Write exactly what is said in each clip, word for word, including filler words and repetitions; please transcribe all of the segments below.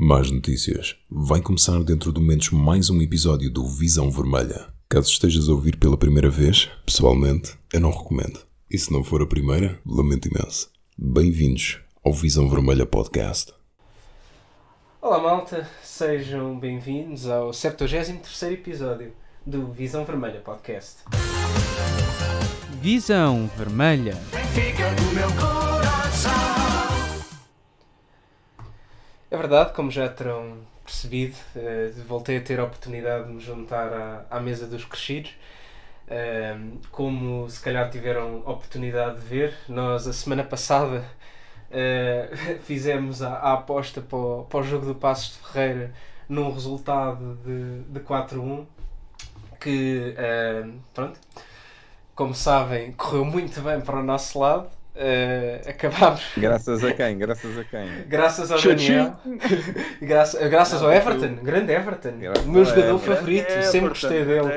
Más notícias. Vai começar dentro de momentos mais um episódio do Visão Vermelha. Caso estejas a ouvir pela primeira vez, pessoalmente, eu não recomendo. E se não for a primeira, lamento imenso. Bem-vindos ao Visão Vermelha Podcast. Olá malta, sejam bem-vindos ao septuagésimo terceiro episódio do Visão Vermelha Podcast. Visão Vermelha. Fica do meu coração. É verdade, como já terão percebido, eh, voltei a ter a oportunidade de me juntar à, à mesa dos crescidos. Eh, como se calhar tiveram oportunidade de ver, nós a semana passada eh, fizemos a, a aposta para o, para o jogo do Passos de Ferreira num resultado de, de quatro a um, que, eh, pronto, como sabem, correu muito bem para o nosso lado. Uh, acabámos. Graças a quem? Graças a quem? Graças ao Daniel. Graças, graças ao Everton. Grande Everton. O meu jogador favorito. Sempre gostei dele.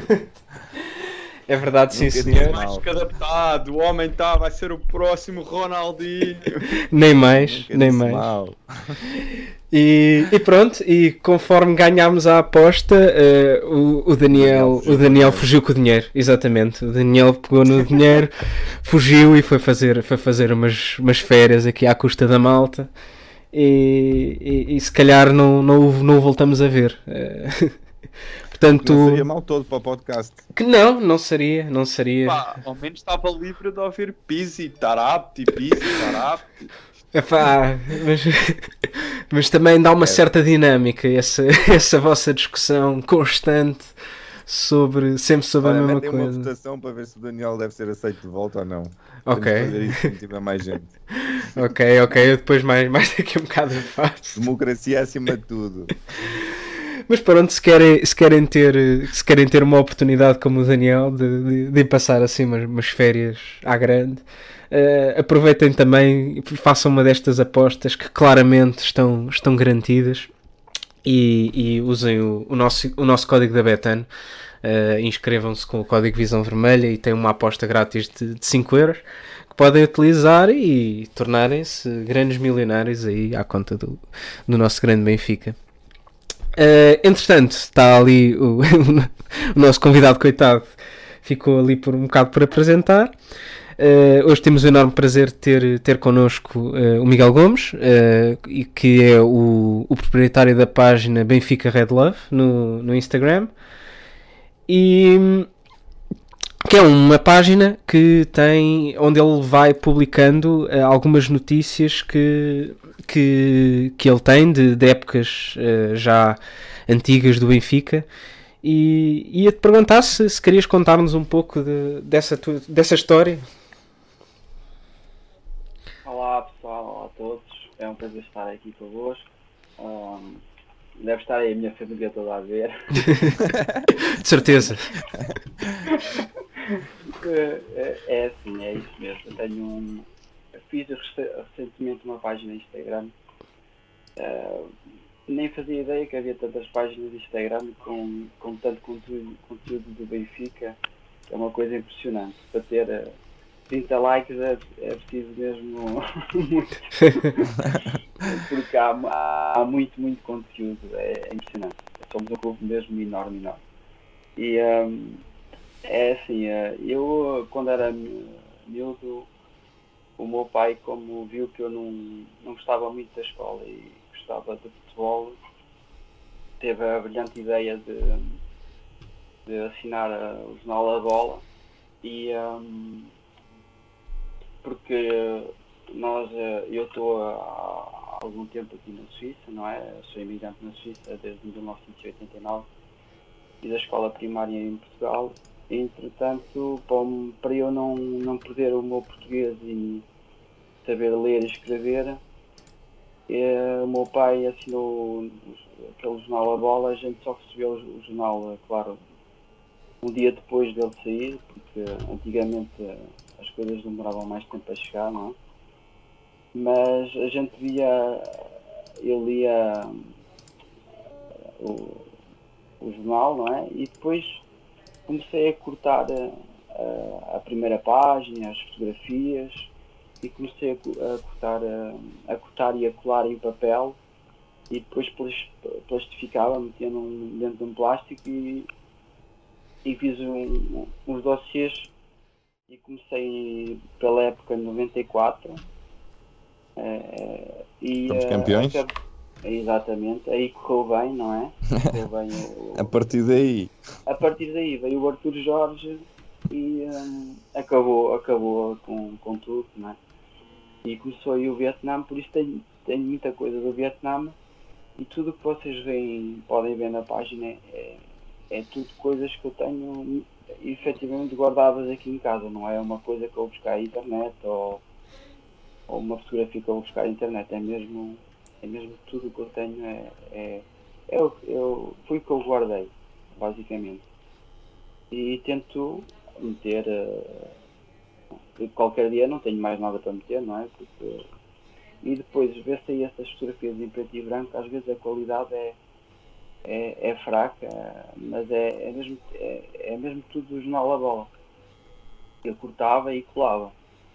É verdade, sim, senhor. Mais que adaptado. O homem está, vai ser o próximo Ronaldinho. Nem mais, nem mais. Mal. E, e pronto, e conforme ganhámos a aposta, uh, o, o Daniel, o Daniel fugiu com o dinheiro, exatamente. O Daniel pegou no dinheiro, fugiu e foi fazer, foi fazer umas, umas férias aqui à custa da malta. E, e, e se calhar não, não, não voltamos a ver. Uh, portanto, não seria mal todo para o podcast. Que não, não seria, não seria. Pá, ao menos estava livre de ouvir Pizzi, Tarapti, Pizzi, Tarapti. Epá, mas, mas também dá uma certa dinâmica essa, essa vossa discussão constante sobre, sempre sobre Olha, a mesma metem coisa. Uma votação para ver se o Daniel deve ser aceito de volta ou não. Ok. Temos de fazer isso se tiver mais gente. Ok, ok, eu depois mais, mais daqui a um bocado eu faço. Democracia acima de tudo. Mas pronto, se querem, se querem, ter, se querem ter uma oportunidade como o Daniel de, de, de passar assim umas, umas férias à grande, uh, aproveitem também, façam uma destas apostas que claramente estão, estão garantidas e, e usem o, o, nosso, o nosso código da Betano. Uh, inscrevam-se com o código Visão Vermelha e têm uma aposta grátis de, de cinco euros que podem utilizar e tornarem-se grandes milionários aí à conta do, do nosso grande Benfica. Uh, entretanto, está ali o, o nosso convidado coitado, ficou ali por um bocado por apresentar. Uh, hoje temos o enorme prazer de ter, ter connosco uh, o Miguel Gomes, uh, e que é o, o proprietário da página Benfica Red Love no, no Instagram, e que é uma página que tem, onde ele vai publicando uh, algumas notícias que, que, que ele tem de, de épocas uh, já antigas do Benfica. E ia-te perguntar se, se querias contar-nos um pouco de, dessa, tu, dessa história. Olá pessoal, olá a todos, é um prazer estar aqui convosco. Um, deve estar aí a minha família toda a ver. De certeza. é, é assim, é isso mesmo. Eu tenho um. Eu fiz recentemente uma página no Instagram. Uh, nem fazia ideia que havia tantas páginas de Instagram com, com tanto conteúdo, conteúdo do Benfica. É uma coisa impressionante. Para ter uh, trinta likes é, é preciso mesmo muito. Porque há, há muito, muito conteúdo. É, é impressionante. Somos um clube mesmo enorme, enorme. E um, é assim, eu quando era miúdo, o meu pai, como viu que eu não, não gostava muito da escola e gostava de futebol, teve a brilhante ideia de, de assinar o jornal A Bola. E um, porque nós, eu estou há algum tempo aqui na Suíça, não é? Eu sou imigrante na Suíça desde mil novecentos e oitenta e nove e da escola primária em Portugal. Entretanto, para eu não, não perder o meu português e saber ler e escrever, o meu pai assinou aquele jornal A Bola. A gente só recebeu o jornal, claro, um dia depois dele sair, porque antigamente as coisas demoravam mais tempo a chegar, não é? Mas a gente via, eu lia o, o jornal, não é? E depois comecei a cortar a, a primeira página, as fotografias, e comecei a, a cortar, a, a cortar e a colar em papel e depois plas- plastificava, metia num, dentro de um plástico e, e fiz um- uns dossiês e comecei pela época de noventa e quatro. eh, e, Fomos eh, campeões? acab- Exatamente, aí correu bem, não é? Correu bem o- A partir daí, A partir daí veio o Arthur Jorge e hum, acabou, acabou com, com tudo, não é? E começou aí o Vietnã, por isso tenho, tenho muita coisa do Vietnã e tudo o que vocês veem, podem ver na página é, é tudo coisas que eu tenho efetivamente guardadas aqui em casa, não é uma coisa que eu vou buscar à internet ou, ou uma fotografia que eu vou buscar à internet, é mesmo, é mesmo tudo o que eu tenho, é, é, é o- eu, foi o que eu guardei, basicamente. E tento meter, eh, qualquer dia não tenho mais nada para meter, não é? Porque, e depois ver se aí essas fotografias em preto e branco, às vezes a qualidade é, é, é fraca, mas é, é, mesmo, é, é mesmo tudo do jornal a bola. Eu cortava e colava.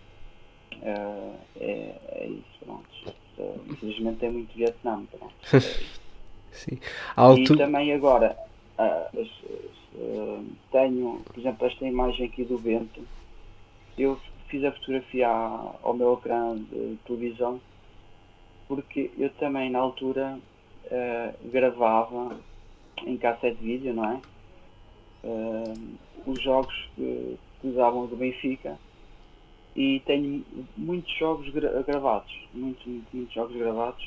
Eh, é, é isso, pronto. Eh, Infelizmente tem muito Vietnã, pronto. É isso. Sim. E Alto... também agora ah, as- as, ah, tenho, por exemplo, esta imagem aqui do vento. Eu fiz a fotografia à- ao meu ecrã de televisão porque eu também na altura ah, gravava em cassete vídeo, não é? Ah, os jogos que, que usavam do Benfica e tenho muitos jogos gra- gravados, muitos, muitos, muitos jogos gravados.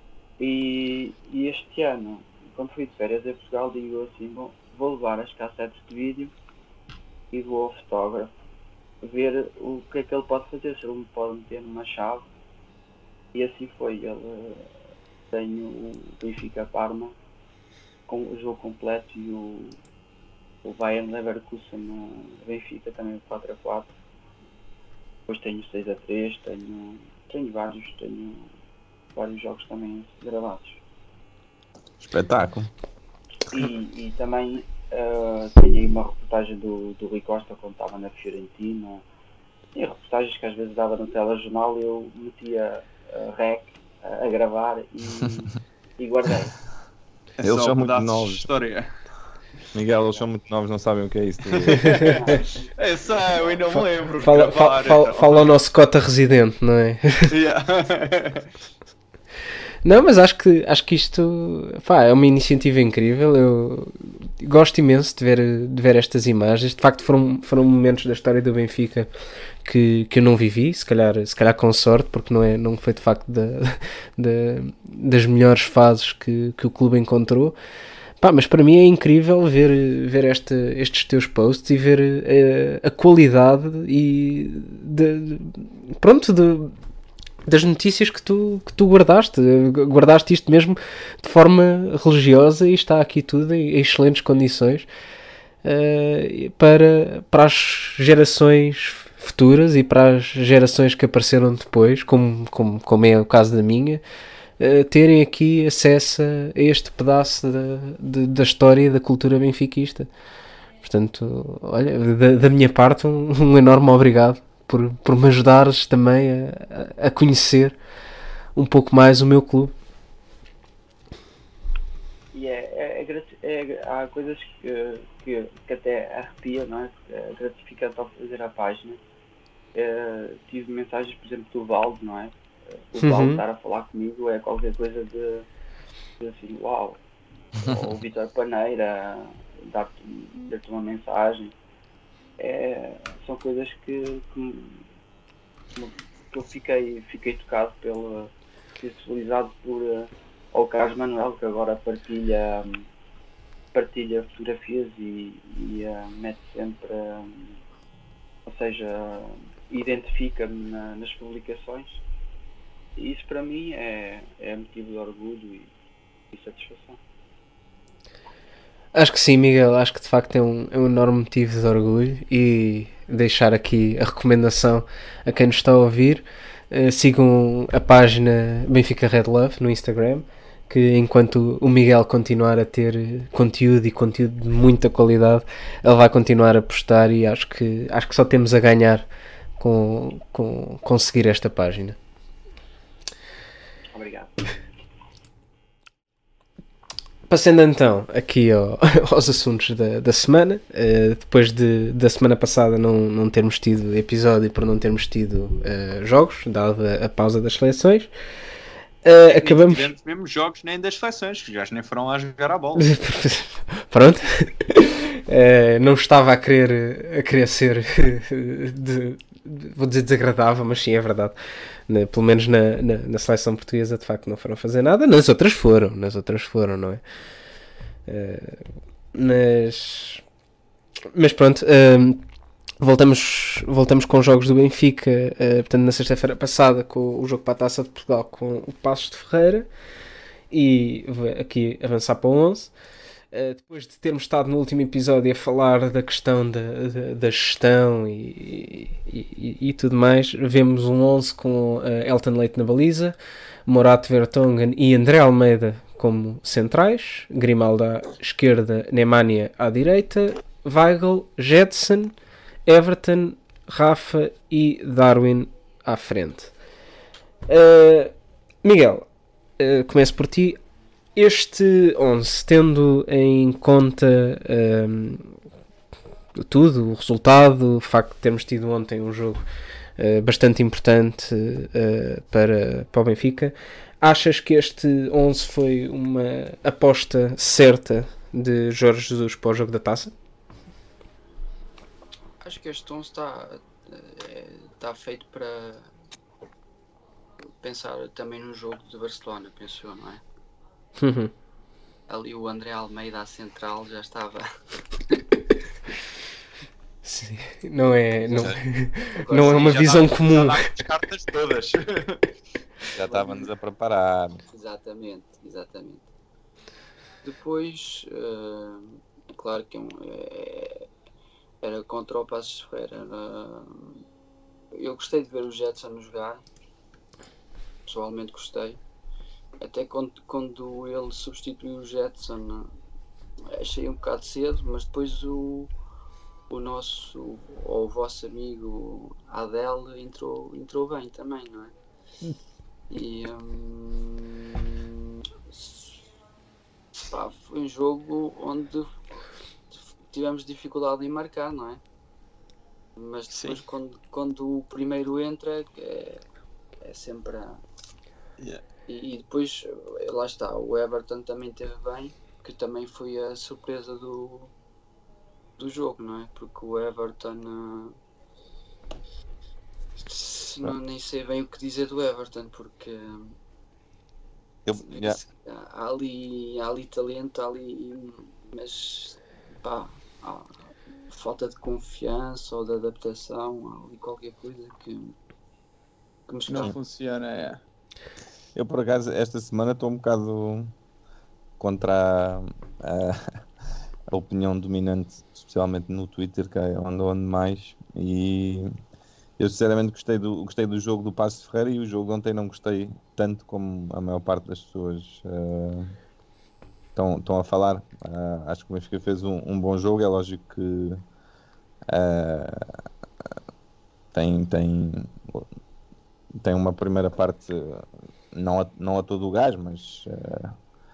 E, e este ano, quando fui de férias a Portugal, digo assim, bom, vou levar as cassetes de vídeo e vou ao fotógrafo ver o que é que ele pode fazer, se ele me pode meter numa chave. E assim foi, ele eh, tem o Benfica Parma com o jogo completo e o, o Bayern Leverkusen no Benfica também o quatro a quatro. Depois tenho o seis a três, tenho, tenho vários, tenho vários jogos também gravados. espetáculo. E, e também eh, tenho aí uma reportagem do, do Rui Costa quando estava na Fiorentina. Tinha reportagens que às vezes dava no telejornal e eu metia a rec a, a gravar e, e guardei. É Eles só são muito pedaços de novos. História. Miguel, eles são muito novos, não sabem o que é isso. É só, eu ainda me lembro. de Fala, gravar, fala, fala, então. fala ao nosso cota residente, não é? Yeah. Não, mas acho que, acho que isto, pá, é uma iniciativa incrível. Eu gosto imenso de ver, de ver estas imagens. De facto, foram, foram momentos da história do Benfica que, que eu não vivi, se calhar, se calhar com sorte, porque não, é, não foi de facto da, da- das melhores fases que, que o clube encontrou. Pá, mas para mim é incrível ver, ver esta, estes teus posts e ver eh, a qualidade e de, pronto, de, das notícias que tu, que tu guardaste. Guardaste isto mesmo de forma religiosa e está aqui tudo em, em excelentes condições eh, para, para as gerações futuras e para as gerações que apareceram depois, como, como, como é o caso da minha, eh, terem aqui acesso a este pedaço da, de- da história e da cultura benfiquista. Portanto, olha, da, da minha parte, um, um enorme obrigado por, por me ajudares também a, a a conhecer um pouco mais o meu clube. E é, é, é grati- é- há coisas que, que, que até arrepia, não é? É gratificante ao fazer a página. Eh, tive mensagens, por exemplo, do Valdo, não é? Eh, O Uhum. Valdo estar a falar comigo é qualquer coisa de, de assim, uau. Ou o Vitor Paneira dar-te dar-te uma mensagem. É, são coisas que, que, me- que eu fiquei, fiquei tocado pelo sensibilizado por eh, ao Carlos Manuel, que agora partilha, hum, partilha fotografias e, e eh, mete sempre, hum, ou seja, identifica-me na- nas publicações. E isso para mim é, é motivo de orgulho e, e satisfação. Acho que sim, Miguel. Acho que de facto é um, é um enorme motivo de orgulho e deixar aqui a recomendação a quem nos está a ouvir. Eh, sigam a página Benfica Red Love no Instagram, que enquanto o Miguel continuar a ter eh, conteúdo e conteúdo de muita qualidade, ele vai continuar a postar e acho que, acho que só temos a ganhar com, com, com seguir esta página. Obrigado. passando então aqui ao- aos assuntos da, da semana, eh, depois de, da semana passada não, não termos tido episódio e por não termos tido eh, jogos, dada a pausa das seleções, eh, acabamos... tivemos mesmo jogos nem das seleções, que os gajos nem foram lá jogar a bola. Pronto. Eh, não estava a querer, a querer ser, de- de- vou dizer desagradável, mas sim, é verdade. Na- pelo menos na, na, na seleção portuguesa, de facto, não foram fazer nada. Nas outras foram, nas outras foram, não é? Eh, mas, mas pronto, ehm, voltamos, voltamos com os jogos do Benfica, eh, portanto, na sexta-feira passada, com o jogo para a Taça de Portugal com o Passos de Ferreira, e vou aqui avançar para o onze. Uh, depois de termos estado no último episódio a falar da questão da, da, da gestão e, e, e, e tudo mais, vemos um onze com uh, Elton Leite na baliza, Morato Vertonghen e André Almeida como centrais, Grimaldo à esquerda, Nemanja à direita, Weigl, Jetson, Everton, Rafa e Darwin à frente. Uh, Miguel, uh, começo por ti. Este onze, tendo em conta um, tudo, o resultado, o facto de termos tido ontem um jogo uh, bastante importante uh, para, para o Benfica, achas que este onze foi uma aposta certa de Jorge Jesus para o jogo da Taça? Acho que este onze está está feito para pensar também no jogo de Barcelona, penso eu, não é? Uhum. Ali o André Almeida à central já estava. Sim, não é, não, Agora não é sim, uma Já visão dá- comum. já dá as cartas todas. Já estávamos a preparar. Exatamente, exatamente. Depois, eh, claro que é um, é- era contra o Passos de Ferreira. Era- eu gostei de ver o Jetson jogar. Pessoalmente gostei. Até quando, quando ele substituiu o Jetson, achei um bocado cedo, mas depois o, o nosso, ou o vosso amigo Adel entrou, entrou bem também, não é? E hum, pá, foi um jogo onde tivemos dificuldade em marcar, não é? Mas depois Sim. quando, quando o primeiro entra é, é sempre a... Yeah. E, e depois, eh, lá está, o Everton também teve bem, que também foi a surpresa do, do jogo, não é? Porque o Everton, eh, se não, nem sei bem o que dizer do Everton, porque Eu, yeah. há, há ali, há ali talento, há ali, mas pá, há falta de confiança ou de adaptação, há ali qualquer coisa que, que me escapa. Não funciona, é. Eu, por acaso, esta semana estou um bocado contra a, a- a opinião dominante, especialmente no Twitter, que é onde onde mais. E eu, sinceramente, gostei do, gostei do jogo do Passos de Ferreira, e o jogo de ontem não gostei tanto como a maior parte das pessoas eh, estão estão a falar. Ah, acho que o Benfica fez um, um bom jogo. É lógico que ah, tem, tem, tem uma primeira parte, não a, não a todo o gás, mas, ah,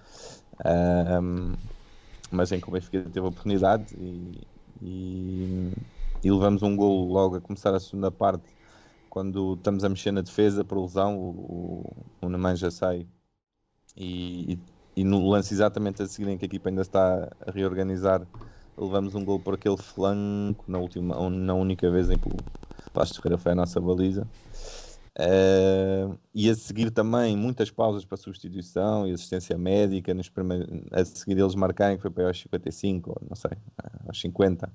ah, mas em que o Benfica teve a oportunidade, e, e, e levamos um golo logo a começar a segunda parte, quando estamos a mexer na defesa por lesão. O, o, o Nemanja sai, e, e, e no lance exatamente a seguir, em que a equipa ainda está a reorganizar, levamos um gol por aquele flanco, na, última, na única vez em que o Passos de Ferreira foi a nossa baliza. Uh, e a seguir também muitas pausas para substituição e assistência médica, nos primeiros, a seguir eles marcarem, que foi para aí aos cinquenta e cinco, ou não sei, aos cinquenta.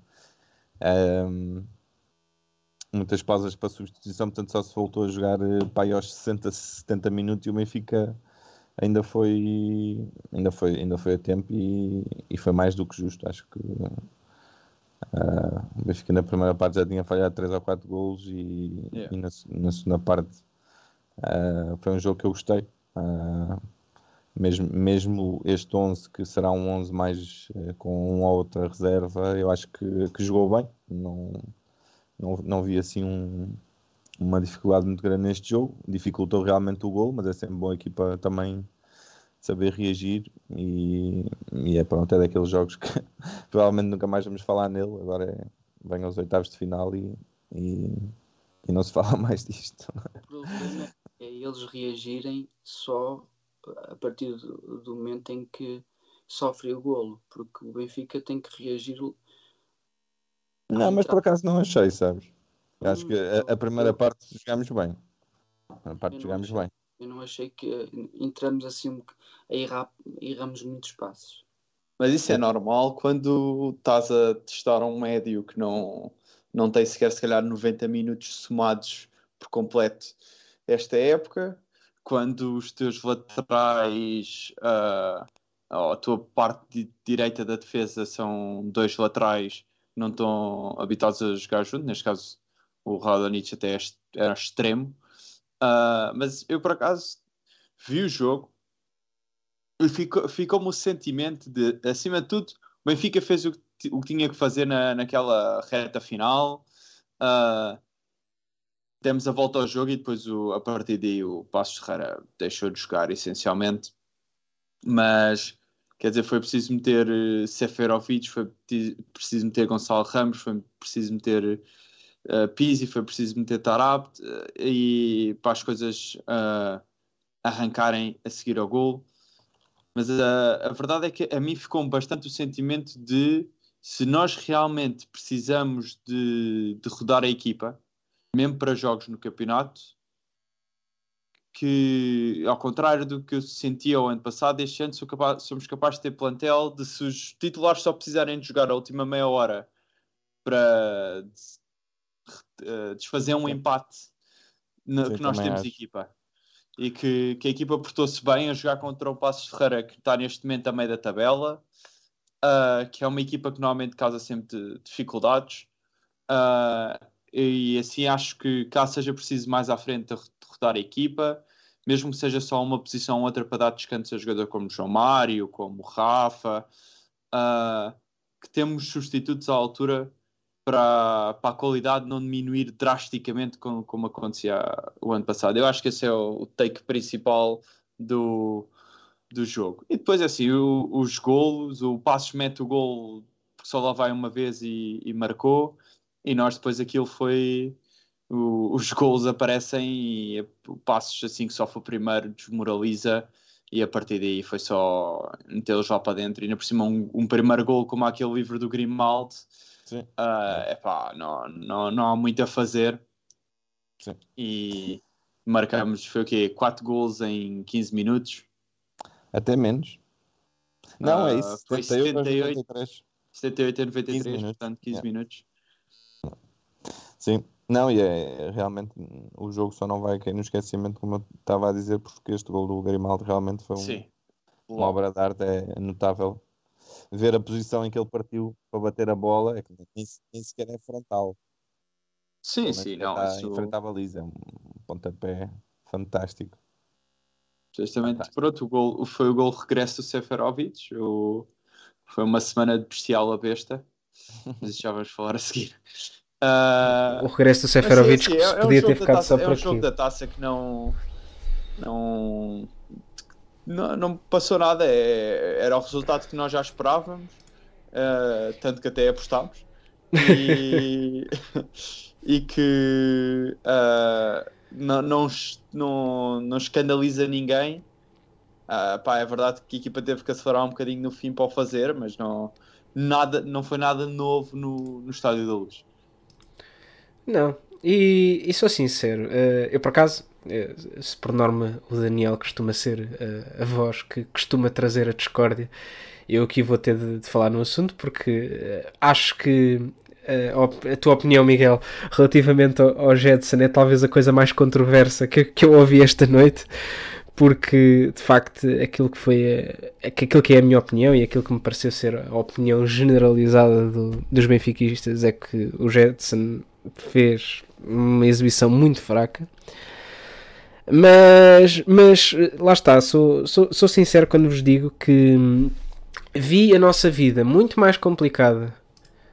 Um, muitas pausas para substituição, portanto só se voltou a jogar eh, para aí aos sessenta, setenta minutos, e o Benfica ainda foi, ainda foi, ainda foi a tempo, e, e foi mais do que justo. Acho que Uh, o Benfica na primeira parte já tinha falhado três ou quatro golos, e, Yeah. e na, na segunda parte uh, foi um jogo que eu gostei. Uh, mesmo, mesmo este onze, que será um onze mais uh, com uma ou outra reserva, eu acho que, que jogou bem. Não, não, não vi assim um, uma dificuldade muito grande neste jogo. Dificultou realmente o gol, mas é sempre boa a equipa também saber reagir e, e é pronto, é daqueles jogos que provavelmente nunca mais vamos falar nele. Agora é, vem aos oitavos de final e, e, e não se fala mais disto. O problema é eles reagirem só a partir do, do momento em que sofre o golo, porque o Benfica tem que reagir. Não, mas por acaso não achei, sabes? Acho que Hum, a, a primeira eu- parte jogámos bem. A parte Eu não jogámos achei. bem. Eu não achei que eh, entramos assim, um boc- a errar, erramos muitos passos. Mas isso é normal quando estás a testar um médio que não, não tem sequer, se calhar, noventa minutos somados por completo esta época. Quando os teus laterais, ah, ou a tua parte di- direita da defesa são dois laterais que não estão habituados a jogar junto. Neste caso, o Radonjic até é ex- era extremo. Ah, mas eu, por acaso, vi o jogo. E ficou- ficou-me o sentimento de, acima de tudo, o Benfica fez o que, ti- o que tinha que fazer na, naquela reta final. Ah, demos a volta ao jogo e depois, o, a partir daí, o Passos de Ferreira deixou de jogar, essencialmente. Mas, quer dizer, foi preciso meter eh, Seferovic, foi preci- preciso meter Gonçalo Ramos, foi preciso meter eh, Pizzi, foi preciso meter Tarabt, eh, e para as coisas ah, arrancarem a seguir ao gol. Mas a, a verdade é que a mim ficou bastante o sentimento de, se nós realmente precisamos de, de rodar a equipa, mesmo para jogos no campeonato, que ao contrário do que eu sentia o ano passado, este ano sou capaz- somos capazes de ter plantel de, se os titulares só precisarem de jogar a última meia hora para des- eh, desfazer um Sim. empate no- Sim, que nós também temos acho. equipa. E que, que a equipa portou-se bem a jogar contra o Passos de Ferreira, que está neste momento a meio da tabela, uh, que é uma equipa que normalmente causa sempre dificuldades. Uh, e assim acho que caso seja preciso mais à frente derrotar a equipa, mesmo que seja só uma posição ou outra para dar descanso a jogador como o João Mário, como o Rafa, uh, que temos substitutos à altura para, para a qualidade não diminuir drasticamente como, como acontecia o ano passado. Eu acho que esse é o, o take principal do, do jogo. E depois, assim, o, os golos, o Passos mete o gol porque só lá vai uma vez e, e marcou, e nós depois aquilo foi... O, os golos aparecem e o Passos, assim que sofre o primeiro, desmoraliza, e a partir daí foi só metê-los lá para dentro. E ainda por cima um, um primeiro gol como aquele livro do Grimaldi, Sim. uh, epá, não, não, não há muito a fazer. Sim. E marcamos, foi o quê? quatro gols em quinze minutos. Até menos. Não, é Uh, isso. foi setenta e oito aos setenta e oito, noventa e três. setenta e oito a noventa e quinze três, minutos. portanto quinze Yeah. minutos. Sim. Não, e é realmente o jogo só não vai cair no esquecimento, como eu estava a dizer, porque este gol do Grimaldo realmente foi um, Sim. uma obra de arte, é notável. Ver a posição em que ele partiu para bater a bola, é que nem, nem sequer é frontal. Sim, Ele nem sim, sequer não, está isso em frente à baliza. É um pontapé fantástico. justamente, Fantástico. pronto, o gol, foi o gol regresso do Seferovic. O, foi uma semana de bestial a besta, mas isso já vamos falar a seguir. Uh, O regresso do mas sim, Seferovic sim, que é, se é um podia jogo ter da ficado taça, só é por um jogo aqui. da taça que não não não, não passou nada, é, era o resultado que nós já esperávamos, uh, tanto que até apostámos, e, e que uh, não, não, não, não escandaliza ninguém. Uh, pá, é verdade que a equipa teve que acelerar um bocadinho no fim para o fazer, mas não, nada, não foi nada novo no, no Estádio da Luz. Não, e, e sou sincero, eh, eu por acaso, eh, se por norma o Daniel costuma ser eh, a voz que costuma trazer a discórdia, eu aqui vou ter de, de falar no assunto porque eh, acho que eh, a op- a tua opinião, Miguel, relativamente ao, ao Jedson é talvez a coisa mais controversa que, que eu ouvi esta noite, porque de facto aquilo que foi a, que aquilo que é a minha opinião e aquilo que me pareceu ser a opinião generalizada do- dos benfiquistas é que o Jedson fez uma exibição muito fraca, mas, mas lá está, sou, sou, sou sincero quando vos digo que hum, vi a nossa vida muito mais complicada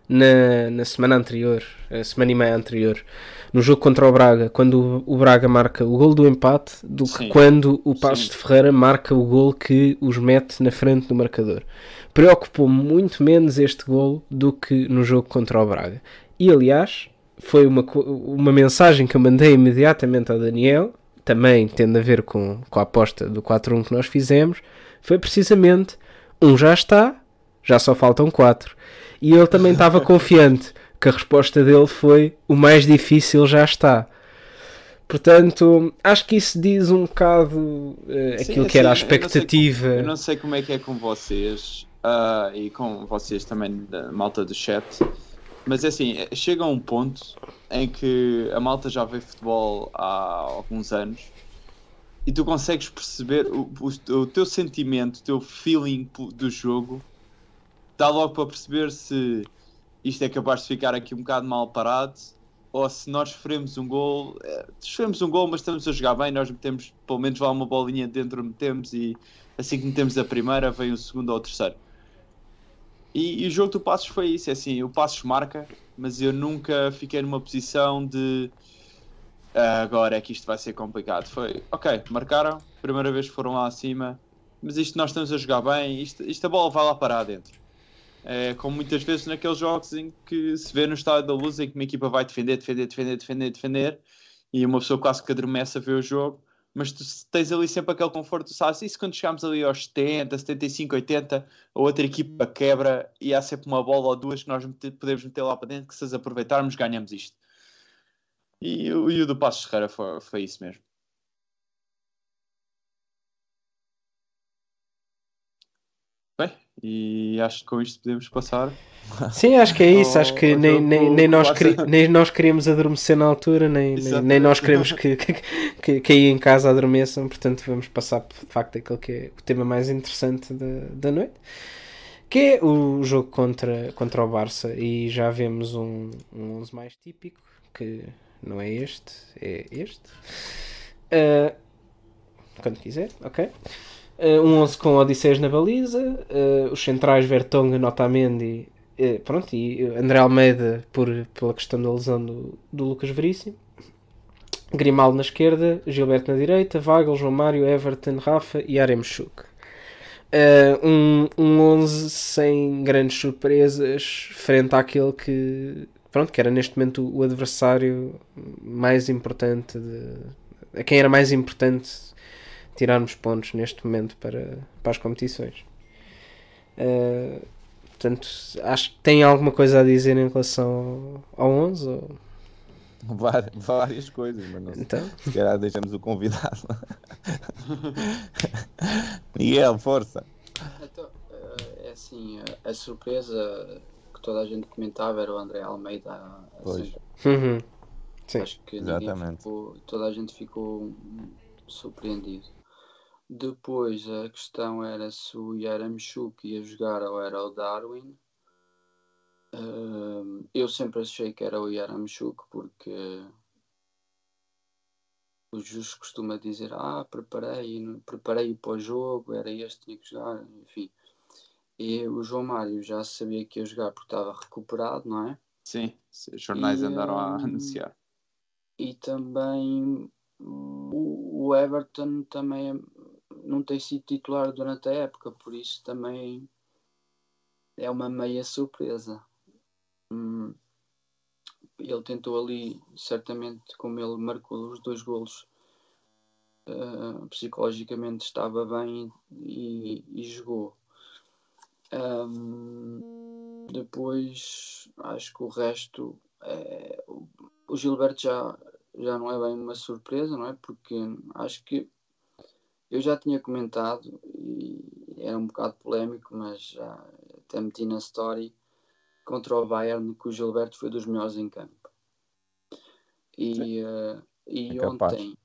na, na semana anterior, a semana e meia anterior, no jogo contra o Braga, quando o, o Braga marca o gol do empate, do que Sim. quando o Passos Sim. de Ferreira marca o gol que os mete na frente do marcador. Preocupou-me muito menos este gol do que no jogo contra o Braga. E aliás, foi uma, co- uma mensagem que eu mandei imediatamente ao Daniel, também tendo a ver com, com a aposta do quatro um que nós fizemos, foi precisamente um já está, já só faltam quatro. E ele também estava confiante que a resposta dele foi o mais difícil já está. Portanto, acho que isso diz um bocado eh, Sim, aquilo que era a assim, eu não sei expectativa. Eu não sei como é que é com vocês ah, e com vocês também da malta do chat, mas é assim, eh, chega a um ponto em que a malta já vê futebol há alguns anos e tu consegues perceber o, o- o teu sentimento, o teu feeling po- do jogo, dá logo para perceber se isto é capaz de ficar aqui um bocado mal parado ou se nós sofremos um gol, eh, sofremos um gol, mas estamos a jogar bem, nós metemos pelo menos lá uma bolinha dentro, metemos e assim que metemos a primeira, vem o segundo ou o terceiro. E, e o jogo do Passos foi isso, é assim, o Passos marca, mas eu nunca fiquei numa posição de "Ah, agora é que isto vai ser complicado." Foi, ok, marcaram, primeira vez que foram lá acima, mas isto nós estamos a jogar bem, isto, isto a bola vai lá parar dentro. É como muitas vezes naqueles jogos em que se vê no Estádio da Luz em que uma equipa vai defender, defender, defender, defender, defender e uma pessoa quase que adormece a ver o jogo, mas tu tens ali sempre aquele conforto, tu sabes, isso quando chegamos ali aos setenta, setenta e cinco, oitenta, a outra equipa quebra e há sempre uma bola ou duas que nós mete- podemos meter lá para dentro que se as aproveitarmos ganhamos isto. E, o- e o do Passos Ferreira foi, foi isso mesmo. Bem, e acho que com isto podemos passar. Sim, acho que é isso. ao- Acho que ao nem, jogo nem, com- nem, com nós Barça. queri- nem nós queríamos adormecer na altura, nem, nem, nem nós Exatamente. queremos que, que, que, que aí em casa adormeçam. Portanto, vamos passar de facto aquele que é o tema mais interessante da, da noite, que é o jogo contra, contra o Barça. E já vemos um, um onze mais típico, que não é este, é este. Ah, quando quiser, ok. Uh, um onze com Odisseias na baliza, uh, os centrais Vertonghen, Otamendi, uh, pronto, e André Almeida por, pela questão da lesão do, do Lucas Veríssimo, Grimaldo na esquerda, Gilberto na direita, Weigl, João Mário, Everton, Rafa e Yaremchuk. Uh, um, um onze sem grandes surpresas frente àquele que, pronto, que era neste momento o, o adversário mais importante, de, a quem era mais importante tirarmos pontos neste momento para, para as competições. Uh, portanto, acho que tem alguma coisa a dizer em relação ao, ao onze? Ou... Várias, várias coisas, mas não sei. Então, Se calhar deixamos o convidado. Miguel, força. Então, eh, é assim, a, a surpresa que toda a gente comentava era o André Almeida a, a Pois. centro. uhum. Sim. Acho que ninguém Exatamente. ficou, toda a gente ficou hum, surpreendido. Depois a questão era se o Yaremchuk ia jogar ou era o Darwin. Hum, eu sempre achei que era o Yaremchuk porque o Jus costuma dizer ah, preparei, preparei para o jogo, era este que tinha que jogar, enfim. E o João Mário já sabia que ia jogar porque estava recuperado, não é? Sim, os jornais E, andaram a hum, anunciar. E também o, o Everton também é- não tem sido titular durante a época, por isso também é uma meia surpresa. Hum, ele tentou ali, certamente, como ele marcou os dois golos, uh, psicologicamente estava bem e, e jogou. Um, depois, acho que o resto, é, o, o Gilberto já, já não é bem uma surpresa, não é? Porque acho que eu já tinha comentado e era um bocado polémico, mas já até meti na story contra o Bayern que o Gilberto foi dos melhores em campo. E, uh, e É capaz. ontem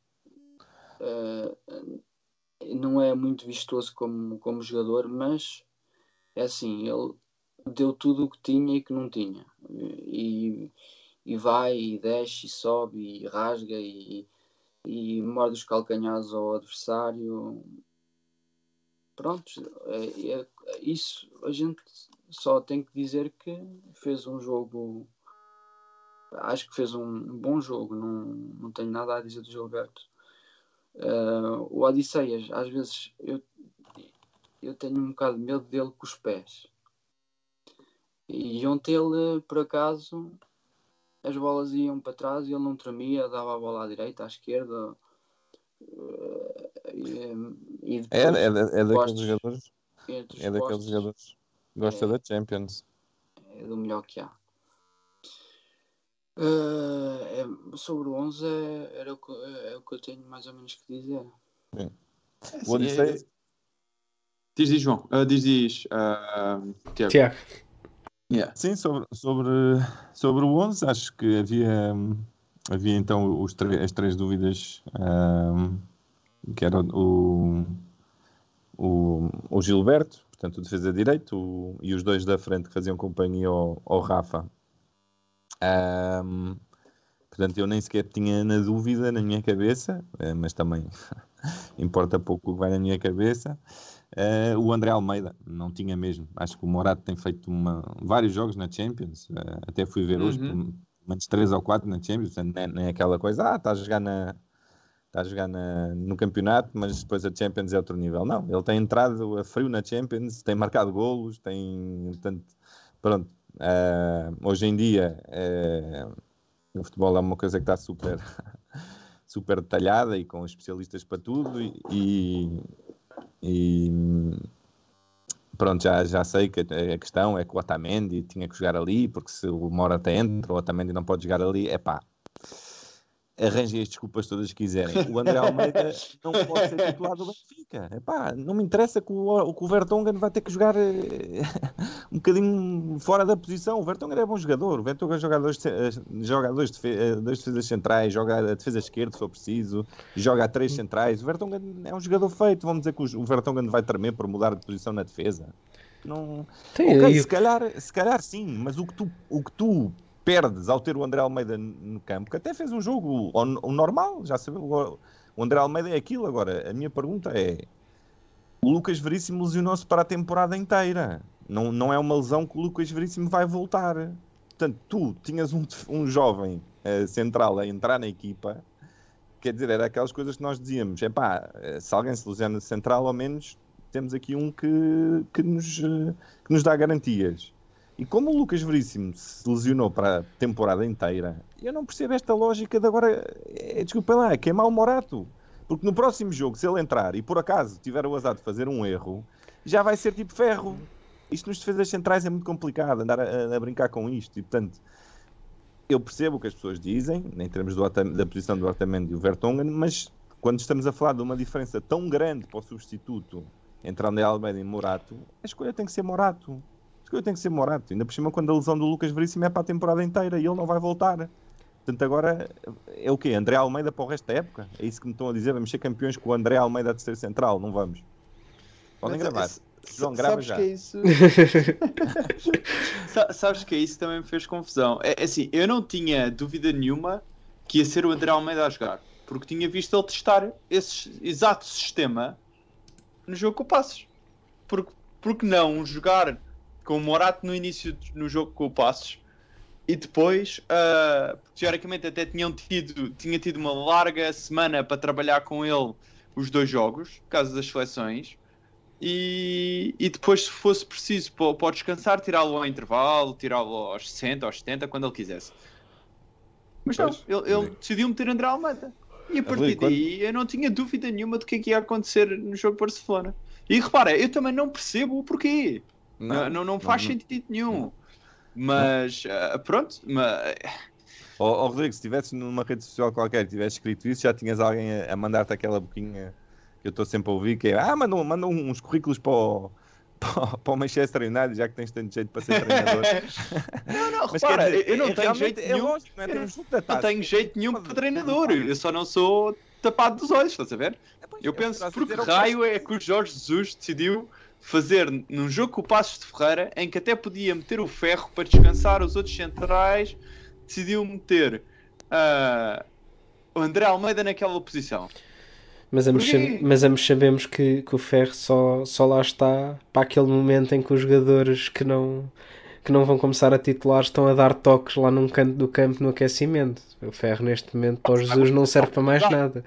uh, não é muito vistoso como, como jogador, mas é assim, ele deu tudo o que tinha e que não tinha. E, e vai, e desce, e sobe, e rasga, e, e morde os calcanhares ao adversário. Pronto, é, é, isso a gente só tenho que dizer que fez um jogo, acho que fez um bom jogo, não, não tenho nada a dizer do Gilberto. Uh, o Odisseias, às vezes eu, eu tenho um bocado de medo dele com os pés. E ontem ele, por acaso, as bolas iam para trás e ele não tremia, dava a bola à direita, à esquerda. Uh, e, e depois, É, é, da- é daqueles postos jogadores. entre os É daqueles postos, jogadores que gosta É. da Champions. é do melhor que há. Uh, é- sobre o onze é, era o que, é o que eu tenho mais ou menos que dizer. O Odisseias, Diz, diz, João. Ah, diz, diz. ah, Tiago. Tiago. Yeah. sim, sobre, sobre, sobre o onze, acho que havia, hum, havia então os tre- as três dúvidas, hum, que era o, o, o Gilberto, portanto o defesa direito, o- e os dois da frente que faziam companhia ao, ao Rafa. Hum, portanto, eu nem sequer tinha na dúvida na minha cabeça, eh, mas também importa pouco o que vai na minha cabeça. Eh, o André Almeida, não tinha mesmo. Acho que o Morato tem feito uma- vários jogos na Champions, eh, até fui ver hoje, Uhum. pelo menos três ou quatro na Champions, portanto, nem, nem é aquela coisa, ah, está a jogar, na, está a jogar na- no campeonato, mas depois a Champions é outro nível. Não, ele tem entrado a frio na Champions, tem marcado golos, tem, portanto, pronto. eh, hoje em dia, eh, o futebol é uma coisa que está super, super detalhada e com especialistas para tudo e, e- e, pronto, já, já sei que a questão é que o Otamendi tinha que jogar ali, porque se o Morata entra, o Otamendi não pode jogar ali, é pá, arranjem as desculpas todas que quiserem. O André Almeida não pode ser titular do Benfica. Epá, não me interessa que o, que o Vertonghen vai ter que jogar eh, um bocadinho fora da posição. O Vertonghen é bom jogador. O Vertonghen joga dois, joga dois, defe, dois defesas centrais, joga a defesa esquerda se for preciso, joga a três centrais. O Vertonghen é um jogador feito. Vamos dizer que o Vertonghen vai tremer por mudar de posição na defesa. Não... Tem Ok, aí- se calhar, se calhar sim, mas o que tu... O que tu perdes ao ter o André Almeida no campo, que até fez um jogo o, o normal, já sabemos, o, o André Almeida é aquilo. Agora, a minha pergunta é, o Lucas Veríssimo lesionou-se para a temporada inteira, não, não é uma lesão que o Lucas Veríssimo vai voltar, portanto, tu tinhas um, um jovem uh, central a entrar na equipa, quer dizer, era aquelas coisas que nós dizíamos, é pá, se alguém se lesiona na central, ao menos temos aqui um que, que, nos, uh, que nos dá garantias. E como o Lucas Veríssimo se lesionou para a temporada inteira, eu não percebo esta lógica de agora, é, desculpa lá, queimar o Morato. Porque no próximo jogo, se ele entrar e por acaso tiver o azar de fazer um erro, já vai ser tipo ferro. Isto nos defesas centrais é muito complicado, andar a, a brincar com isto. E portanto, eu percebo o que as pessoas dizem, em termos do, da posição do Otamendi e do Vertonghen, mas quando estamos a falar de uma diferença tão grande para o substituto entre André Almeida e Morato, a escolha tem que ser Morato. Eu tenho que ser Morato, ainda por cima quando a lesão do Lucas Veríssimo é para a temporada inteira e ele não vai voltar. Portanto, agora é o quê? André Almeida para o resto da época? É isso que me estão a dizer? Vamos ser campeões com o André Almeida a terceiro central? Não vamos. Podem Mas, gravar. s- João, grava sabes já. que é isso? Sa- Sabes que é isso também me fez confusão. É é assim, eu não tinha dúvida nenhuma que ia ser o André Almeida a jogar, porque tinha visto ele testar esse exato sistema no jogo com o Passos. Porque, porque não jogar com o Morato no início do- no jogo com o Passos e depois, ah, teoricamente até tinham tido, tinha tido uma larga semana para trabalhar com ele os dois jogos, por causa das seleções. E, e depois, se fosse preciso para, para descansar, tirá-lo ao intervalo, tirá-lo aos sessenta, aos setenta, quando ele quisesse. Mas não, Pois, ele, ele sim. decidiu meter André Almeida. E a partir Rui, quando- daí eu não tinha dúvida nenhuma do que é que ia acontecer no jogo de Barcelona. E repara, eu também não percebo o porquê. Não, não, não faz sentido nenhum. Mas ah, pronto, mas, Ó ó, Rodrigo, se estivesse numa rede social qualquer e tivesse escrito isso, já tinhas alguém a, a mandar-te aquela boquinha que eu estou sempre a ouvir, que é, ah, manda, um- manda uns currículos para o, para, o- para o Manchester United, já que tens tanto jeito para ser treinador. não, não, Mas repara, quer dizer, eu não é- tenho realmente jeito é nenhum. lógico, não é? eu Temos um Não detalhe. tenho jeito nenhum para treinador, eu só não sou tapado dos olhos, estás a ver? Eu penso, por que raio é que o Jorge Jesus decidiu fazer num jogo com o Passos de Ferreira, em que até podia meter o Ferro para descansar os outros centrais, decidiu meter ah, o André Almeida naquela posição? Mas ambos, Porquê? sab- mas ambos sabemos que, que o Ferro só, só lá está para aquele momento em que os jogadores que não, que não vão começar a titular estão a dar toques lá num canto do campo no aquecimento. O Ferro neste momento para o Jesus não serve para mais nada.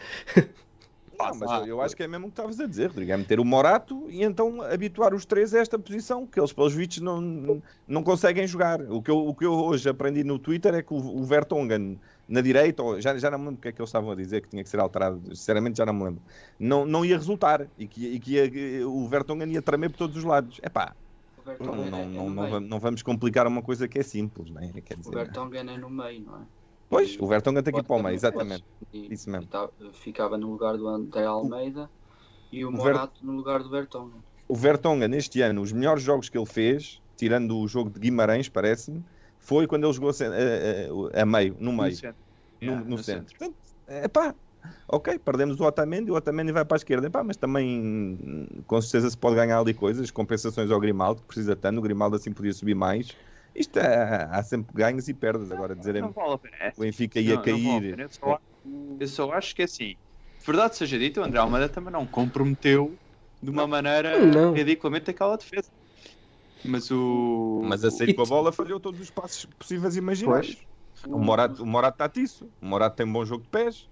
Não, mas eu, eu acho que é mesmo o que estavas a dizer, Rodrigo. É meter o Morato e então habituar os três a esta posição, que eles, pelos vistos, não, não conseguem jogar. O que, eu, o que eu hoje aprendi no Twitter é que o, o Vertonghen na direita, ou, já, já não me lembro o que é que eles estavam a dizer, que tinha que ser alterado, sinceramente já não me lembro, não, não ia resultar e que, e que ia, o Vertonghen ia tremer por todos os lados. É pá, O não, Vertonghen não, é, é não, no não, meio. vamos- não vamos complicar uma coisa que é simples, não é? Quer O dizer, Vertonghen é no meio, não é? pois, o Vertonghen tem que ir para o meio, Pode- exatamente. e- Isso mesmo. e tá- ficava no lugar do André Almeida e o, o Ver- Morato no lugar do Vertonghen. O Vertonghen, neste ano, os melhores jogos que ele fez, tirando o jogo de Guimarães, parece-me, foi quando ele jogou a, a- a- a meio, no meio, centro. no, Yeah, no no centro. Portanto, é pá, ok, perdemos o Otamendi, o Otamendi vai para a esquerda, epá, mas também com certeza se pode ganhar ali coisas, compensações ao Grimaldo, que precisa tanto, o Grimaldo assim podia subir mais. Isto é, há sempre ganhos e perdas. Agora dizer Não vale a pena. É, o Benfica ia não, não vale a cair. pena. Eu só, eu só acho que assim, verdade seja dita, o André Almeida também não comprometeu de uma maneira Não. ridiculamente aquela defesa. Mas o. Mas a sair com a bola falhou todos os passos possíveis e imaginários. Pois. O Morato, o Morato está tiço. O Morato tem um bom jogo de pés.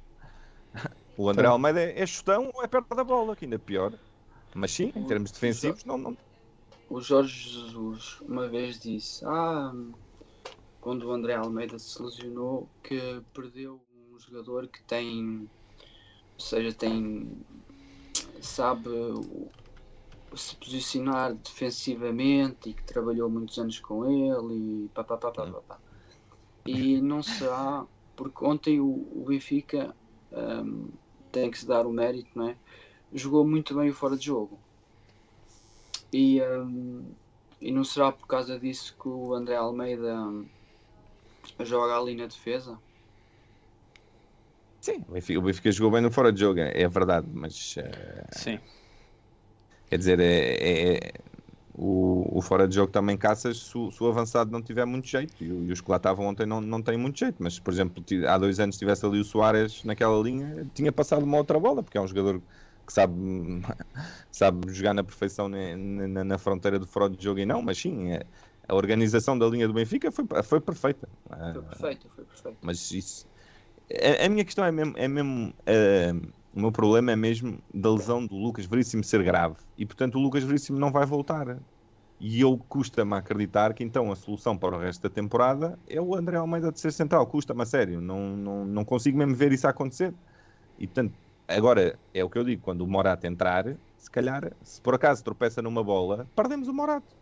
O André Tá. Almeida é, é chutão ou é perto da bola, que ainda é pior. Mas sim, em termos defensivos, não, não. O Jorge Jesus uma vez disse, ah, quando o André Almeida se lesionou, que perdeu um jogador que tem, ou seja, tem, sabe o- se posicionar defensivamente e que trabalhou muitos anos com ele e pá, pá, pá, pá, pá, pá. E não será, porque ontem o, o Benfica hum, tem que se dar o mérito, não é? Jogou muito bem o fora de jogo. E, hum, e não será por causa disso que o André Almeida hum, joga ali na defesa? Sim, o Benfica, o Benfica jogou bem no fora de jogo, é, é verdade, mas eh, Sim. quer dizer, é, é- é- o, o fora de jogo também caças se, o- se o avançado não tiver muito jeito. E, o- e os que lá estavam ontem não, não têm muito jeito. Mas, por exemplo, ti- há dois anos tivesse ali o Soares naquela linha, tinha passado uma outra bola, porque é um jogador que sabe, sabe jogar na perfeição na, na- na fronteira do fora de jogo e não, mas sim, é- a organização da linha do Benfica foi, foi perfeita. Ah, Foi perfeito, foi perfeito. mas isso. A, a minha questão é mesmo. É mesmo ah, o meu problema é mesmo da lesão do Lucas Veríssimo ser grave. E portanto o Lucas Veríssimo não vai voltar. E eu custa-me acreditar que então a solução para o resto da temporada é o André Almeida de ser central. Custa-me a sério. Não, não, não consigo mesmo ver isso acontecer. E portanto, agora é o que eu digo: quando o Morato entrar, se calhar, se por acaso tropeça numa bola, perdemos o Morato.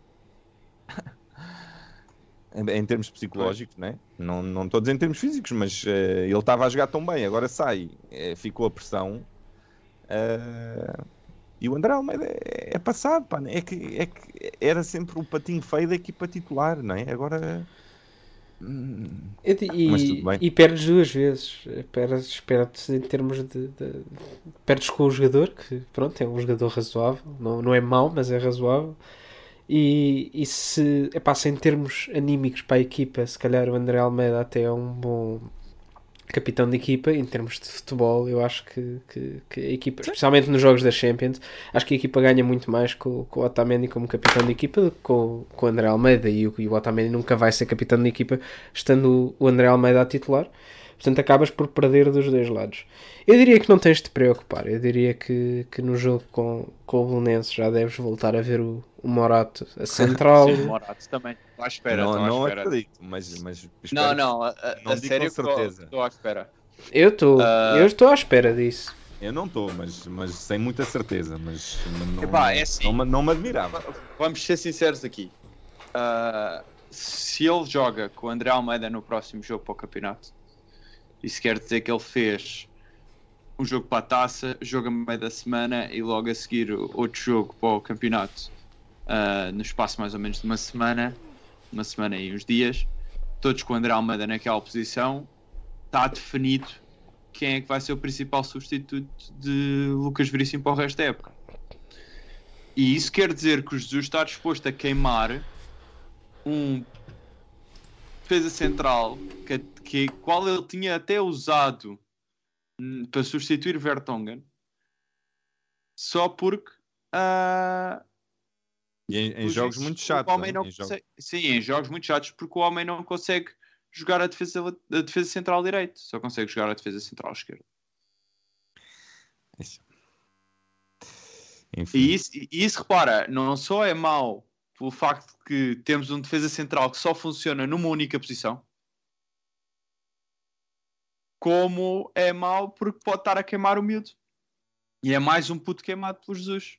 Em, em termos psicológicos, né? não não estou a dizer em termos físicos, mas eh, ele estava a jogar tão bem, agora sai, eh, ficou a pressão, eh, e o André Almeida é, é passado, pá, né? é, que, é que era sempre o patinho feio da equipa titular, não é? Agora, hum, E, Mas tudo bem. e perdes duas vezes. Perdes, perdes em termos de, de- perdes com o jogador, que pronto, é um jogador razoável, não, não é mau, mas é razoável. E, e se, epá, se em termos anímicos para a equipa, se calhar o André Almeida até é um bom capitão de equipa. Em termos de futebol, eu acho que, que, que a equipa, especialmente nos jogos da Champions, acho que a equipa ganha muito mais com, com o Otamendi como capitão de equipa do que com, com o André Almeida, e o, e o Otamendi nunca vai ser capitão de equipa estando o André Almeida a titular. Portanto, acabas por perder dos dois lados. Eu diria que não tens de te preocupar. Eu diria que, que no jogo com, com o Belenenses já deves voltar a ver o, o Morato a central. Sim, o Morato também. Estou à espera. não, estou à não espera. acredito, mas, mas Não, espero- não, a, a, não a digo sério com que estou- certeza. estou à espera. Eu estou Ah. eu estou à espera disso. Eu não estou, mas, mas sem muita certeza, mas não, Epá, é assim. não, me- não me admirava. Vamos ser sinceros aqui. Ah, se ele joga com o André Almeida no próximo jogo para o campeonato, isso quer dizer que ele fez um jogo para a taça, jogo a meio da semana e logo a seguir outro jogo para o campeonato, ah, no espaço mais ou menos de uma semana, uma semana e uns dias, todos com o André Almeida naquela posição, está definido quem é que vai ser o principal substituto de Lucas Veríssimo para o resto da época. E isso quer dizer que o Jesus está disposto a queimar um defesa central que, que qual ele tinha até usado hum, para substituir Vertonghen, só porque uh, E em, em jogos muito chatos. o homem não em consegue, jogos... Sim, em jogos muito chatos, porque o homem não consegue jogar a defesa, a defesa central direito, só consegue jogar a defesa central esquerda. Isso. Enfim. E isso, e isso, repara, não só é mau pelo facto de que temos um defesa central que só funciona numa única posição, como é mau porque pode estar a queimar o miúdo. E é mais um puto queimado pelo Jesus.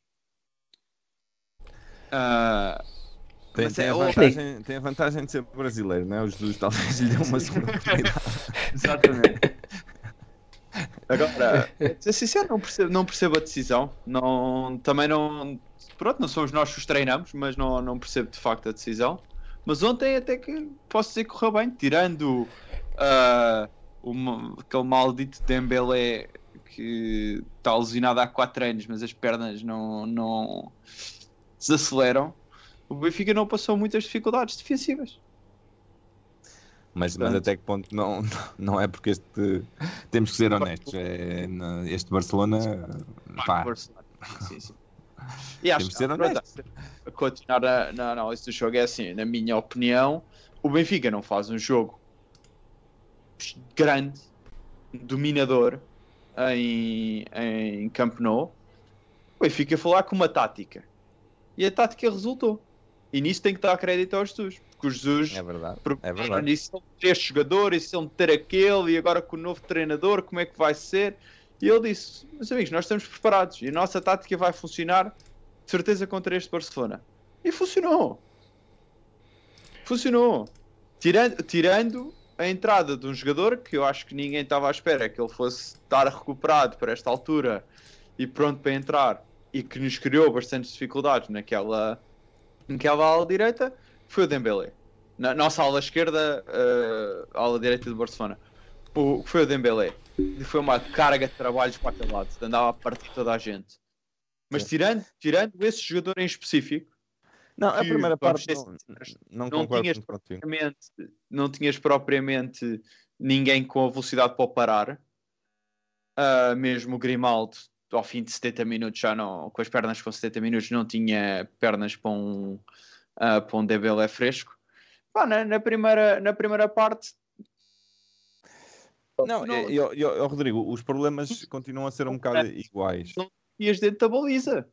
Uh, Tem, mas tem, é- a oh, vantagem, tem a vantagem de ser brasileiro, não é? O Jesus talvez lhe dê uma segunda oportunidade. Exatamente. Agora, para ser sincero, não percebo, não percebo a decisão. Não, também não. Pronto, não somos nós que os treinamos, mas não, não percebo de facto a decisão. Mas ontem até que posso dizer que correu bem, tirando ah, o ma- aquele maldito Dembélé que está lesionado há quatro anos, mas as pernas não, não desaceleram. O Benfica não passou muitas dificuldades defensivas. Mas, mas até que ponto não, não é porque este. Temos que ser honestos. É, na- este Barcelona. Pá, Barcelona. Sim, sim. E acho Temos de ser pronto, honestos. a continuar a, na análise do jogo é assim, na minha opinião, o Benfica não faz um jogo grande, dominador em, em Camp Nou. O Benfica foi lá com uma tática e a tática resultou. E nisso tem que dar crédito ao Jesus, porque o Jesus é verdade. É preparam verdade. isso, são ter este jogador, isso são ter aquele, e agora com o novo treinador, como é que vai ser? E ele disse, meus amigos, nós estamos preparados e a nossa tática vai funcionar de certeza contra este Barcelona. E funcionou. Funcionou. Tirando, tirando a entrada de um jogador que eu acho que ninguém estava à espera que ele fosse estar recuperado para esta altura e pronto para entrar, e que nos criou bastantes dificuldades naquela, naquela ala direita, foi o Dembélé. Na nossa ala esquerda, uh, ala direita do Barcelona. O, foi o Dembélé. E foi uma carga de trabalhos para aquele lado. Andava a partir toda a gente. Mas tirando, tirando esse jogador em específico, Não, a que, primeira vamos parte ser não, sinceros, não não concordo tinhas muito contigo. propriamente, não tinhas propriamente ninguém com a velocidade para o parar. Ah, mesmo o Grimaldo, ao fim de setenta minutos, já não, com as pernas com setenta minutos, não tinha pernas para um, ah, para um Dembélé fresco. Pá, na, na, primeira, na primeira parte, Não, Não- eu, eu, eu, Rodrigo, os problemas continuam a ser um bocado iguais. ias dentro da baliza.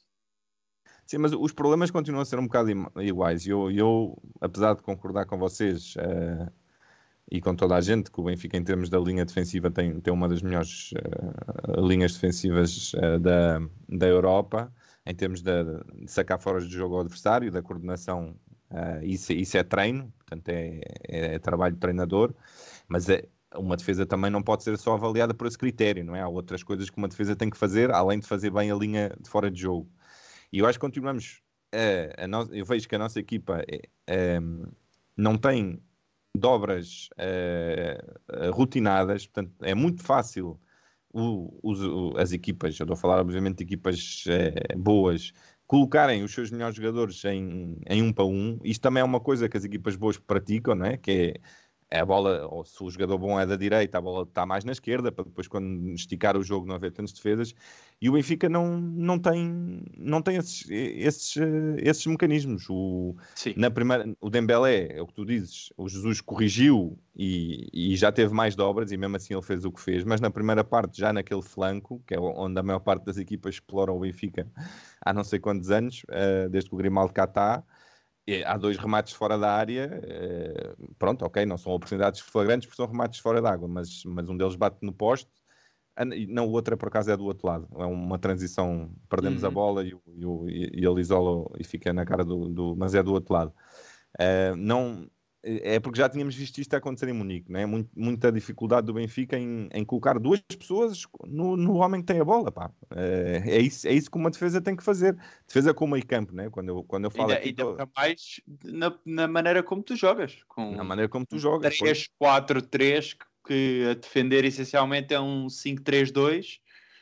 Sim, mas os problemas continuam a ser um bocado im- iguais. Eu, eu apesar de concordar com vocês eh, e com toda a gente que o Benfica, em termos da linha defensiva, tem, tem uma das melhores eh, linhas defensivas eh, da, da Europa, em termos de, de sacar fora de jogo ao adversário, da coordenação, eh, isso, isso é treino, portanto é, é, é trabalho de treinador, mas é, uma defesa também não pode ser só avaliada por esse critério, não é? Há outras coisas que uma defesa tem que fazer, além de fazer bem a linha de fora de jogo. E eu acho que continuamos. A, a no... Eu vejo que a nossa equipa é, é, não tem dobras é, rotinadas, portanto, é muito fácil o, os, o, as equipas, eu estou a falar obviamente de equipas é, boas, colocarem os seus melhores jogadores em, em um para um. Isto também é uma coisa que as equipas boas praticam, não é? Que é é a bola, ou se o jogador bom é da direita, a bola está mais na esquerda, para depois, quando esticar o jogo, não haver tantas defesas. E o Benfica não, não tem, não tem esses, esses, esses mecanismos. O, Sim. na primeira, o Dembélé, é o que tu dizes, o Jesus corrigiu e, e já teve mais dobras, e mesmo assim ele fez o que fez. Mas na primeira parte, já naquele flanco, que é onde a maior parte das equipas exploram o Benfica há não sei quantos anos, uh, desde que o Grimaldo cá está, há dois remates fora da área, pronto, ok, não são oportunidades flagrantes porque são remates fora d'água, mas, mas um deles bate no poste, não, o outro é por acaso é do outro lado, é uma transição, perdemos Uhum. a bola e, e, e ele isola e fica na cara do, do mas é do outro lado. Uh, não, é porque já tínhamos visto isto acontecer em Munique, não é? Muito, muita dificuldade do Benfica em, em colocar duas pessoas no, no homem que tem a bola, pá. Uh, é, isso, é isso que uma defesa tem que fazer. Defesa com o meio campo, né? Quando eu, quando eu falo Ainda, aqui... ainda tô... para mais na, na maneira como tu jogas. Com Na maneira como tu jogas. três quatro três, que, que a defender essencialmente é um cinco três dois.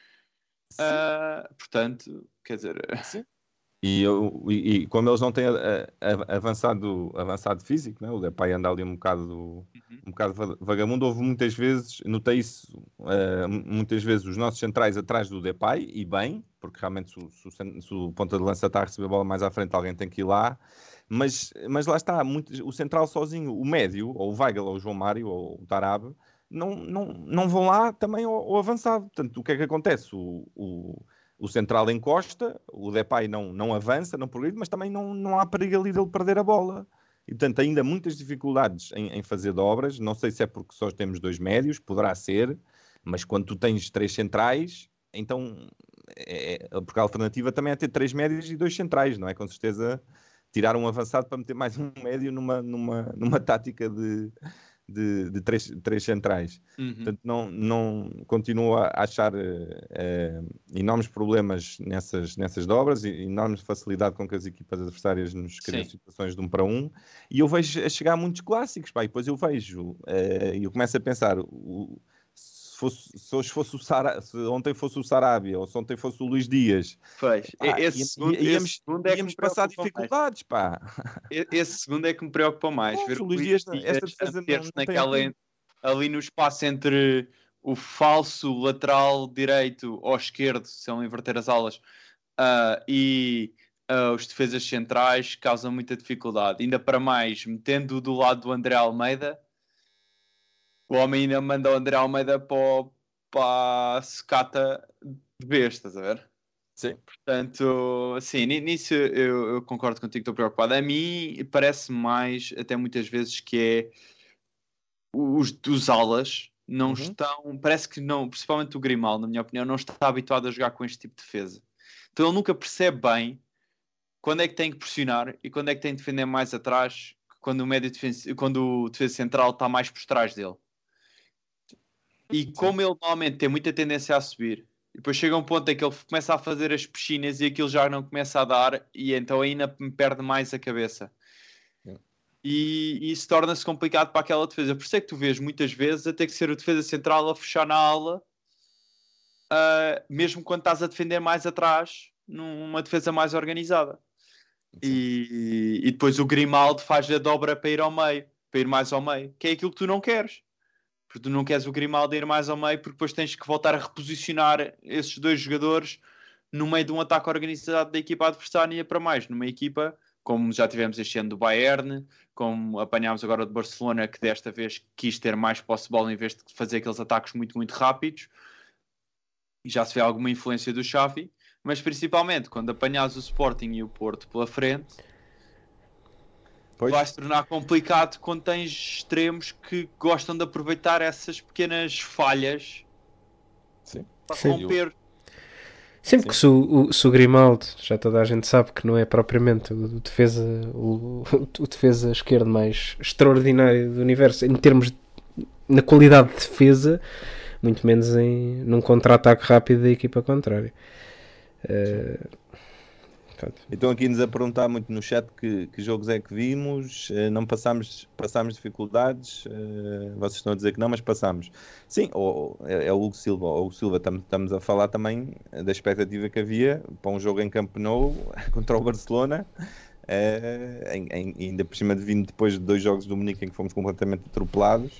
Uh, portanto, quer dizer... Sim. E, eu, e, e como eles não têm a, a, avançado, avançado físico, né? O Depay anda ali um bocado, uhum. um bocado vagamundo, houve muitas vezes, notei isso, uh, muitas vezes os nossos centrais atrás do Depay, e bem, porque realmente se o, se o cen- se o ponta de lança está a receber a bola mais à frente, alguém tem que ir lá. Mas, mas lá está, muito, o central sozinho, o médio, ou o Weigl, ou o João Mário, ou o Tarab, não, não, não vão lá também ao, ao avançado. Portanto, o que é que acontece? O, o, o central encosta, o Depay não, não avança, não progride, mas também não, não há perigo ali dele perder a bola. E, portanto, ainda muitas dificuldades em, em fazer dobras. Não sei se é porque só temos dois médios, poderá ser, mas quando tu tens três centrais, então, é, é- porque a alternativa também é ter três médios e dois centrais, não é? Com certeza, tirar um avançado para meter mais um médio numa, numa, numa tática de, de, de três, três centrais. Uhum. Portanto, não, não continuo a achar eh, eh, enormes problemas nessas, nessas dobras e enorme facilidade com que as equipas adversárias nos criam Sim. situações de um para um. E eu vejo a chegar muitos clássicos, pá, e depois eu vejo eh, e eu começo a pensar. O, se, fosse, se hoje fosse o Sara, se ontem fosse o Sarabia ou se ontem fosse o Luís Dias, Pois, pá, esse, ia- segundo, ia- esse íamos, segundo é que íamos me passar preocupa mais. dificuldades, pá. E- Esse segundo é que me preocupa mais. Pois, Ver o o Luís Luís Dias, Dias esta a defesa não, meter-se não tem naquela, apoio. ali no espaço entre o falso lateral direito ou esquerdo, se ele inverter as alas, ah, e ah, os defesas centrais, causam muita dificuldade. Ainda para mais, metendo do lado do André Almeida, o homem ainda manda o André Almeida para, o- para a secata de bestas, a ver? Sim. Portanto, sim, ni- nisso eu, eu concordo contigo, estou preocupado. A mim parece mais, até muitas vezes, que é os dos alas não Uhum. estão, parece que não, principalmente o Grimaldo, na minha opinião, não está habituado a jogar com este tipo de defesa. Então ele nunca percebe bem quando é que tem que pressionar e quando é que tem que defender mais atrás, quando o médio defensa, quando o defesa central está mais por trás dele. E como ele normalmente tem muita tendência a subir, e depois chega um ponto em que ele começa a fazer as piscinas e aquilo já não começa a dar, e então ainda me perde mais a cabeça. Yeah. E, e isso torna-se complicado para aquela defesa. Por isso é que tu vês muitas vezes a ter que ser o defesa central a fechar na ala, ah, mesmo quando estás a defender mais atrás, numa defesa mais organizada. E, e depois o Grimaldo faz a dobra para ir ao meio, para ir mais ao meio, que é aquilo que tu não queres. Porque tu não queres o Grimaldo ir mais ao meio, porque depois tens que voltar a reposicionar esses dois jogadores no meio de um ataque organizado da equipa adversária para mais, numa equipa, como já tivemos este ano do Bayern, como apanhámos agora do Barcelona, que desta vez quis ter mais posse de bola em vez de fazer aqueles ataques muito, muito rápidos. E já se vê alguma influência do Xavi, mas principalmente quando apanhas o Sporting e o Porto pela frente, Pois. vai se tornar complicado quando tens extremos que gostam de aproveitar essas pequenas falhas Sim. para Sim. romper. Sempre que se o, o, se o Grimaldo, já toda a gente sabe que não é propriamente o defesa, o, o defesa esquerdo mais extraordinário do universo em termos de, na qualidade de defesa, muito menos em num contra-ataque rápido da equipa contrária. Uh, Então aqui nos a perguntar muito no chat que, que jogos é que vimos, uh, não passámos, passámos dificuldades, uh, vocês estão a dizer que não, mas passámos. Sim, ou, é, é o Hugo Silva, ou o Silva, tam, estamos a falar também da expectativa que havia para um jogo em Camp Nou contra o Barcelona, uh, em, em, ainda por cima de vindo depois de dois jogos do Munique em que fomos completamente atropelados.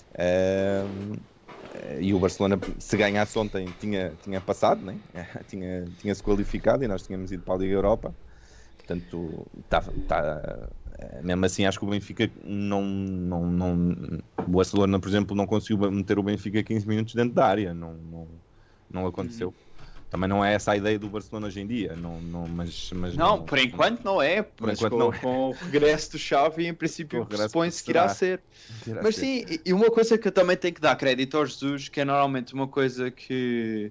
Uh, E o Barcelona, se ganhasse ontem, tinha, tinha passado, né? tinha, tinha-se qualificado e nós tínhamos ido para a Liga Europa. Portanto, tá, tá, mesmo assim, acho que o Benfica não, não, não. O Barcelona, por exemplo, não conseguiu meter o Benfica quinze minutos dentro da área. Não, não, não aconteceu. Uhum. Também não é essa a ideia do Barcelona hoje em dia. Não, não, mas, mas não, não, por enquanto não é. Por mas enquanto com, não é. com o regresso do Xavi, em princípio, supõe-se que irá ser. Irá mas ser. sim, e uma coisa que eu também tenho que dar crédito ao Jesus, que é normalmente uma coisa que,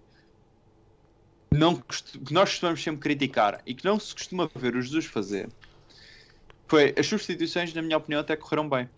não, que nós costumamos sempre criticar e que não se costuma ver o Jesus fazer, foi as substituições, na minha opinião, até correram bem.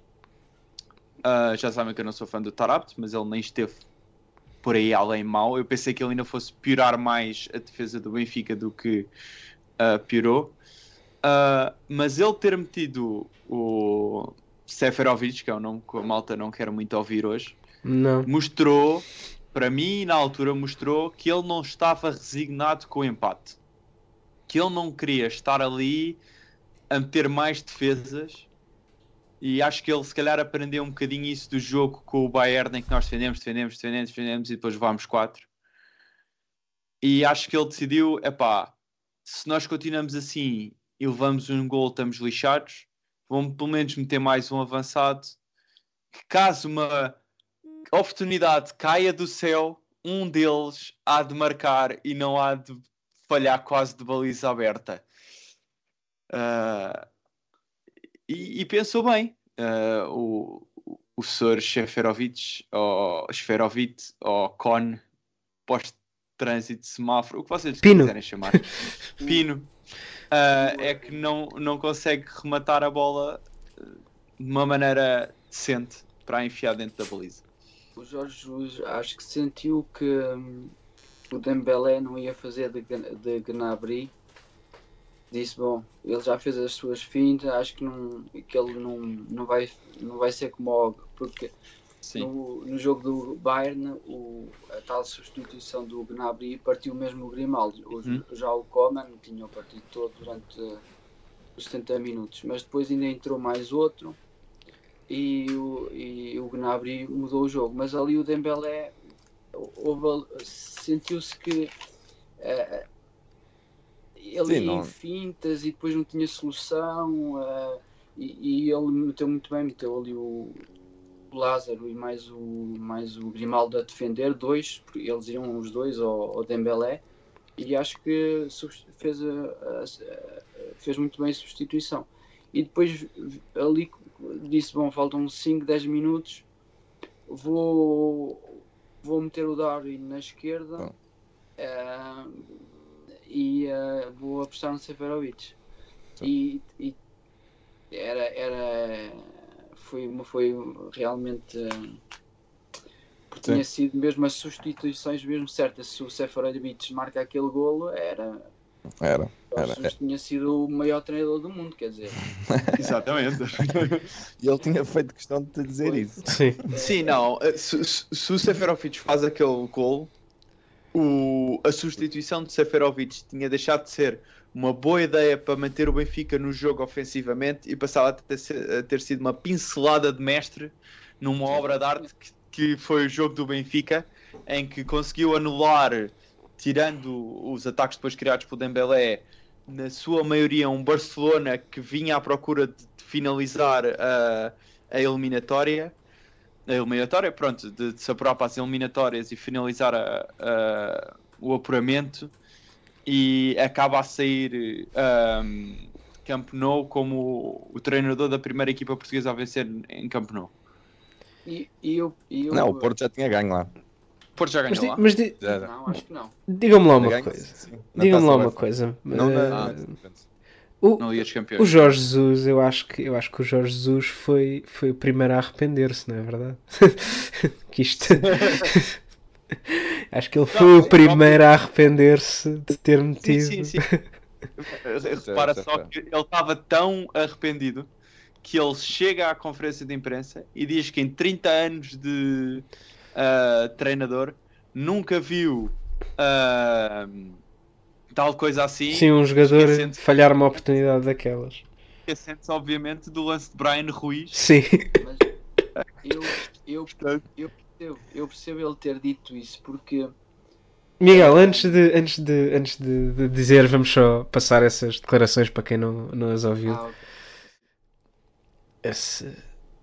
Uh, já sabem que eu não sou fã do Tarabt, mas ele nem esteve por aí além mau. Eu pensei que ele ainda fosse piorar mais a defesa do Benfica do que uh, piorou. Uh, mas ele ter metido o Seferovic, que é um nome que a malta não quer muito ouvir hoje, não. mostrou, para mim, na altura, mostrou que ele não estava resignado com o empate. Que ele não queria estar ali a meter mais defesas. E acho que ele, se calhar, aprendeu um bocadinho isso do jogo com o Bayern, em que nós defendemos, defendemos, defendemos, defendemos e depois levámos quatro. e acho que ele decidiu, epá, se nós continuamos assim e levamos um gol, estamos lixados, vamos pelo menos meter mais um avançado, que caso uma oportunidade caia do céu, um deles há de marcar e não há de falhar quase de baliza aberta. Uh, e, e pensou bem, uh, o, o senhor Seferovic, ou Seferovic, ou Con, pós-trânsito, semáforo, o que vocês Pino. quiserem chamar, Pino, uh, é que não, não consegue rematar a bola de uma maneira decente para a enfiar dentro da baliza. O Jorge Jesus acho que sentiu que hum, o Dembélé não ia fazer de, de Gnabry. Disse, bom, ele já fez as suas fintas, acho que, não, que ele não, não, vai, não vai ser como o... Porque no, no jogo do Bayern, o, a tal substituição do Gnabry partiu mesmo o Grimaldo. O, Uhum. Já o Coman tinha o partido todo durante os setenta minutos, mas depois ainda entrou mais outro. E o, e o Gnabry mudou o jogo, mas ali o Dembélé houve, sentiu-se que uh, ele Sim, ia não. em fintas e depois não tinha solução, uh, e, e ele meteu muito bem, meteu ali o Lázaro e mais o, mais o Grimaldo a defender, dois, porque eles iam os dois ao, ao Dembélé, e acho que fez, a, a, a, fez muito bem a substituição. E depois ali disse, bom, faltam cinco, dez minutos, vou, vou meter o Darwin na esquerda uh, e uh, vou apostar no Seferovic. E, e era, era foi, foi realmente uh, porque tinha sido mesmo as substituições mesmo certas. Se o Seferovic marca aquele golo, era... Era. Era, era. tinha sido o maior treinador do mundo, quer dizer. Exatamente. E ele tinha feito questão de te dizer Foi. isso. Sim. Sim, não. Se, se, se o Seferovic faz aquele gol, o, a substituição de Seferovic tinha deixado de ser uma boa ideia para manter o Benfica no jogo ofensivamente e passava a ter, a ter sido uma pincelada de mestre numa obra de arte que, que foi o jogo do Benfica, em que conseguiu anular, tirando os ataques depois criados pelo Dembélé, na sua maioria um Barcelona que vinha à procura de, de finalizar a, a eliminatória, a eliminatória, pronto, de, de se apurar para as eliminatórias e finalizar a, a, o apuramento, e acaba a sair um, Camp Nou como o, o treinador da primeira equipa portuguesa a vencer em Camp Nou. E, e eu, e eu, Não, o Porto já tinha ganho lá. O Porto já ganhou Mas, di- lá? mas di- Já, já. Não, acho que não. digam-me lá Já uma ganho, coisa. sim. Na Digam-me lá Taça uma UEFA. coisa. Não Eh, na... Ah, o, Na Liga dos Campeões. o Jorge Jesus, eu acho que, eu acho que o Jorge Jesus foi, foi o primeiro a arrepender-se, não é verdade? que isto... acho que ele foi Não, o primeiro a arrepender-se de ter metido. Sim, sim, sim. Repara só que ele estava tão arrependido que ele chega à conferência de imprensa e diz que em trinta anos de uh, treinador nunca viu uh, tal coisa assim. Sim, um jogador Esquecendo-se- falhar uma oportunidade daquelas. esquecendo-se, obviamente, do lance de Brian Ruiz. Sim. Mas eu, eu, eu, percebo, eu percebo ele ter dito isso, porque Miguel, antes de, antes de, antes de, de dizer, vamos só passar essas declarações para quem não, não as ouviu. ah, Esse...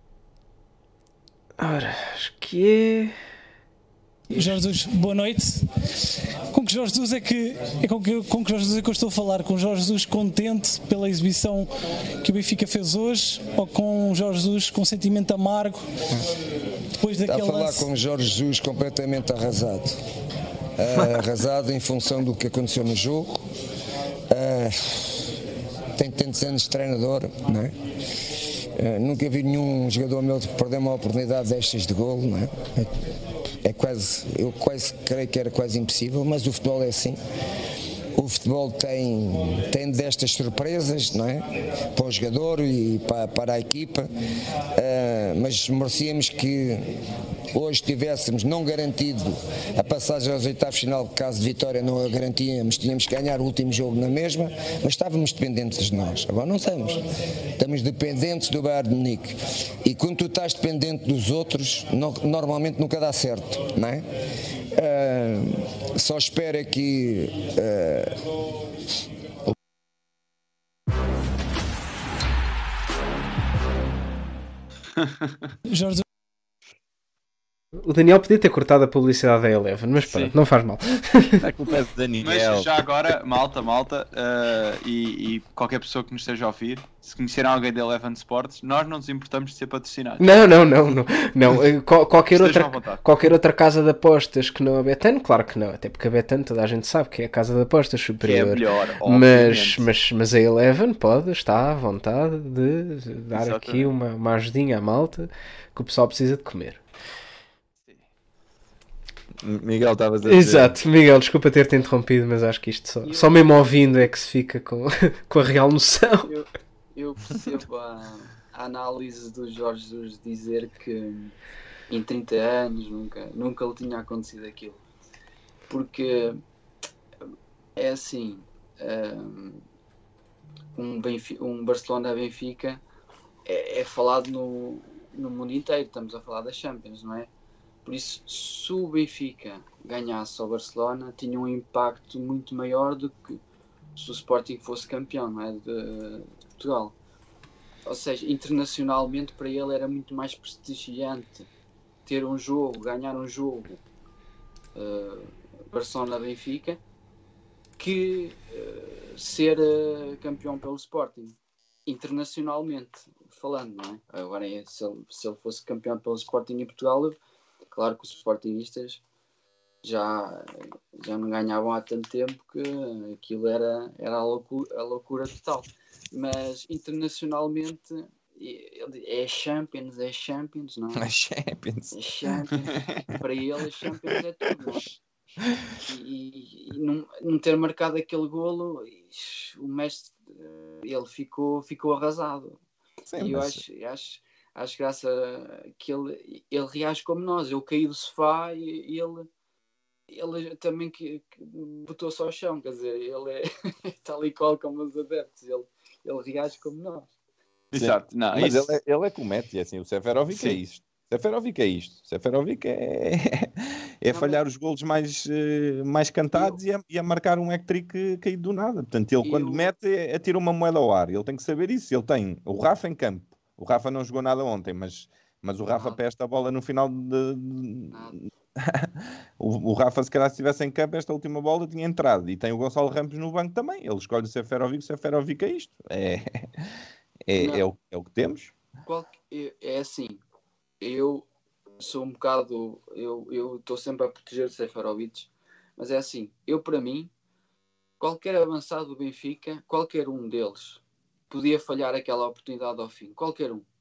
Ora, acho que é... Jorge Jesus, boa noite. Com que Jorge Jesus é que é com que, com que Jorge Jesus é que eu estou a falar? Com Jorge Jesus contente pela exibição que o Benfica fez hoje, ou com Jorge Jesus com sentimento amargo depois Está a daquele falar lance? com Jorge Jesus completamente arrasado. Ah, arrasado em função do que aconteceu no jogo. Ah, tem tantos anos de treinador, não é? Ah, nunca vi nenhum jogador meu perder uma oportunidade destas de golo, não é? É quase, eu quase creio que era quase impossível, mas o futebol é assim. O futebol tem, tem destas surpresas, não é? Para o jogador e para, para a equipa, uh, mas merecíamos que hoje tivéssemos não garantido a passagem aos oitavos de final, caso de vitória não a garantíamos, tínhamos que ganhar o último jogo na mesma, mas estávamos dependentes de nós. Agora não estamos. Estamos dependentes do Bayern de Munique. E quando tu estás dependente dos outros, no, normalmente nunca dá certo, não é? Uh, só espero é que uh, Jorge O Daniel podia ter cortado a publicidade da Eleven, mas pronto, Sim. não faz mal. A culpa é de Daniel. Mas já agora, malta, malta, uh, e, e qualquer pessoa que nos esteja a ouvir, se conhecerem alguém da Eleven Sports, nós não nos importamos de ser patrocinados. Não, não, não, não. não. eh, qual- Qualquer, Estejam à outra, vontade. qualquer outra casa de apostas que não a Betano, claro que não, até porque a Betano toda a gente sabe que é a casa de apostas Que é superior. melhor, mas, obviamente. mas, mas a Eleven pode, está à vontade de dar aqui Exatamente. uma, uma ajudinha à malta que o pessoal precisa de comer. Miguel, estavas a dizer. Exato, Miguel, desculpa ter-te interrompido, mas acho que isto só, só mesmo ouvindo é que se fica com, com a real noção. Eu, eu percebo a, a análise do Jorge Jesus dizer que em trinta anos nunca, nunca lhe tinha acontecido aquilo. Porque é assim, um, Benfica, um Barcelona-Benfica é, é falado no, no mundo inteiro, estamos a falar da Champions, não é? Por isso, se o Benfica ganhasse ao Barcelona, tinha um impacto muito maior do que se o Sporting fosse campeão, não é? de, de Portugal. Ou seja, internacionalmente para ele era muito mais prestigiante ter um jogo, ganhar um jogo uh, Barcelona-Benfica que uh, ser uh, campeão pelo Sporting. Internacionalmente falando, não é? Agora, se ele, se ele fosse campeão pelo Sporting em Portugal, claro que os Sportingistas já, já não ganhavam há tanto tempo que aquilo era, era a, loucura, a loucura total. Mas internacionalmente é Champions, é Champions, não é? É Champions. É Champions. Para ele, a Champions é tudo, não é? E, e não, não ter marcado aquele golo, o mestre, ele ficou, ficou arrasado. Sim, e eu mas... acho, acho, acho graça que ele, ele reage como nós. Eu caí do sofá e ele, ele também que, que botou-se ao chão, quer dizer, ele é tal e qual como os adeptos, ele, ele reage como nós. Exato, não, Mas isso... ele, é, ele é que o mete, é assim, o Seferovic é isto. Seferovic é isto. Seferovic é, é Não, falhar mas- os golos mais, eh, mais cantados e a, e a marcar um hat-trick caído do nada. Portanto, ele quando Eu- mete, é, atira uma moeda ao ar. Ele tem que saber isso. Ele tem o Rafa em campo. O Rafa não jogou nada ontem, mas, mas o Rafa Nada. para esta bola no final de... Nada. o, o Rafa, se calhar, se estivesse em campo, esta última bola tinha entrado. E tem o Gonçalo Ramos no banco também. Ele escolhe o Seferovic. O Seferovic é isto. É, é, Não. é, o, é o que temos. Qual que- é é assim, eu sou um bocado, eu eu estou sempre a proteger o Seferovic, mas é assim, eu para mim, qualquer avançado do Benfica, qualquer um deles, podia falhar aquela oportunidade ao fim, qualquer um.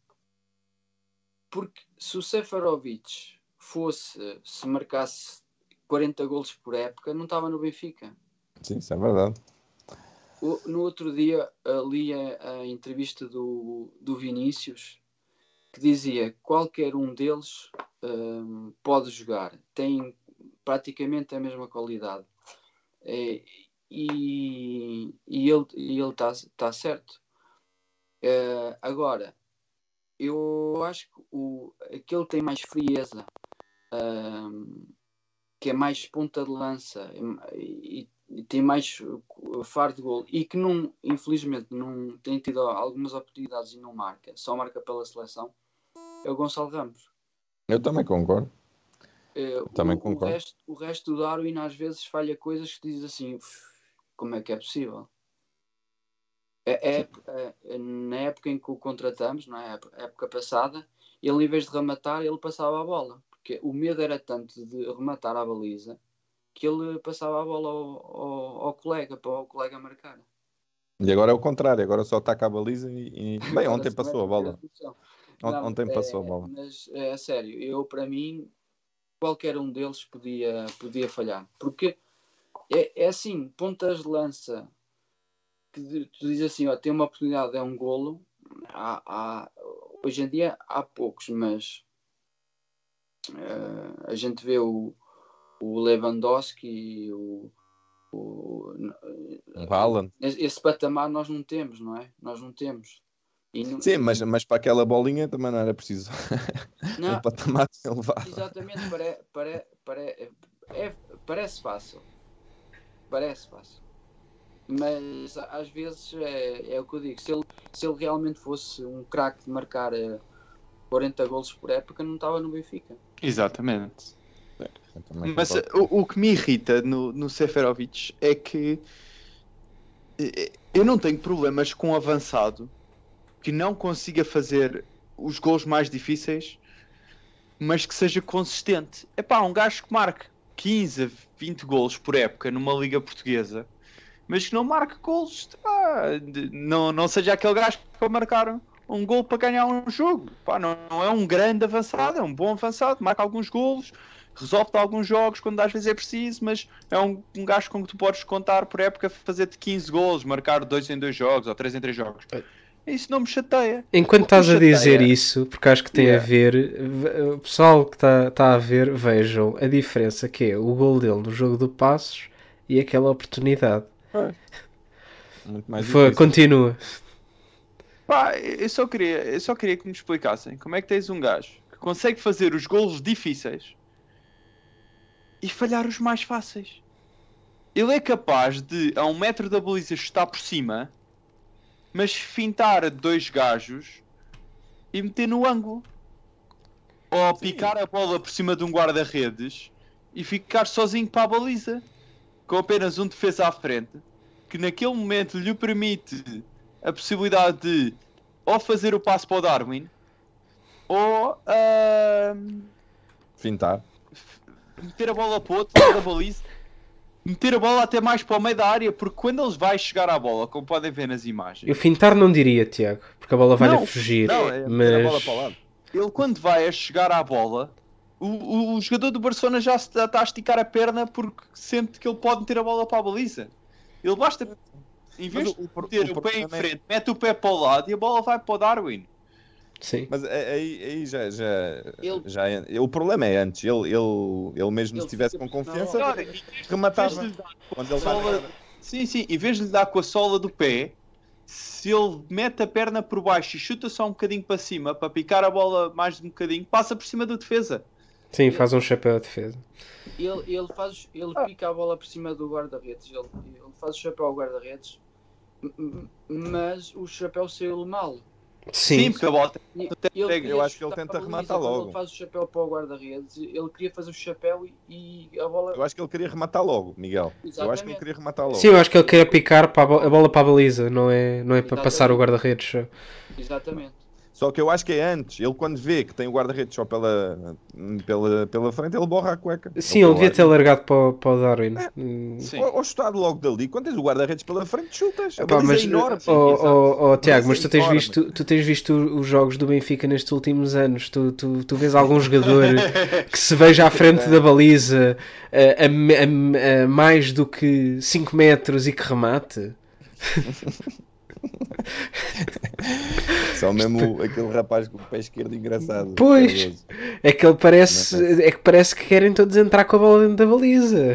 Porque se o Seferovic fosse, se marcasse quarenta golos por época, não estava no Benfica. Sim, isso é verdade. O- No outro dia uh, li a, a entrevista do, do Vinícius que dizia que qualquer um deles um, pode jogar, tem praticamente a mesma qualidade. É, e, e ele e ele está tá certo. Uh, agora, eu acho que o, aquele tem mais frieza, um, que é mais ponta de lança e, e tem mais uh, faro de gol e que não, infelizmente não tem tido algumas oportunidades e não marca, só marca pela seleção, é o Gonçalo Ramos. Eu também concordo. Eh, Também o, o, concordo. resto, o resto do Darwin às vezes falha coisas que diz assim, "Uf, como é que é possível?" É, é, é, na época em que o contratamos, não é? A época passada, ele em vez de rematar, ele passava a bola. Porque o medo era tanto de rematar a baliza que ele passava a bola ao, ao, ao colega, para o colega marcar. E agora é o contrário, agora só ataca a baliza e, e... Bem, Agora ontem se passou a mete bola. discussão. On- Não, Ontem passou a é, bola. Mas é sério, eu para mim qualquer um deles podia, podia falhar. Porque é, é assim, pontas de lança que de- tu dizes assim, ó, tem uma oportunidade, é um golo. Há, há- hoje em dia há poucos, mas eh, a gente vê o, o Lewandowski, o, o, Um Haaland. esse esse patamar nós não temos, não é? Nós não temos. E não- Sim, mas, mas para aquela bolinha também não era preciso Não. um patamar elevado. Exatamente, para, para, para, é, parece fácil. Parece fácil. Mas às vezes é, é o que eu digo. Se ele, se ele realmente fosse um craque de marcar uh, quarenta golos por época, não estava no Benfica. Exatamente. Mas o, o que me irrita no, no Seferovic é que eu não tenho problemas com um avançado que não consiga fazer os gols mais difíceis, mas que seja consistente. É pá, um gajo que marque quinze, vinte gols por época numa liga portuguesa, mas que não marque gols, pá, não, não seja aquele gajo para marcar um gol para ganhar um jogo. Pá, não, não é um grande avançado, é um bom avançado, marca alguns golos, resolve-te alguns jogos quando às vezes é preciso, mas é um, um gajo com que tu podes contar por época fazer-te quinze gols, marcar dois em dois jogos ou três em três jogos. Isso não me chateia. Enquanto estás a dizer isso, porque acho que tem Yeah. a ver, o pessoal que está tá a ver, vejam a diferença que é o gol dele no jogo do Passos e aquela oportunidade. É. Muito mais Foi, difícil. continua. Pá, eu só, queria, eu só queria que me explicassem como é que tens um gajo que consegue fazer os golos difíceis e falhar os mais fáceis. Ele é capaz de, a um metro da baliza, estar por cima, mas fintar dois gajos e meter no ângulo. Ou picar a bola por cima de um guarda-redes e ficar sozinho para a baliza, com apenas um defesa à frente, que naquele momento lhe permite a possibilidade de ou fazer o passo para o Darwin, ou ahm, Fintar. meter a bola para o outro lado da baliza, meter a bola até mais para o meio da área, porque quando eles vai chegar à bola, como podem ver nas imagens, Eu fintar não diria, Tiago, porque a bola vai-lhe Não, fugir. Não, é meter a bola mas para o lado. ele quando vai a chegar à bola, o, o, o jogador do Barcelona já se- já está a esticar a perna porque sente que ele pode meter a bola para a baliza. Ele basta, em vez Mas de o- o- meter o o, pé em problema é- frente, mete o pé para o lado e a bola vai para o Darwin. sim. Mas aí, aí já, já, Ele- já é- o problema é antes. Ele, ele, ele mesmo Ele se estivesse fica com na confiança, hora. Claro, em vez de rematava. lhe dar Quando ele sola- vai... Sim, sim, em vez de lhe dar com a sola do pé, se ele mete a perna por baixo e chuta só um bocadinho para cima, para picar a bola mais um bocadinho, passa por cima do defesa. Sim, faz um chapéu à defesa. Ele, ele, faz, ele pica a bola por cima do guarda-redes, ele, ele faz o chapéu ao guarda-redes, m- m- mas o chapéu saiu mal. Sim, Sim, porque a bola E- Até ele pega, queria eu acho que ele chutar tenta para a baliza, rematar quando logo. Ele faz o chapéu para o guarda-redes, ele queria fazer o chapéu e, e a bola. Eu acho que ele queria rematar logo, Miguel. Eu acho que ele Exatamente. queria rematar logo. sim, eu acho que ele quer picar para a, bo- a bola para a baliza, não é, não é para passar o guarda-redes. só. Exatamente. Só que eu acho que é antes. Ele quando vê que tem o guarda-redes só pela, pela, pela frente, ele borra a cueca. Sim, ele devia ter largado para, o- para o Darwin. É. Hum. Sim. Ou, ou chutado logo dali. Quando tens o guarda-redes pela frente, chutas. A Epá, baliza mas, é enorme. oh, oh, oh, Tiago, mas Baliza tu tens, enorme. visto, tu tens visto os jogos do Benfica nestes últimos anos. Tu, tu, tu vês algum jogador que se veja à frente da baliza a, a- a- a mais do que cinco metros e que remate? Só mesmo aquele rapaz com o pé esquerdo engraçado. Pois. Cardoso. É que ele parece, Não é que parece que querem todos entrar com a bola dentro da baliza.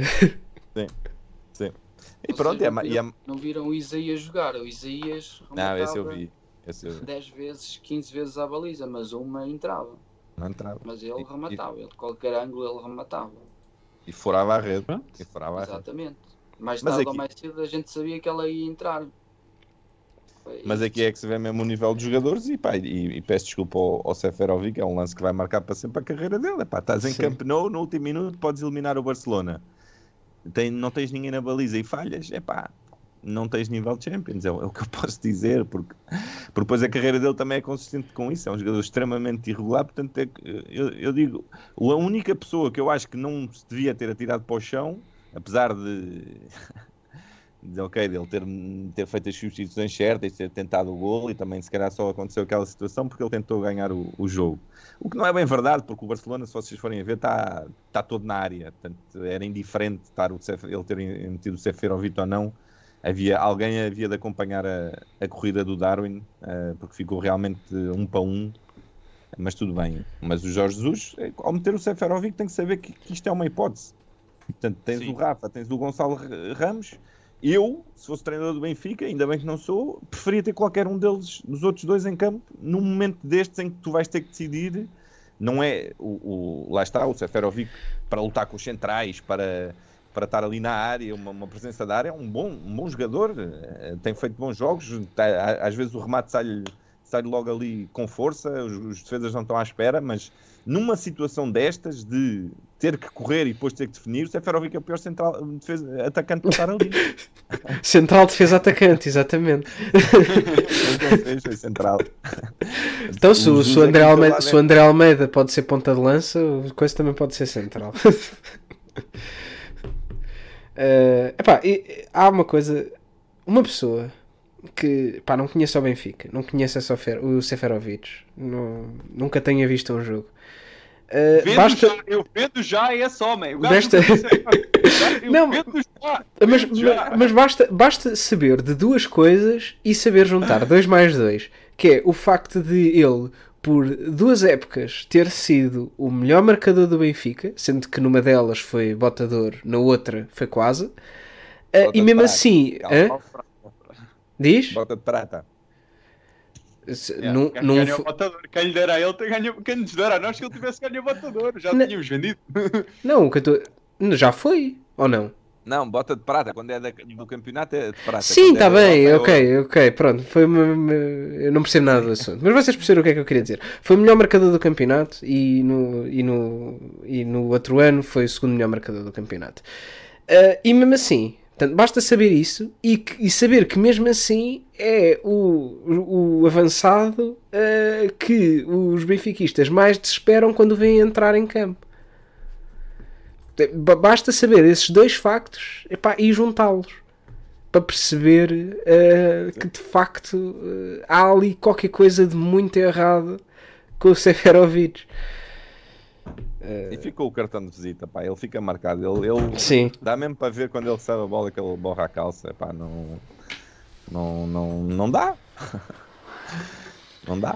E pronto, Vocês é, não, ma- e é... viram, não viram o Isaías jogar? O Isaías Não, esse eu rematava vi. Esse eu vi. dez vezes, quinze vezes à baliza, mas uma entrava. Não entrava. Mas ele E- rematava, ele de qualquer ângulo ele rematava. E furava a rede. E furava a rede. Exatamente. Mais Mas tarde ou aqui- mais cedo a gente sabia que ela ia entrar. Foi- Mas aqui é que se vê mesmo o nível dos jogadores e, pá, e, e peço desculpa ao, ao Seferovic, é um lance que vai marcar para sempre a carreira dele. Pá, estás em Sim. Camp Nou, no último minuto podes eliminar o Barcelona. Tem, não tens ninguém na baliza e falhas, é pá, não tens nível de Champions, é, o é o que eu posso dizer, porque, porque depois a carreira dele também é consistente com isso, é um jogador extremamente irregular, portanto é, que- eu, eu digo, a única pessoa que eu acho que não se devia ter atirado para o chão, apesar de... de, ok, dele ter, ter feito as substituições certas, ter tentado o golo e também se calhar só aconteceu aquela situação porque ele tentou ganhar o, o jogo. O que não é bem verdade, porque o Barcelona, se vocês forem a ver, está tá todo na área. Portanto, era indiferente estar o Cef, ele ter metido o Seferovic ou não. Havia, alguém havia de acompanhar a, a corrida do Darwin, uh, porque ficou realmente um para um. Mas tudo bem. Mas o Jorge Jesus, ao meter o Seferovic, tem que saber que, que isto é uma hipótese. Portanto, tens Sim. o Rafa, tens o Gonçalo Ramos. Eu, se fosse treinador do Benfica, ainda bem que não sou, preferia ter qualquer um deles, dos outros dois em campo, num momento destes em que tu vais ter que decidir não é o, o lá está o Seferovic para lutar com os centrais, para, para estar ali na área, uma, uma presença da área, é um bom, um bom jogador, tem feito bons jogos, tá, às vezes o remate sai-lhe sai logo ali com força, os, os defesas não estão à espera, mas numa situação destas de ter que correr e depois ter que definir, o Seferovic é o pior central, defesa, atacante para estar ali. Central, defesa, atacante, exatamente. Foi central. Então se o, se, o André Almeida, se o André Almeida pode ser ponta de lança, o coisa também pode ser central. uh, epá, e, há uma coisa, uma pessoa que pá, não conhece o Benfica, não conhece o Seferovic, não, nunca tenha visto um jogo. Uh, vendo basta... já, eu vendo já esse homem. O Basta... eu não, vendo já, mas, vendo já. mas basta, basta saber de duas coisas e saber juntar dois mais dois, que é o facto de ele, por duas épocas, ter sido o melhor marcador do Benfica, sendo que numa delas foi botador, na outra foi quase, uh, e mesmo prata. assim... Calma, uh? Diz? Bota de prata. Se, Yeah, num, quem num, ganhou o botador, quem lhe dera a ele, tem ganho, quem nos dera a nós que ele tivesse ganho o botador, já Não. tínhamos vendido. não, o que eu tô... já foi, ou não? Não, bota de prata, quando é da, do campeonato é de prata. Sim, Quando está é da bem, Europa é ok, ouro. ok, pronto. Foi uma, uma- eu não percebo nada do assunto, mas vocês perceberam o que é que eu queria dizer. Foi o melhor marcador do campeonato e no, e no, e no outro ano foi o segundo melhor marcador do campeonato. Ah, e mesmo assim, portanto, basta saber isso e, que- e saber que mesmo assim é o, o, o avançado ah, que os benfiquistas mais desesperam quando vêm entrar em campo. Ba- Basta saber esses dois factos, epá, e juntá-los para perceber eh, que de facto eh, há ali qualquer coisa de muito errado com o Seferovic. E ficou o cartão de visita, pá, ele fica marcado. Ele, ele Sim. dá mesmo para ver quando ele recebe a bola que ele borra a calça, pá, não, não, não, não dá. Não dá.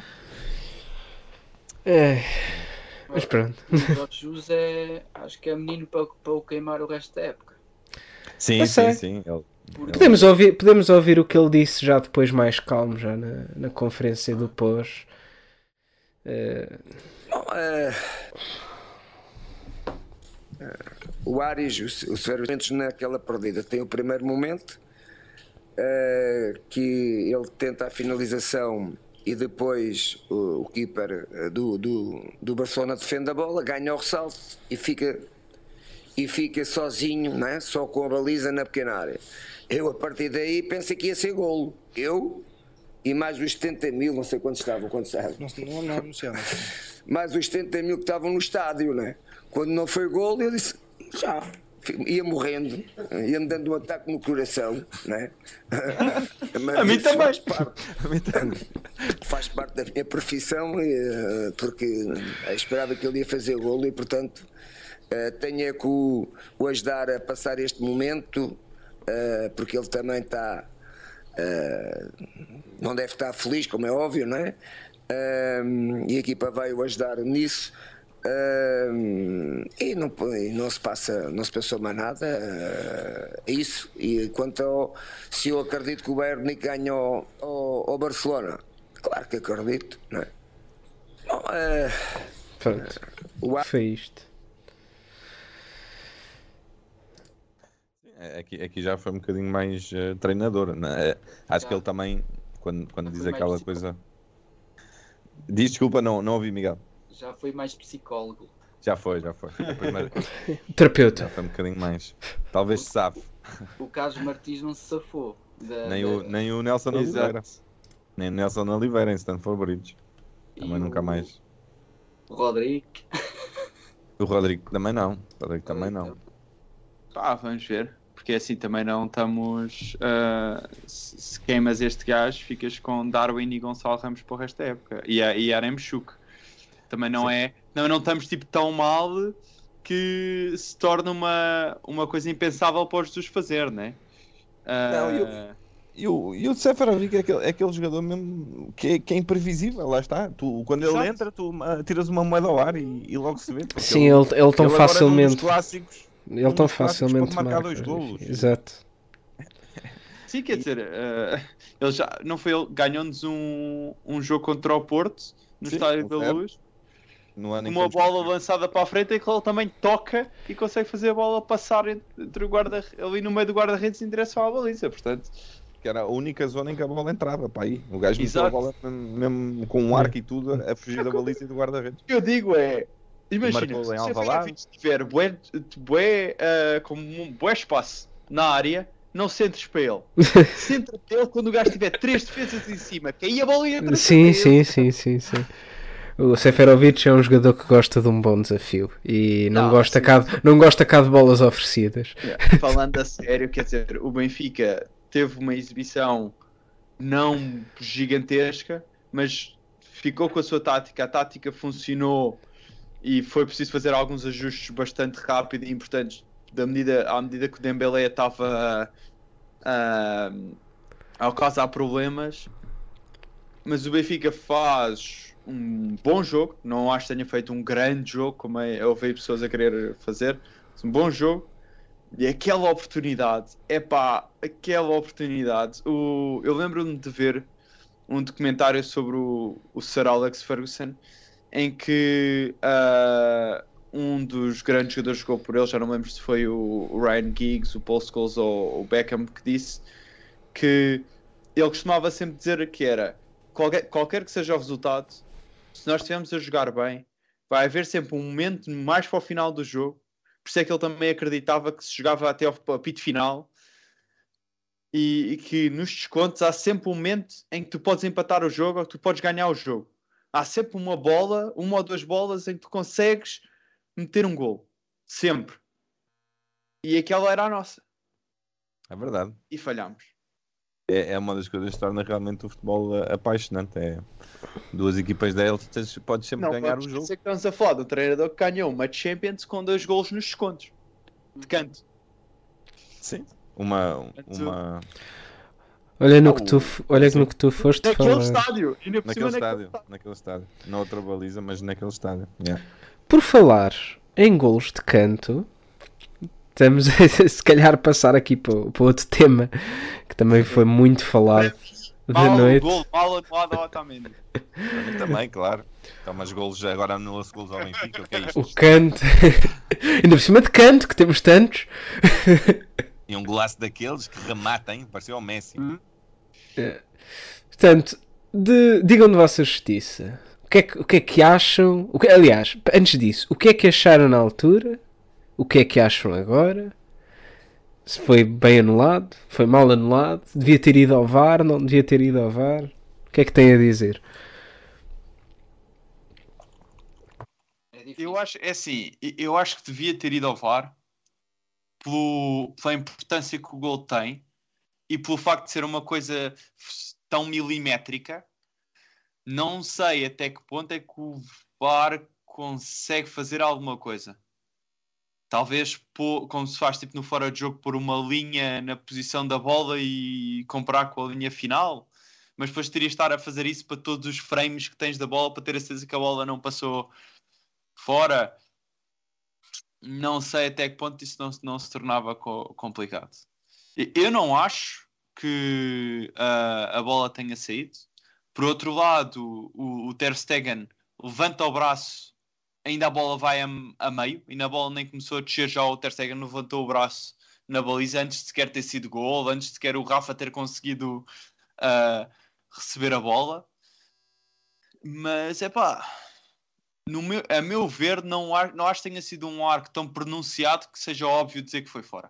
É, mas pronto. O Jorge Jesus é, acho que é menino para, para o queimar o resto da época. Sim, Eu sei. sim, sim. Ele, Podemos ouvir, podemos ouvir o que ele disse já depois, mais calmo, já na, na conferência do pós. Eh, Bom, eh, eh, o Ares, o, o Seferovic naquela perdida tem o primeiro momento eh, que ele tenta a finalização e depois o, o keeper eh, do, do, do Barcelona defende a bola, ganha o ressalto e fica, e fica sozinho, não é? Só com a baliza na pequena área. Eu a partir daí pensei que ia ser golo. Eu e mais os setenta mil, não sei quantos estavam, quantos estavam. Não, não anunciaram. Mais os setenta mil que estavam no estádio, né? Quando não foi golo, eu disse, já, ia morrendo, ia-me dando um ataque no coração, né? Mas A mim isso também. Faz parte, faz parte da minha profissão, e, eh, porque eu esperava que ele ia fazer golo e, portanto, eh, tenho é que o, o ajudar a passar este momento, eh, porque ele também está. Uh, não deve estar feliz, como é óbvio, não é? Uh, e a equipa vai o ajudar nisso. Uh, e, não, e não se passa, não se passou mais nada. Uh, é isso. E quanto ao se eu acredito que o Bayern Munique ganha ao, ao, ao Barcelona, claro que acredito, não é? Bom, uh, pronto. o Foi isto. Aqui, aqui já foi um bocadinho mais uh, treinador, né? Acho Já. que ele também, quando, quando diz foi mais aquela psicólogo. coisa. Diz desculpa, não, não ouvi, Miguel. Já foi mais psicólogo. Já foi, já foi. A primeira, Terapeuta. já foi um bocadinho mais. Talvez se sabe. O Carlos Martins não se safou. Da, Nem da- o, nem o Nelson Exato. Oliveira. Nem o Nelson Oliveira em Stanford Bridge. e Também o- nunca mais. O Rodrigo. O Rodrigo também não. O Rodrigo também não. Pá, vamos ver. Porque assim também não estamos. ah, se se queimas este gajo, ficas com Darwin e Gonçalo Ramos para o resto da época. E, a- e Aremchuk. Também não é. Não, não estamos tipo tão mal que se torna uma, uma coisa impensável para o Jesus fazer, né? Ah, Não, eu- E o, e o Seferovic é aquele, é aquele jogador mesmo que é, que é imprevisível, lá está. Tu, quando ele Exato. entra, tu ah, tiras uma moeda ao ar e, e logo se vê. porque Sim, ele, ele tão ele agora é um dos facilmente. clássicos. Ele um tão dos clássicos facilmente pode marcar marca. dois golos. Exato. Sim, quer dizer, ah, ele já não foi ele ganhou-nos um, um jogo contra o Porto no Sim, Estádio um da zero. Luz. no ano em que uma fomos bola campeões. lançada para a frente em que ele também toca e consegue fazer a bola passar entre o guarda, ali no meio do guarda-redes em direção à baliza, portanto... Que era a única zona em que a bola entrava, para aí. O gajo meteu a Exato. bola mesmo, mesmo com um arco e tudo a fugir da baliza e do guarda-redes. O que eu digo é, imagina, Marcou se em o Alvalade. Seferovic tiver bué, bué, uh, com um bué espaço na área, não centres para ele. Centra para ele quando o gajo tiver três defesas em cima, que aí a bola entra. Sim, sim, sim, sim, sim. O Seferovic é um jogador que gosta de um bom desafio e não, Não, gosta, sim, cá, não gosta cá de bolas oferecidas. Yeah. Falando a sério, quer dizer, o Benfica teve uma exibição não gigantesca, mas ficou com a sua tática, a tática funcionou e foi preciso fazer alguns ajustes bastante rápidos e importantes da medida, à medida que o Dembélé estava a, a causar problemas, mas o Benfica faz um bom jogo, não acho que tenha feito um grande jogo, como é, eu ouvi pessoas a querer fazer, mas um bom jogo. E aquela oportunidade, é pá, aquela oportunidade. O, eu lembro-me de ver um documentário sobre o, o Sir Alex Ferguson, em que uh, um dos grandes jogadores que jogou por ele, já não lembro se foi o, o Ryan Giggs, o Paul Scholes ou o Beckham, que disse que ele costumava sempre dizer que era qualquer, qualquer que seja o resultado, se nós estivermos a jogar bem, vai haver sempre um momento mais para o final do jogo. Por isso é que ele também acreditava que se jogava até ao apito final e, e que nos descontos há sempre um momento em que tu podes empatar o jogo ou que tu podes ganhar o jogo. Há sempre uma bola, uma ou duas bolas em que tu consegues meter um gol. Sempre. E aquela era a nossa. É verdade. E falhámos. É, é uma das coisas que torna realmente o futebol apaixonante. É duas equipas da élite, podes sempre Não, ganhar o jogo. jogo. Não, que estamos a falar do treinador que ganhou uma Champions com dois golos nos descontos. De canto. Sim. Uma... uma... Olha no, Ah, que, tu, olha no que tu foste naquele falar. estádio. E Naquele naquele estádio. Naquele estádio. Na outra baliza, mas naquele estádio. Yeah. Por falar em golos de canto, estamos a se calhar passar aqui para, para outro tema que também foi muito falado da mal, noite. Gol, mal anulado ao Otamendi. Também, claro. Então, mas golos, agora anula-se golos ao Benfica. O que é isto? O canto. Ainda por cima de canto, que temos tantos. E um golaço daqueles que rematem, pareceu ao Messi. Hum. É. Portanto, de, digam de vossa justiça. O que é que, o que, é que acham? O que, aliás, antes disso, o que é que acharam na altura? O que é que acham agora? Se foi bem anulado? Foi mal anulado? Devia ter ido ao V A R? Não devia ter ido ao V A R? O que é que têm a dizer? Eu acho, é assim, eu acho que devia ter ido ao V A R pelo, pela importância que o gol tem e pelo facto de ser uma coisa tão milimétrica. Não sei até que ponto é que o V A R consegue fazer alguma coisa. Talvez, pô, como se faz tipo no fora de jogo, pôr uma linha na posição da bola e comparar com a linha final. Mas depois terias de estar a fazer isso para todos os frames que tens da bola para ter a certeza que a bola não passou fora. Não sei até que ponto isso não, não se tornava co- complicado. Eu não acho que uh, a bola tenha saído. Por outro lado, o, o Ter Stegen levanta o braço, ainda a bola vai a, a meio, e na bola nem começou a descer, já o Ter Stegen levantou o braço na baliza antes de sequer ter sido gol, antes de sequer o Rafa ter conseguido uh, receber a bola. Mas é pá, no meu, a meu ver, não, ar, não acho que tenha sido um arco tão pronunciado que seja óbvio dizer que foi fora.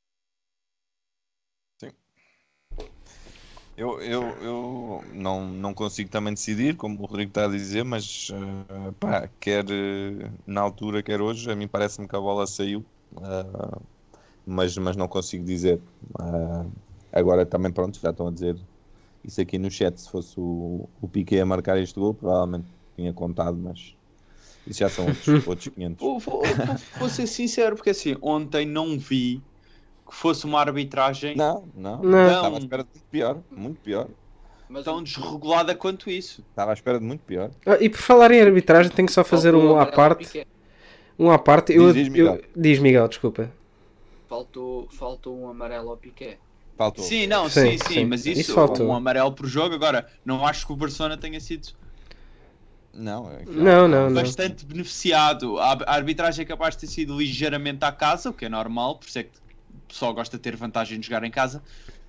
Eu, eu, eu não, não consigo também decidir, como o Rodrigo está a dizer, mas uh, pá, quer uh, na altura, quer hoje, a mim parece-me que a bola saiu, uh, mas, mas não consigo dizer. Uh, agora também, pronto, já estão a dizer isso aqui no chat. Se fosse o, o Piqué a marcar este gol, provavelmente tinha contado, mas isso já são outros, outros quinhentos. Vou, vou, vou, vou ser sincero, porque assim, ontem não vi que fosse uma arbitragem Não, não, Não. estava à espera de muito pior, muito pior. Mas tão desregulada quanto isso. Estava à espera de muito pior. Ah, e por falar em arbitragem, tenho que só fazer faltou um o à amarelo parte. Piqué. Um à parte. Eu, Diz, diz, eu- Miguel. diz Miguel, desculpa. Faltou, faltou um amarelo ao Piqué. Faltou. Sim, não, Sim, sim, sim, sim. mas isso, Isso faltou. um amarelo por jogo. Agora, não acho que o Barcelona tenha sido Não, é Não, não, não. bastante beneficiado. A a arbitragem é capaz de ter sido ligeiramente à casa, o que é normal, por isso é que o pessoal gosta de ter vantagem de jogar em casa.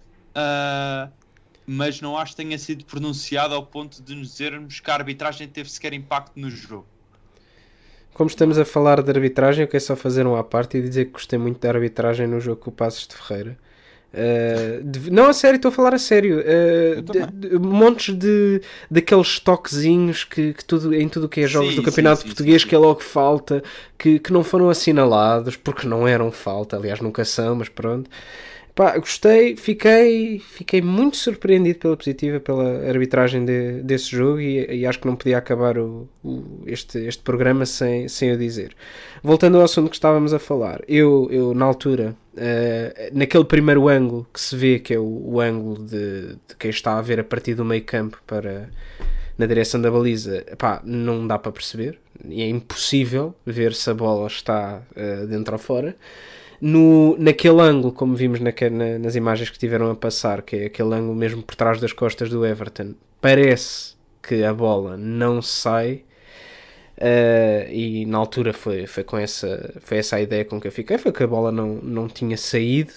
Ah, mas não acho que tenha sido pronunciado ao ponto de nos dizermos que a arbitragem teve sequer impacto no jogo. Como estamos a falar de arbitragem, eu quero só fazer um à parte e dizer que gostei muito da arbitragem no jogo com o Passos de Ferreira. Uh, de- não, a sério, estou a falar a sério. Uh, de- de- montes de daqueles toquezinhos que, que tudo, em tudo o que é jogos Sim, do sim, Campeonato sim, Português sim, que é logo falta, que, que não foram assinalados porque não eram falta, aliás, nunca são, mas pronto. Pá, gostei, fiquei, fiquei muito surpreendido pela positiva, pela arbitragem de- desse jogo e, e acho que não podia acabar o, o- este, este programa sem, sem eu dizer. Voltando ao assunto que estávamos a falar, eu, eu na altura, eh, naquele primeiro ângulo que se vê, que é o, o ângulo de, de quem está a ver a partir do meio campo para, na direção da baliza, pá, não dá para perceber, é impossível ver se a bola está eh, dentro ou fora. No, naquele ângulo, como vimos naque- na- nas imagens que tiveram a passar, que é aquele ângulo mesmo por trás das costas do Everton, parece que a bola não sai. Uh, e na altura foi, foi, com essa, foi essa a ideia com que eu fiquei, foi que a bola não, não tinha saído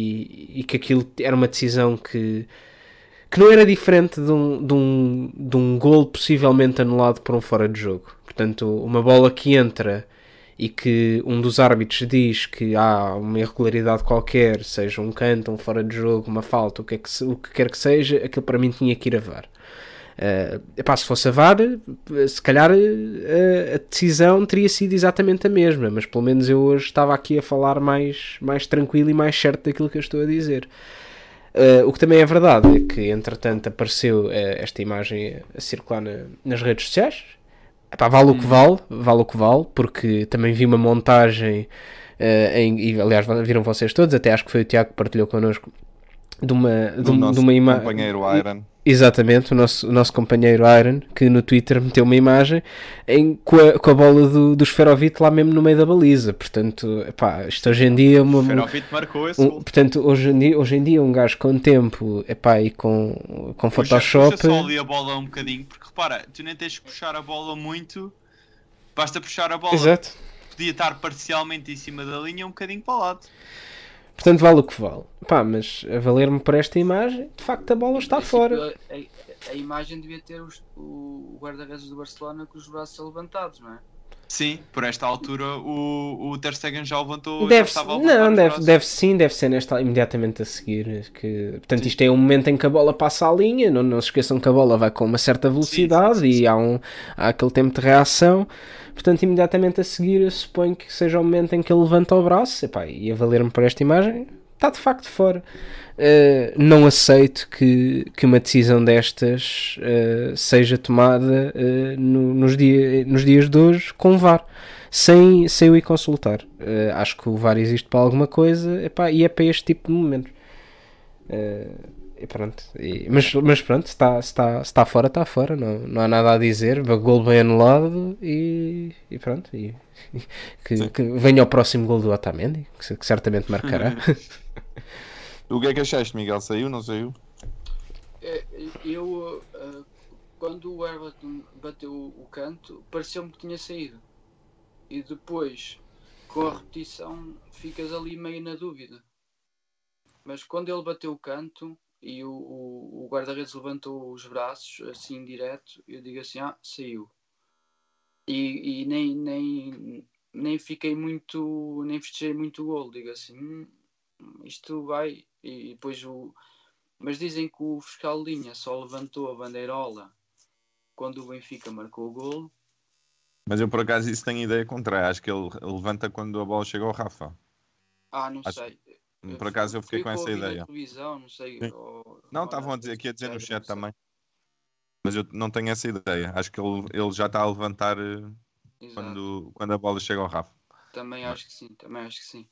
e, e que aquilo era uma decisão que, que não era diferente de um, de, um, de um gol possivelmente anulado por um fora de jogo. Portanto, uma bola que entra e que um dos árbitros diz que há uma irregularidade qualquer, seja um canto, um fora de jogo, uma falta, o que, é que, se- o que quer que seja, aquilo para mim tinha que ir a V A R. Uh, epá, se fosse a V A R, se calhar uh, a decisão teria sido exatamente a mesma, mas pelo menos eu hoje estava aqui a falar mais, mais tranquilo e mais certo daquilo que eu estou a dizer. Uh, o que também é verdade é que entretanto apareceu uh, esta imagem a circular na- nas redes sociais. Epá, vale o que vale, vale o que vale, porque também vi uma montagem uh, em, e aliás viram vocês todos, até acho que foi o Tiago que partilhou connosco de uma, de, Do um- de nosso uma imagem. companheiro Iron. Exatamente, o nosso, o nosso companheiro Iron, que no Twitter meteu uma imagem em, com, a, com a bola do, do Esferovite lá mesmo no meio da baliza. Portanto, epá, isto hoje em dia é uma, O Esferovite marcou esse um, gol. portanto, hoje em dia, hoje em dia um gajo com tempo, epá, e com, com Puxa, Photoshop. puxa só ali a bola um bocadinho, porque repara, tu nem tens que puxar a bola muito, basta puxar a bola. Exato. Podia estar parcialmente em cima da linha um bocadinho para o lado. Portanto, vale o que vale. Pá, mas a valer-me por esta imagem, de facto a bola está Em fora. princípio, A, a- a imagem devia ter os- o, o guarda-redes do Barcelona com os braços levantados, não é? Sim, por esta altura o, o Ter Stegen já levantou, já Deve, estava a levantar não, os deve, braços. deve sim, deve ser nesta, imediatamente a seguir. Que, portanto, isto é um momento em que a bola passa a linha. Não, não se esqueçam que a bola vai com uma certa velocidade sim, sim, sim. e há, um, há aquele tempo de reação. Portanto, imediatamente a seguir, eu suponho que seja o momento em que ele levanta o braço. Epá, e a valer-me por esta imagem, está de facto fora. Uh, não aceito que, que uma decisão destas uh, seja tomada uh, no- nos, dia, nos dias de hoje com V A R, sem, sem eu ir consultar. Uh, acho que o V A R existe para alguma coisa, epá, e é para este tipo de momentos. Uh, e pronto. E- mas, mas pronto, se está, se está, se está fora, está fora. Não, não há nada a dizer. O gol bem anulado e, e pronto. E, que, que venha o próximo gol do Otamendi, que, que certamente marcará. O que é que achaste, Miguel? Saiu, não saiu? É, Eu, uh, quando o Everton bateu o canto, pareceu-me que tinha saído. E depois, com a repetição, ficas ali meio na dúvida. Mas quando ele bateu o canto e o, o, o guarda-redes levantou os braços, assim direto, eu digo assim, ah, saiu. E, e nem, nem, nem fiquei muito, nem festejei muito o golo. Digo assim, hum, isto vai. E depois o... Mas dizem que o fiscal de linha só levantou a bandeirola quando o Benfica marcou o golo. Mas eu por acaso isso tenho ideia contrária. Acho que ele levanta quando a bola chega ao Rafa. Ah, não Acho- sei. Por acaso eu fiquei com Fui essa ouvir na ideia. televisão, não sei. Sim. ou- Não, ou estavam a na- dizer aqui a dizer no não chat sei. também. Mas eu não tenho essa ideia. Acho que ele, ele já está a levantar eh, Exato. quando, quando a bola chega ao Rafa. Também acho que sim, também acho que sim.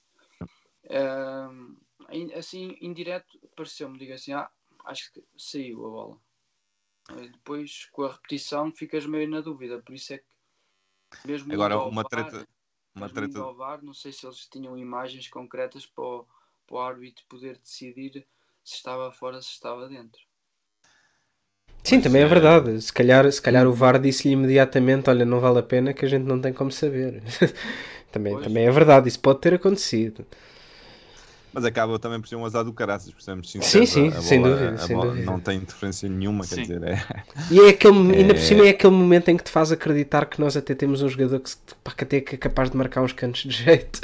Ahm, in- assim, indireto, pareceu-me, digo assim, ah, acho que saiu a bola. E depois, com a repetição, ficas meio na dúvida, por isso é que mesmo Agora, indo ao uma V A R, treta. Uma mesmo indo treta. ao V A R, não sei se eles tinham imagens concretas para o, para o árbitro poder decidir se estava fora, se estava dentro. Sim, Mas, também é eh, verdade. Se calhar, se calhar o V A R disse-lhe imediatamente: olha, não vale a pena, que a gente não tem como saber. também, Pois. também é verdade, isso pode ter acontecido. Mas acaba também por ser um azar do caraças, por sermos Sim, sinceros. sim, a sem bola, dúvida, a sem bola dúvida. não tem interferência nenhuma, Sim. quer dizer, é, E é aquele, ainda por É. cima é aquele momento em que te faz acreditar que nós até temos um jogador que, se- pá, que até é capaz de marcar uns cantos de jeito.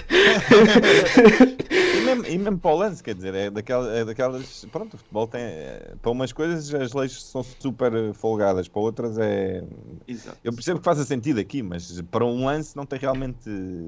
E mesmo, e mesmo para o lance, quer dizer, é daquelas, é daquelas. Pronto, o futebol tem. é, Para umas coisas as leis são super folgadas, para outras é. Exato. Eu percebo que faça sentido aqui, mas para um lance não tem realmente.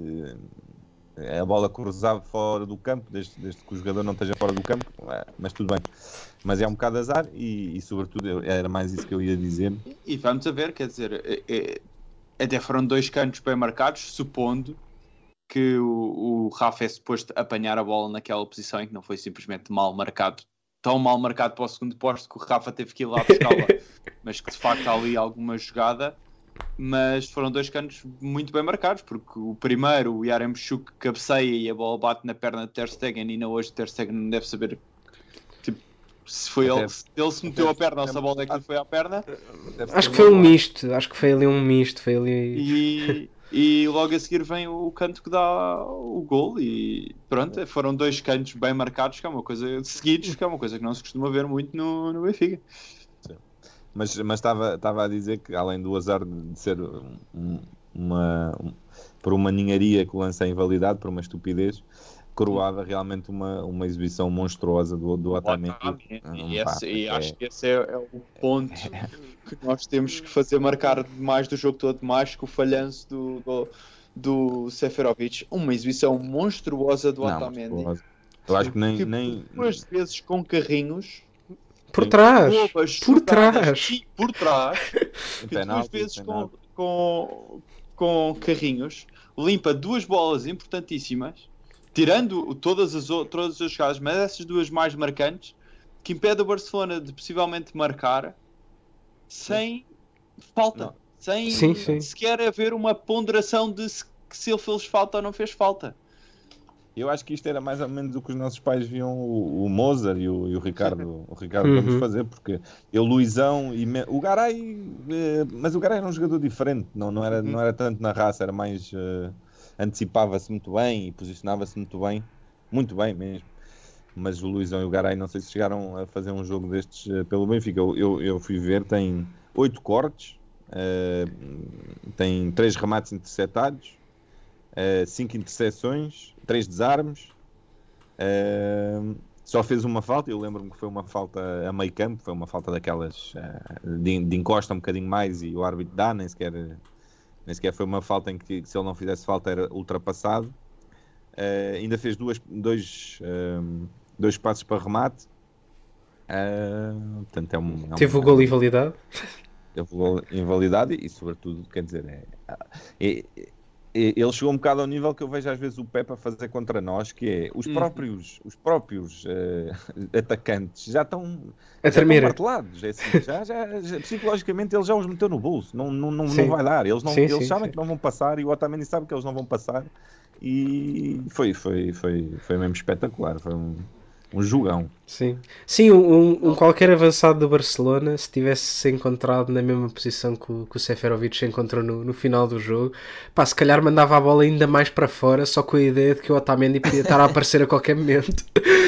é, A bola cruzada fora do campo, desde, desde que o jogador não esteja fora do campo, é, mas tudo bem. Mas é um bocado azar e, e sobretudo, eu- era mais isso que eu ia dizer. E vamos a ver, quer dizer, é- é- até foram dois cantos bem marcados, supondo que o, o Rafa é suposto apanhar a bola naquela posição em que não foi simplesmente mal marcado, tão mal marcado para o segundo posto que o Rafa teve que ir lá buscá-la, mas que de facto há ali alguma jogada. Mas foram dois cantos muito bem marcados, porque o primeiro, o Yaremchuk cabeceia e a bola bate na perna de Ter Stegen, e ainda hoje Ter Stegen não deve saber tipo, se foi Até- ele, se ele se meteu a perna ou se a bola é que lhe foi à perna. Deve Acho ser que foi um uma- misto, acho que foi ali um misto, foi ali. E, e logo a seguir vem o canto que dá o gol e pronto, foram dois cantos bem marcados, que é uma coisa seguidos, que é uma coisa que não se costuma ver muito no, no Benfica. Mas mas estava estava a dizer que, além do azar de ser um- uma. um- por uma ninharia que o lance é invalidado, por uma estupidez, coroava realmente uma, uma exibição monstruosa do, do Otamendi. E, Um pá, esse- e é- acho que esse é, é o ponto que nós temos que fazer marcar mais do jogo todo, mais que o falhanço do, do, do Seferovic. Uma exibição monstruosa do Não, Otamendi. monstruosa. Eu acho que nem. que nem... duas vezes com carrinhos, Por Sim. trás, bobas, por jogadas trás. e por trás, Em que duas penalti, vezes com, penalti. com, com carrinhos, limpa duas bolas importantíssimas, tirando o- todas as, o- todas as jogadas, mas essas duas mais marcantes, que impede o Barcelona de possivelmente marcar sem falta, Não. sem Sim, sim. sequer haver uma ponderação de se, se ele fez falta ou não fez falta. Eu acho que isto era mais ou menos o que os nossos pais viam o, o Mozart e o, e o Ricardo, o Ricardo Uhum. Gomes fazer, porque eu, Luizão e me- o Garay, eh, mas o Garay era um jogador diferente, não, não, era, não era tanto na raça, era mais eh, antecipava-se muito bem e posicionava-se muito bem, muito bem mesmo. Mas o Luizão e o Garay não sei se chegaram a fazer um jogo destes eh, pelo Benfica. Eu, eu, eu fui ver, tem oito cortes, eh, tem três remates interceptados, Uh, cinco interseções, três desarmes, uh, só fez uma falta. Eu lembro-me que foi uma falta a meio campo, foi uma falta daquelas uh, de, de encosta um bocadinho mais e o árbitro dá, nem sequer, nem sequer foi uma falta em que, se ele não fizesse falta era ultrapassado. Uh, ainda fez duas, dois, um, dois passos para remate. Uh, portanto, é um, é um, Teve o gol invalidado. Teve o gol invalidado e, sobretudo, quer dizer, é, é, é, ele chegou um bocado ao nível que eu vejo às vezes o Pepe a fazer contra nós, que é os Uhum. próprios, os próprios uh, atacantes já estão, A já estão tremer. martelados, é assim, já, já, já- psicologicamente ele já os meteu no bolso, não, não, não, Sim. não vai dar, eles, não, Sim, eles sim, sabem sim. que não vão passar e o Otamendi sabe que eles não vão passar e foi, foi, foi, foi mesmo espetacular, foi um, um jogão. Sim, Sim um, um- um qualquer avançado do Barcelona, se tivesse se encontrado na mesma posição que o, que o Seferovic se encontrou no, no final do jogo, pá, se calhar mandava a bola ainda mais para fora, só com a ideia de que o Otamendi podia estar a aparecer a qualquer momento.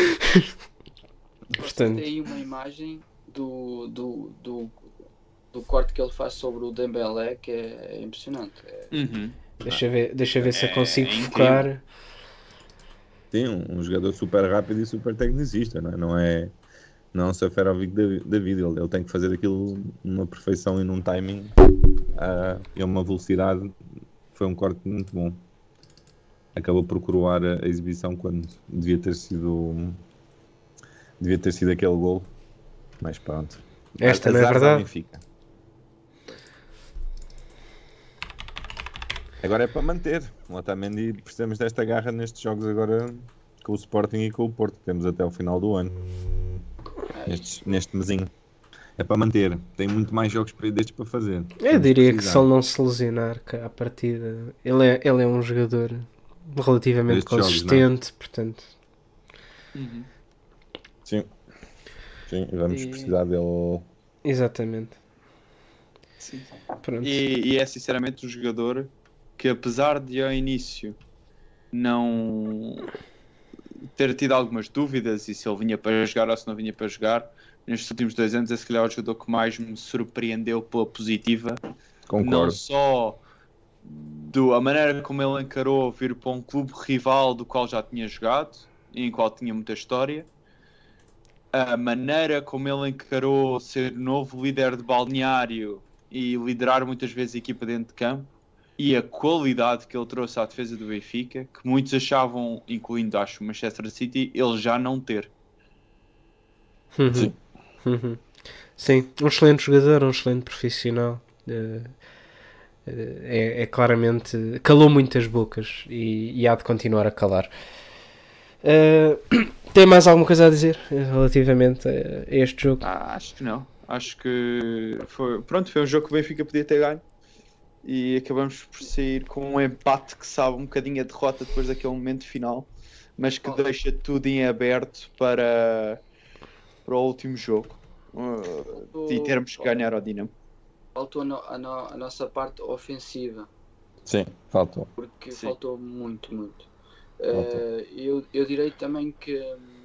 Portanto, Tem aí uma imagem do, do, do, do corte que ele faz sobre o Dembélé que é, é impressionante. É, Uhum. deixa ver, deixa ver se eu É- consigo é incrível. focar. Tem um, um jogador super rápido e super tecnicista, não é? Não é, não é um Seferovic da, da vida, ele, ele tem que fazer aquilo numa perfeição e num timing uh, e uma velocidade. Foi um corte muito bom. Acabou por coroar a, a exibição quando devia ter sido devia ter sido aquele gol, mas pronto. Esta não é Azares ao verdade? Benfica. Agora é para manter. O Otamendi, precisamos desta garra nestes jogos agora com o Sporting e com o Porto. Temos até o final do ano. Nestes, neste mesinho. É para manter. Tem muito mais jogos para- destes para fazer. Eu Vamos diria que precisar. se ele não se lesionar cá à partida, ele é, ele é um jogador relativamente Destes jogos, consistente, portanto. Uhum. Sim. Sim, vamos E- precisar dele Exatamente. Sim. Pronto. E, e é sinceramente um jogador que, apesar de ao início não ter tido algumas dúvidas e se ele vinha para jogar ou se não vinha para jogar, nestes últimos dois anos é se calhar o jogador que mais me surpreendeu pela positiva. Concordo. Não só do, a maneira como ele encarou vir para um clube rival do qual já tinha jogado e em qual tinha muita história, a maneira como ele encarou ser novo líder de balneário e liderar muitas vezes a equipa dentro de campo, e a qualidade que ele trouxe à defesa do Benfica, que muitos achavam, incluindo acho o Manchester City, ele já não ter. Uhum. Sim. Uhum. Sim, um excelente jogador, um excelente profissional. Uh, é, é claramente calou muitas bocas e, e há de continuar a calar. Uh, tem mais alguma coisa a dizer relativamente a, a este jogo? Ah, acho que não. Acho que foi, pronto, foi um jogo que o Benfica podia ter ganho e acabamos por sair com um empate que sabe um bocadinho a derrota depois daquele momento final, mas que deixa tudo em aberto para, para o último jogo uh, e termos que ganhar ao Dinamo. Faltou a, no, a, no, a nossa parte ofensiva. Sim, faltou. Porque Sim. faltou muito, muito. Uh, eu, eu direi também que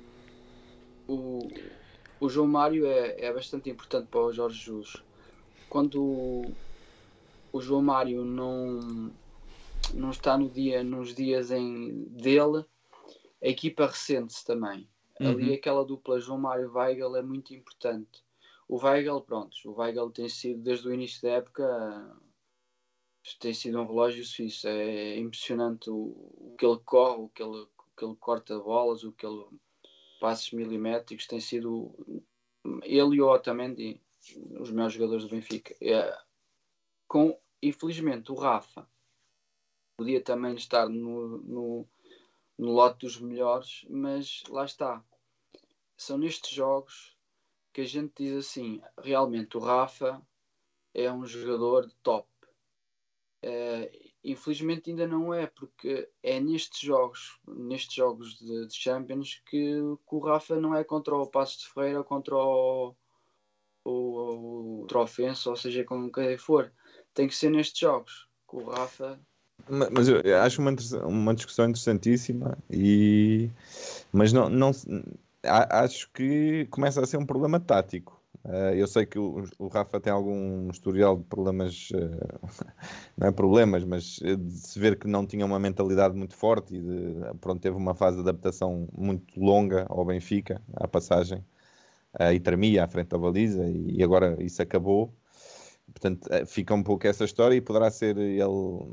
um, o, o João Mário é, é bastante importante para o Jorge Jesus. Quando o, o João Mário não, não está no dia, nos dias em, dele, a equipa ressente-se também. Uhum. Ali aquela dupla João Mário-Weigl é muito importante. O Weigl, pronto, o Weigl tem sido desde o início da época, tem sido um relógio suíço. É impressionante o, o que ele corre, o que ele, o que ele corta bolas, o que ele passos milimétricos. Tem sido ele e o Otamendi os melhores jogadores do Benfica. É, com, infelizmente o Rafa podia também estar no, no, no lote dos melhores, mas lá está. São nestes jogos que a gente diz assim, realmente o Rafa é um jogador de top. Uh, infelizmente ainda não é, porque é nestes jogos, nestes jogos de, de Champions que, que o Rafa não é contra o Passos de Ferreira, contra o, o, o Trofense, ou seja, com quem for. Tem que ser nestes jogos que o Rafa. Mas eu acho uma, uma discussão interessantíssima, e... mas não, não, acho que começa a ser um problema tático. Uh, eu sei que o, o Rafa tem algum historial de problemas, uh, não é problemas, mas de se ver que não tinha uma mentalidade muito forte e de, pronto, teve uma fase de adaptação muito longa ao Benfica, à passagem, uh, e tremia à frente da baliza, e agora isso acabou. Portanto, uh, fica um pouco essa história e poderá ser ele,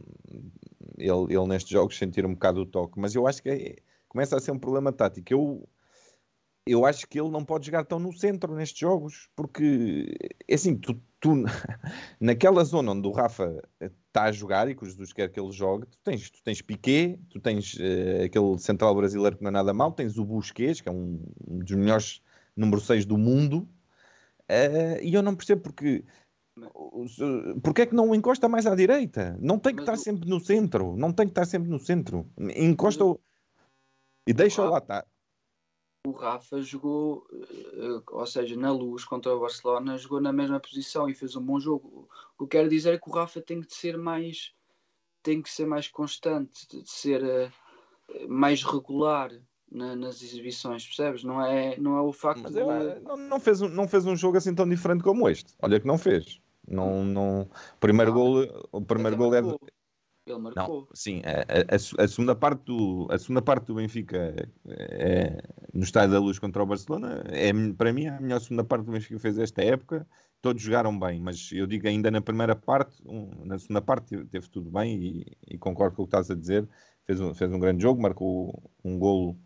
ele, ele nestes jogos sentir um bocado o toque, mas eu acho que é, começa a ser um problema tático. Eu Eu acho que ele não pode jogar tão no centro nestes jogos, porque, é assim, tu, tu naquela zona onde o Rafa está a jogar e que o Jesus quer que ele jogue, tu tens, tu tens Piqué, tu tens uh, aquele central brasileiro que não é nada mau, tens o Busquets, que é um, um dos melhores número seis do mundo, uh, e eu não percebo porque... Porque é que não o encosta mais à direita? Não tem que Mas estar o- sempre no centro, não tem que estar sempre no centro. Encosta-o e deixa-o lá estar. O Rafa jogou, uh, ou seja, na Luz contra o Barcelona, jogou na mesma posição e fez um bom jogo. O que quero dizer é que o Rafa tem que ser mais, tem que ser mais constante, de ser uh, mais regular na- nas exibições, percebes? Não é, não é o facto Mas de... eu, eh, não, não, fez, um- não fez um jogo assim tão diferente como este. Olha que não fez. Não, não, o primeiro Ah, gol, o primeiro Até gol é... marcou. Ele marcou. Não, sim, a, a- a segunda parte do, a segunda parte do Benfica é, no Estádio da Luz contra o Barcelona é, para mim, a melhor segunda parte do Benfica fez esta época. Todos jogaram bem, mas eu digo ainda na primeira parte, um, na segunda parte teve, teve tudo bem, e, e concordo com o que estás a dizer. Fez um, fez um grande jogo, marcou um golo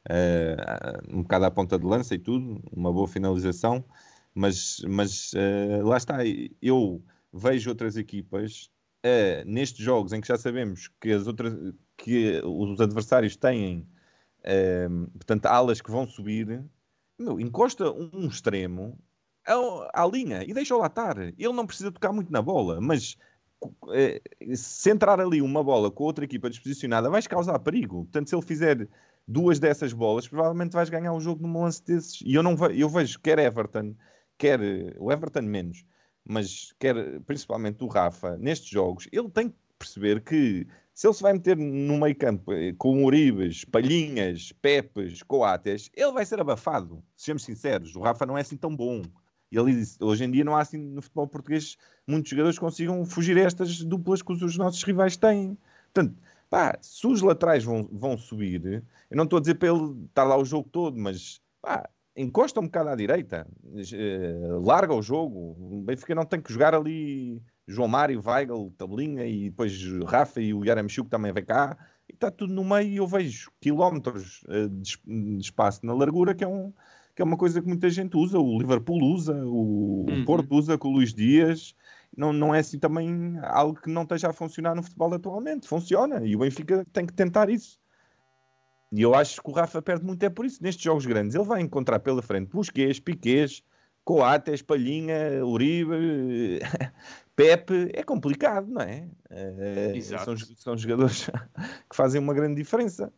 uh, um bocado à ponta de lança e tudo, uma boa finalização, mas, mas uh, lá está, eu vejo outras equipas uh, nestes jogos em que já sabemos que, as outras, que os adversários têm uh, portanto, alas que vão subir, meu, encosta um extremo à, à linha e deixa-o lá estar. Ele não precisa tocar muito na bola, mas uh, se entrar ali uma bola com outra equipa desposicionada, vais causar perigo. Portanto, se ele fizer duas dessas bolas, provavelmente vais ganhar o jogo num lance desses. E eu, não ve eu vejo quer Everton, quer o Everton menos, mas quer principalmente o Rafa, nestes jogos, ele tem que perceber que se ele se vai meter no meio campo com Uribes, Palhinhas, Pepes, Coates, ele vai ser abafado, sejamos sinceros. O Rafa não é assim tão bom. Ele disse, hoje em dia não há assim no futebol português muitos jogadores que consigam fugir a estas duplas que os nossos rivais têm. Portanto, pá, se os laterais vão, vão subir, eu não estou a dizer para ele estar lá o jogo todo, mas pá, encosta um bocado à direita, larga o jogo. O Benfica não tem que jogar ali João Mário, Weigl, Tabelinha e depois Rafa e o Yaremchuk também vem cá. E está tudo no meio e eu vejo quilómetros de espaço na largura, que é, um, que é uma coisa que muita gente usa. O Liverpool usa, o, uhum. o Porto usa com o Luís Dias. Não, não é assim também algo que não esteja a funcionar no futebol atualmente. Funciona e o Benfica tem que tentar isso. E eu acho que o Rafa perde muito é por isso. Nestes jogos grandes ele vai encontrar pela frente Busquets, Piqués, Coates, Palhinha, Uribe, Pepe. É complicado, não é? é são, são jogadores que fazem uma grande diferença.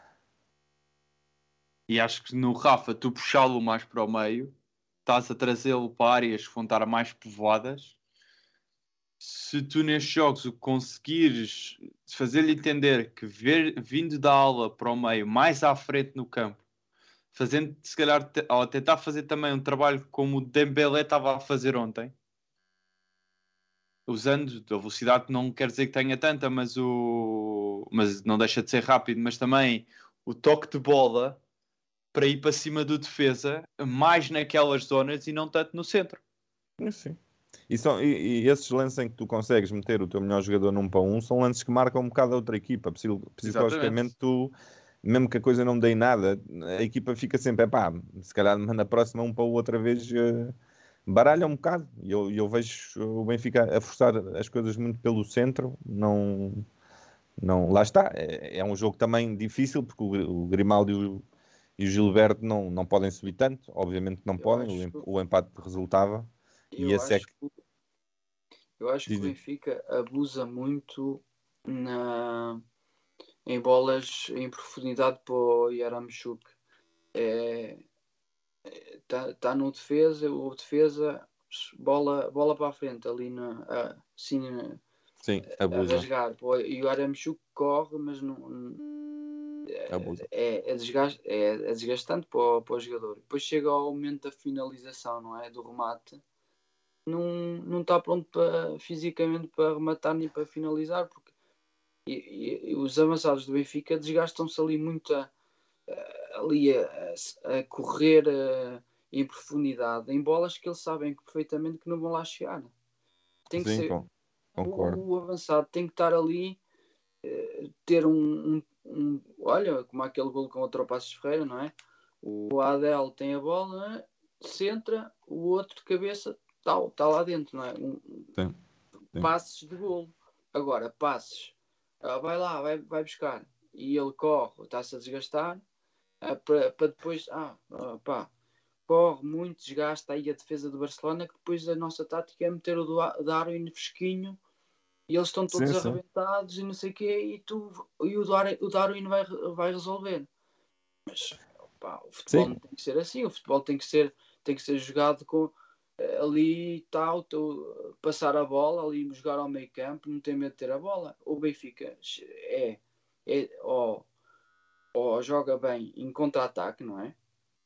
E acho que no Rafa, tu puxá-lo mais para o meio, estás a trazê-lo para áreas que vão estar mais povoadas. Se tu nestes jogos o conseguires fazer-lhe entender que ver, vindo da ala para o meio, mais à frente no campo, fazendo se calhar, te, ou tentar fazer também um trabalho como o Dembélé estava a fazer ontem, usando a velocidade, não quer dizer que tenha tanta, mas, o, mas não deixa de ser rápido, mas também o toque de bola para ir para cima do defesa, mais naquelas zonas e não tanto no centro. Sim. E, são, e, e esses lances em que tu consegues meter o teu melhor jogador num para um são lances que marcam um bocado a outra equipa. Psicologicamente, tu, mesmo que a coisa não dê nada, a equipa fica sempre, pá, se calhar na próxima um para o outra vez uh, baralha um bocado. E eu, eu vejo o Benfica a forçar as coisas muito pelo centro. Não, não, lá está. É, é um jogo também difícil porque o, o Grimaldo e o, e o Gilberto não, não podem subir tanto. Obviamente que não eu podem. O, o empate resultava. Eu, e acho é que... que, eu acho que o Benfica abusa muito na, em bolas em profundidade para o Yaremchuk. É, tá, tá no defesa, o defesa bola, bola para a frente ali na, assim, Sim, a, a rasgar. E o Yaremchuk corre, mas não, é, é, desgast, é, é desgastante para o, para o jogador. Depois chega ao momento da finalização, não é? Do remate. Não, não está pronto para, fisicamente para rematar nem para finalizar, porque e, e, e os avançados do Benfica desgastam-se ali muito a, a, ali a, a correr a, em profundidade em bolas que eles sabem que, perfeitamente que não vão lá chegar. Tem que Sim, ser concordo. O, o avançado tem que estar ali, ter um, um, um olha, como aquele golo contra o Passos Ferreira, não é? O Adel tem a bola, é? Centra, o outro de cabeça Está, está lá dentro, não é? Um, sim, sim. Passes de golo. Agora, passes. Ah, vai lá, vai, vai buscar. E ele corre, está-se a desgastar. Ah, para, para depois. Ah, ah, pá. Corre muito, desgasta aí a defesa do Barcelona. Que depois a nossa tática é meter o Darwin fresquinho. E eles estão todos sim, arrebentados sim. E não sei o quê. E, tu, e o, Darwin, o Darwin vai, vai resolver. Mas pá, o futebol sim. Não tem que ser assim. O futebol tem que ser, tem que ser jogado com. Ali tal, tô, passar a bola, ali jogar ao meio campo, não tem medo de ter a bola. O Benfica é, é ou, ou joga bem em contra-ataque, não é?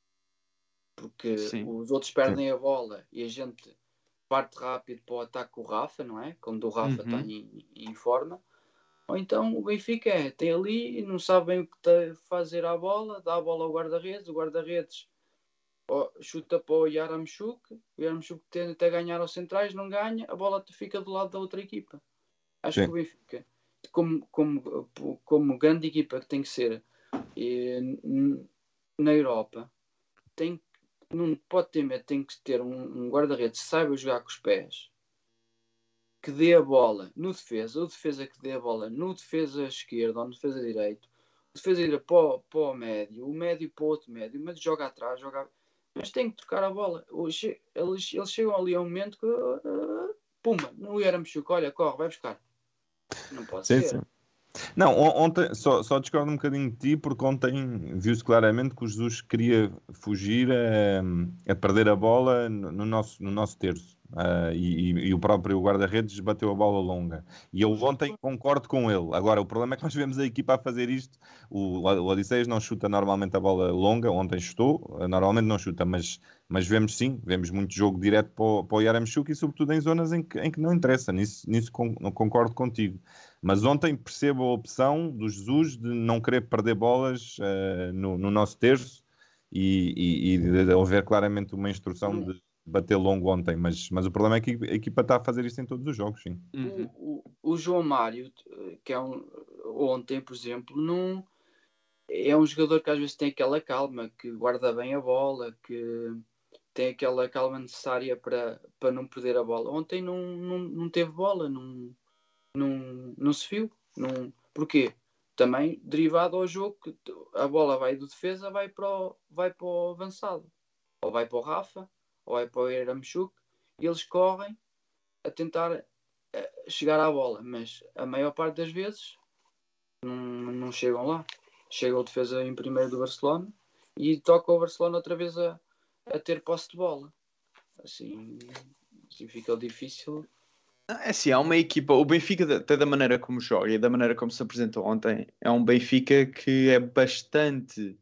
Porque sim. Os outros perdem sim. A bola e a gente parte rápido para o ataque com o Rafa, não é? Quando o Rafa está uhum. em, em forma. Ou então o Benfica é, tem ali e não sabe bem o que está a fazer à bola, dá a bola ao guarda-redes, o guarda-redes Oh, chuta para o Yaremchuk, o Yaremchuk tenta ganhar aos centrais, não ganha, a bola fica do lado da outra equipa. Acho sim. Que o Benfica, como, como, como grande equipa que tem que ser e, na Europa, tem, não pode ter medo, tem que ter um, um guarda-redes que saiba jogar com os pés, que dê a bola no defesa, o defesa que dê a bola no defesa esquerdo ou no defesa direito, o defesa direito para, para o médio, o médio para o outro médio, mas joga atrás, joga... Mas tem que trocar a bola. Eles, eles chegam ali a um momento que uh, pumba, não Yaremchuk, olha, corre, vai buscar. Não pode sim, ser. Sim. Não, on- ontem, só, só discordo um bocadinho de ti, porque ontem viu-se claramente que o Jesus queria fugir a, a perder a bola no, no nosso, no nosso terço. Ah, e, e- e o próprio guarda-redes bateu a bola longa. E eu ontem concordo com ele. Agora, o problema é que nós vemos a equipa a fazer isto. O, o Odisseias não chuta normalmente a bola longa, ontem chutou, ah, normalmente não chuta, mas, mas vemos sim, vemos muito jogo direto para o, para o Yaremchuk e sobretudo em zonas em que, em que não interessa. Nisso, nisso con- não concordo contigo. Mas ontem percebo a opção do Jesus de não querer perder bolas ah, no, no nosso terço e, e, e de haver claramente uma instrução de bater longo ontem, mas, mas o problema é que a equipa está a fazer isto em todos os jogos, sim. Uhum. O, o, o João Mário, que é um, ontem, por exemplo, não, é um jogador que às vezes tem aquela calma, que guarda bem a bola, que tem aquela calma necessária para, para não perder a bola. Ontem não, não, não teve bola, não, não, não se viu. Não, porquê? Também derivado ao jogo que a bola vai do defesa, vai para o, vai para o avançado, ou vai para o Rafa, ou vai para o Yaremchuk, e eles correm a tentar eh, chegar à bola, mas a maior parte das vezes não, não chegam lá. Chega o defesa em primeiro do Barcelona e toca o Barcelona outra vez a, a ter posse de bola. Assim, assim fica difícil. É assim, há uma equipa, o Benfica, até da maneira como joga e da maneira como se apresentou ontem, é um Benfica que é bastante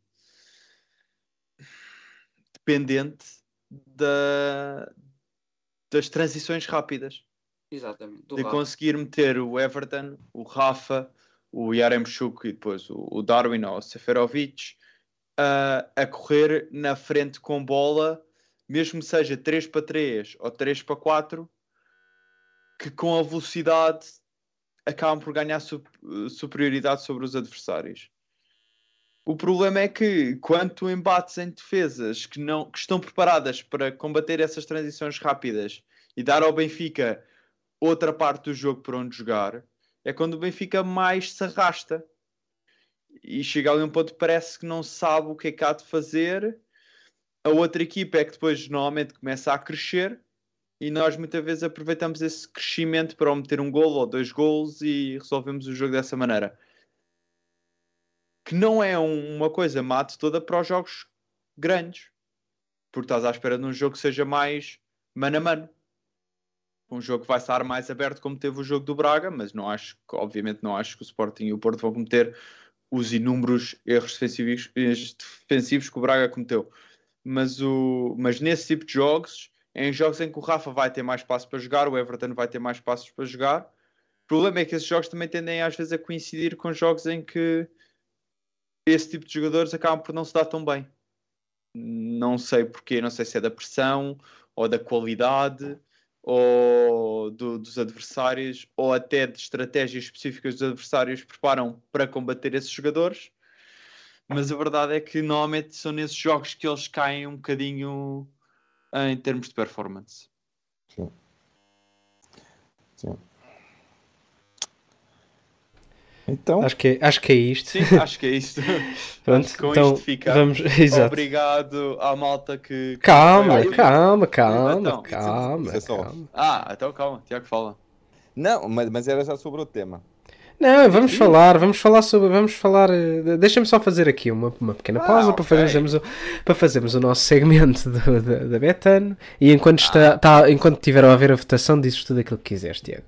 dependente da, das transições rápidas. Exatamente. Do De Rafa. conseguir meter o Everton, o Rafa, o Yaremchuk e depois o, o Darwin ou o Seferovic a, a correr na frente com bola, mesmo que seja três para três ou três para quatro, que com a velocidade acabam por ganhar su- superioridade sobre os adversários. O problema é que quando tu embates em defesas que, não, que estão preparadas para combater essas transições rápidas e dar ao Benfica outra parte do jogo por onde jogar, é quando o Benfica mais se arrasta e chega ali a um ponto que parece que não sabe o que é que há de fazer. A outra equipa é que depois normalmente começa a crescer e nós muitas vezes aproveitamos esse crescimento para meter um golo ou dois golos e resolvemos o jogo dessa maneira, que não é um- uma coisa mate toda para os jogos grandes, porque estás à espera de um jogo que seja mais mano a mano, um jogo que vai estar mais aberto como teve o jogo do Braga, mas não acho que, obviamente não acho que o Sporting e o Porto vão cometer os inúmeros erros defensivos, defensivos que o Braga cometeu. Mas, o, mas nesse tipo de jogos, em jogos em que o Rafa vai ter mais espaço para jogar, o Everton vai ter mais espaços para jogar, o problema é que esses jogos também tendem às vezes a coincidir com jogos em que esse tipo de jogadores acabam por não se dar tão bem. Não sei porquê, não sei se é da pressão ou da qualidade ou do- dos adversários ou até de estratégias específicas dos adversários que preparam para combater esses jogadores, mas a verdade é que normalmente são nesses jogos que eles caem um bocadinho em termos de performance. Sim. Sim. Então, Acho que, é- acho que é isto. Sim, acho que é isto. Pronto, Acho que com então isto fica. vamos. Exato. Obrigado à malta que. que Calma, veio. calma, calma, Então, calma, isso é só. calma. Ah, então calma, Tiago fala. não, mas, mas era já sobre o tema. Não, vamos falar, vamos falar sobre, vamos falar, eh, deixa-me só fazer aqui uma, uma pequena pausa Ah, para, ok. fazermos o, para fazermos o nosso segmento do- da, da Betano e enquanto, está, tá, enquanto tiveram a ver a votação dizes tudo aquilo que quiseres, Tiago.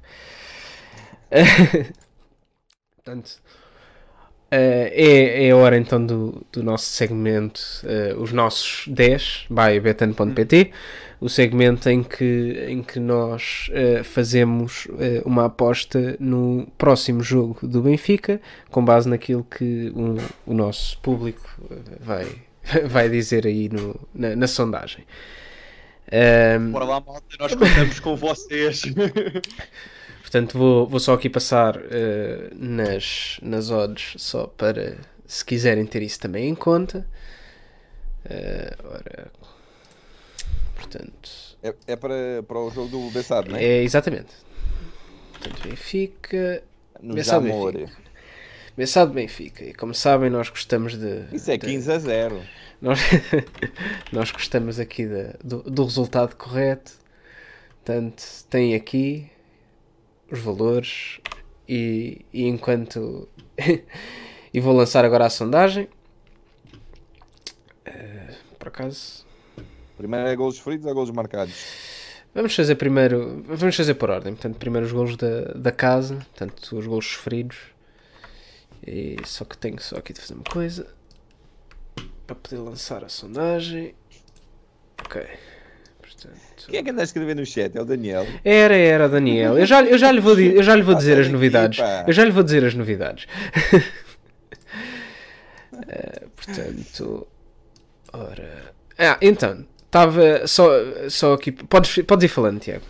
Portanto, eh, é, é a hora então do, do nosso segmento, eh, os nossos dez, by betano ponto pt, o segmento em que, em que nós eh, fazemos eh, uma aposta no próximo jogo do Benfica, com base naquilo que o, o nosso público eh, vai, vai dizer aí no, na, na sondagem. Ahm, Bora lá, malta, nós contamos com vocês. Portanto, vou, vou só aqui passar eh, nas, nas odds, só para, se quiserem ter isso também em conta. Eh, ora, portanto, É, é para, para o jogo do Bessado, não é? é exatamente. Portanto, Benfica, No Bessado Jamor. Benfica. Bessado Benfica. E como sabem, nós gostamos de... Isso é de- quinze a zero. Nós, nós gostamos aqui da- do, do resultado correto. Portanto, tem aqui os valores e, e enquanto... e vou lançar agora a sondagem. Uh, por acaso... Primeiro é golos feridos ou golos marcados? Vamos fazer primeiro... Vamos fazer por ordem. Portanto, primeiro os golos da, da casa. Portanto, os golos sofridos. E só que tenho só aqui de fazer uma coisa para poder lançar a sondagem. Ok. Portanto... Quem é que anda a escrever no chat? É o Daniel? Era, era o Daniel. Eu já, eu já lhe vou, eu já lhe vou dizer as novidades. Eu já lhe vou dizer as novidades. uh, portanto... Ora... Ah, então... Estava só, só aqui... Podes, podes ir falando, Tiago.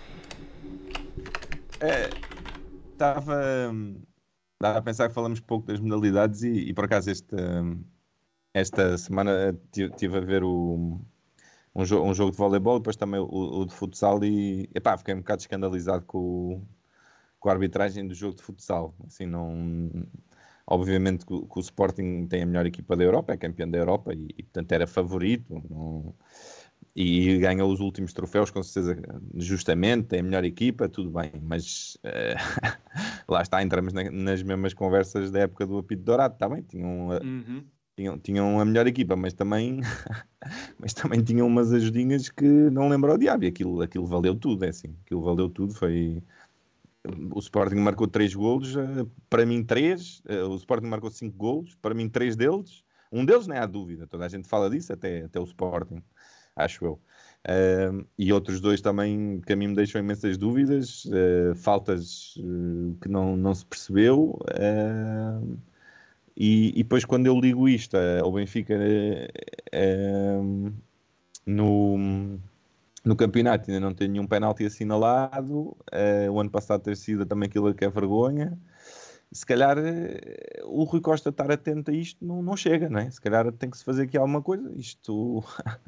Estava... É, Dá a pensar que falamos pouco das modalidades e, e por acaso este, esta semana estive a ver o, um, jo um jogo de voleibol, depois também o, o de futsal e epá, fiquei um bocado escandalizado com, com a arbitragem do jogo de futsal. Assim, não, obviamente que o, que o Sporting tem a melhor equipa da Europa, é campeão da Europa e, e portanto era favorito. Não, e ganhou os últimos troféus, com certeza, justamente, tem a melhor equipa, tudo bem, mas uh, lá está, entramos na, nas mesmas conversas da época do apito dourado, está bem, tinham, uh, Uhum. tinham, tinham a melhor equipa, mas também, mas também tinham umas ajudinhas que não lembro o diabo, e aquilo, aquilo valeu tudo, é assim, aquilo valeu tudo, foi... O Sporting marcou três golos, uh, para mim três, uh, o Sporting marcou cinco golos, para mim três deles, um deles não há dúvida, toda a gente fala disso, até, até o Sporting. Acho eu. Uh, e outros dois também que a mim me deixam imensas dúvidas, uh, faltas uh, que não, não se percebeu. Uh, e, e depois, quando eu ligo isto uh, ao Benfica uh, no, no campeonato, ainda não tem nenhum penalti assinalado. Uh, o ano passado ter sido também aquilo que é vergonha. Se calhar uh, o Rui Costa estar atento a isto não, não chega, não é? Se calhar tem que se fazer aqui alguma coisa. Isto.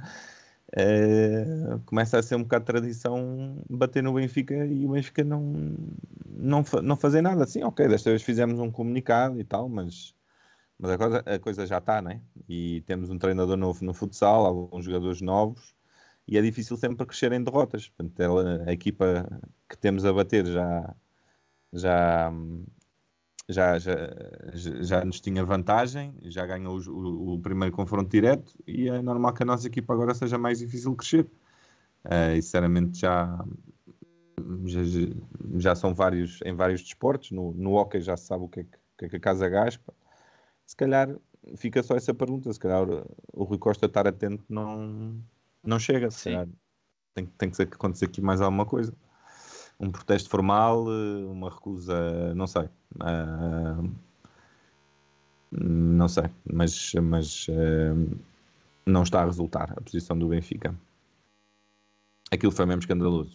Uh, começa a ser um bocado de tradição bater no Benfica e o Benfica não, não, não fazer nada. Sim, ok, desta vez fizemos um comunicado e tal, mas, mas a, coisa, a coisa já está, né? E temos um treinador novo no futsal, alguns jogadores novos, e é difícil sempre crescer em derrotas. Portanto, ela, a equipa que temos a bater já, já, já, já, já nos tinha vantagem, já ganhou o, o, o primeiro confronto direto e é normal que a nossa equipa agora seja mais difícil de crescer. Uh, e sinceramente já, já, já são vários em vários desportos, no, no hóquei já se sabe o que é que, que, é que a casa gaspa. Se calhar fica só essa pergunta, se calhar o, o Rui Costa estar atento não, não chega, se calhar tem, tem que acontecer aqui mais alguma coisa. Um protesto formal, uma recusa, não sei. Uh, não sei, mas, mas uh, não está a resultar a posição do Benfica. Aquilo foi mesmo escandaloso.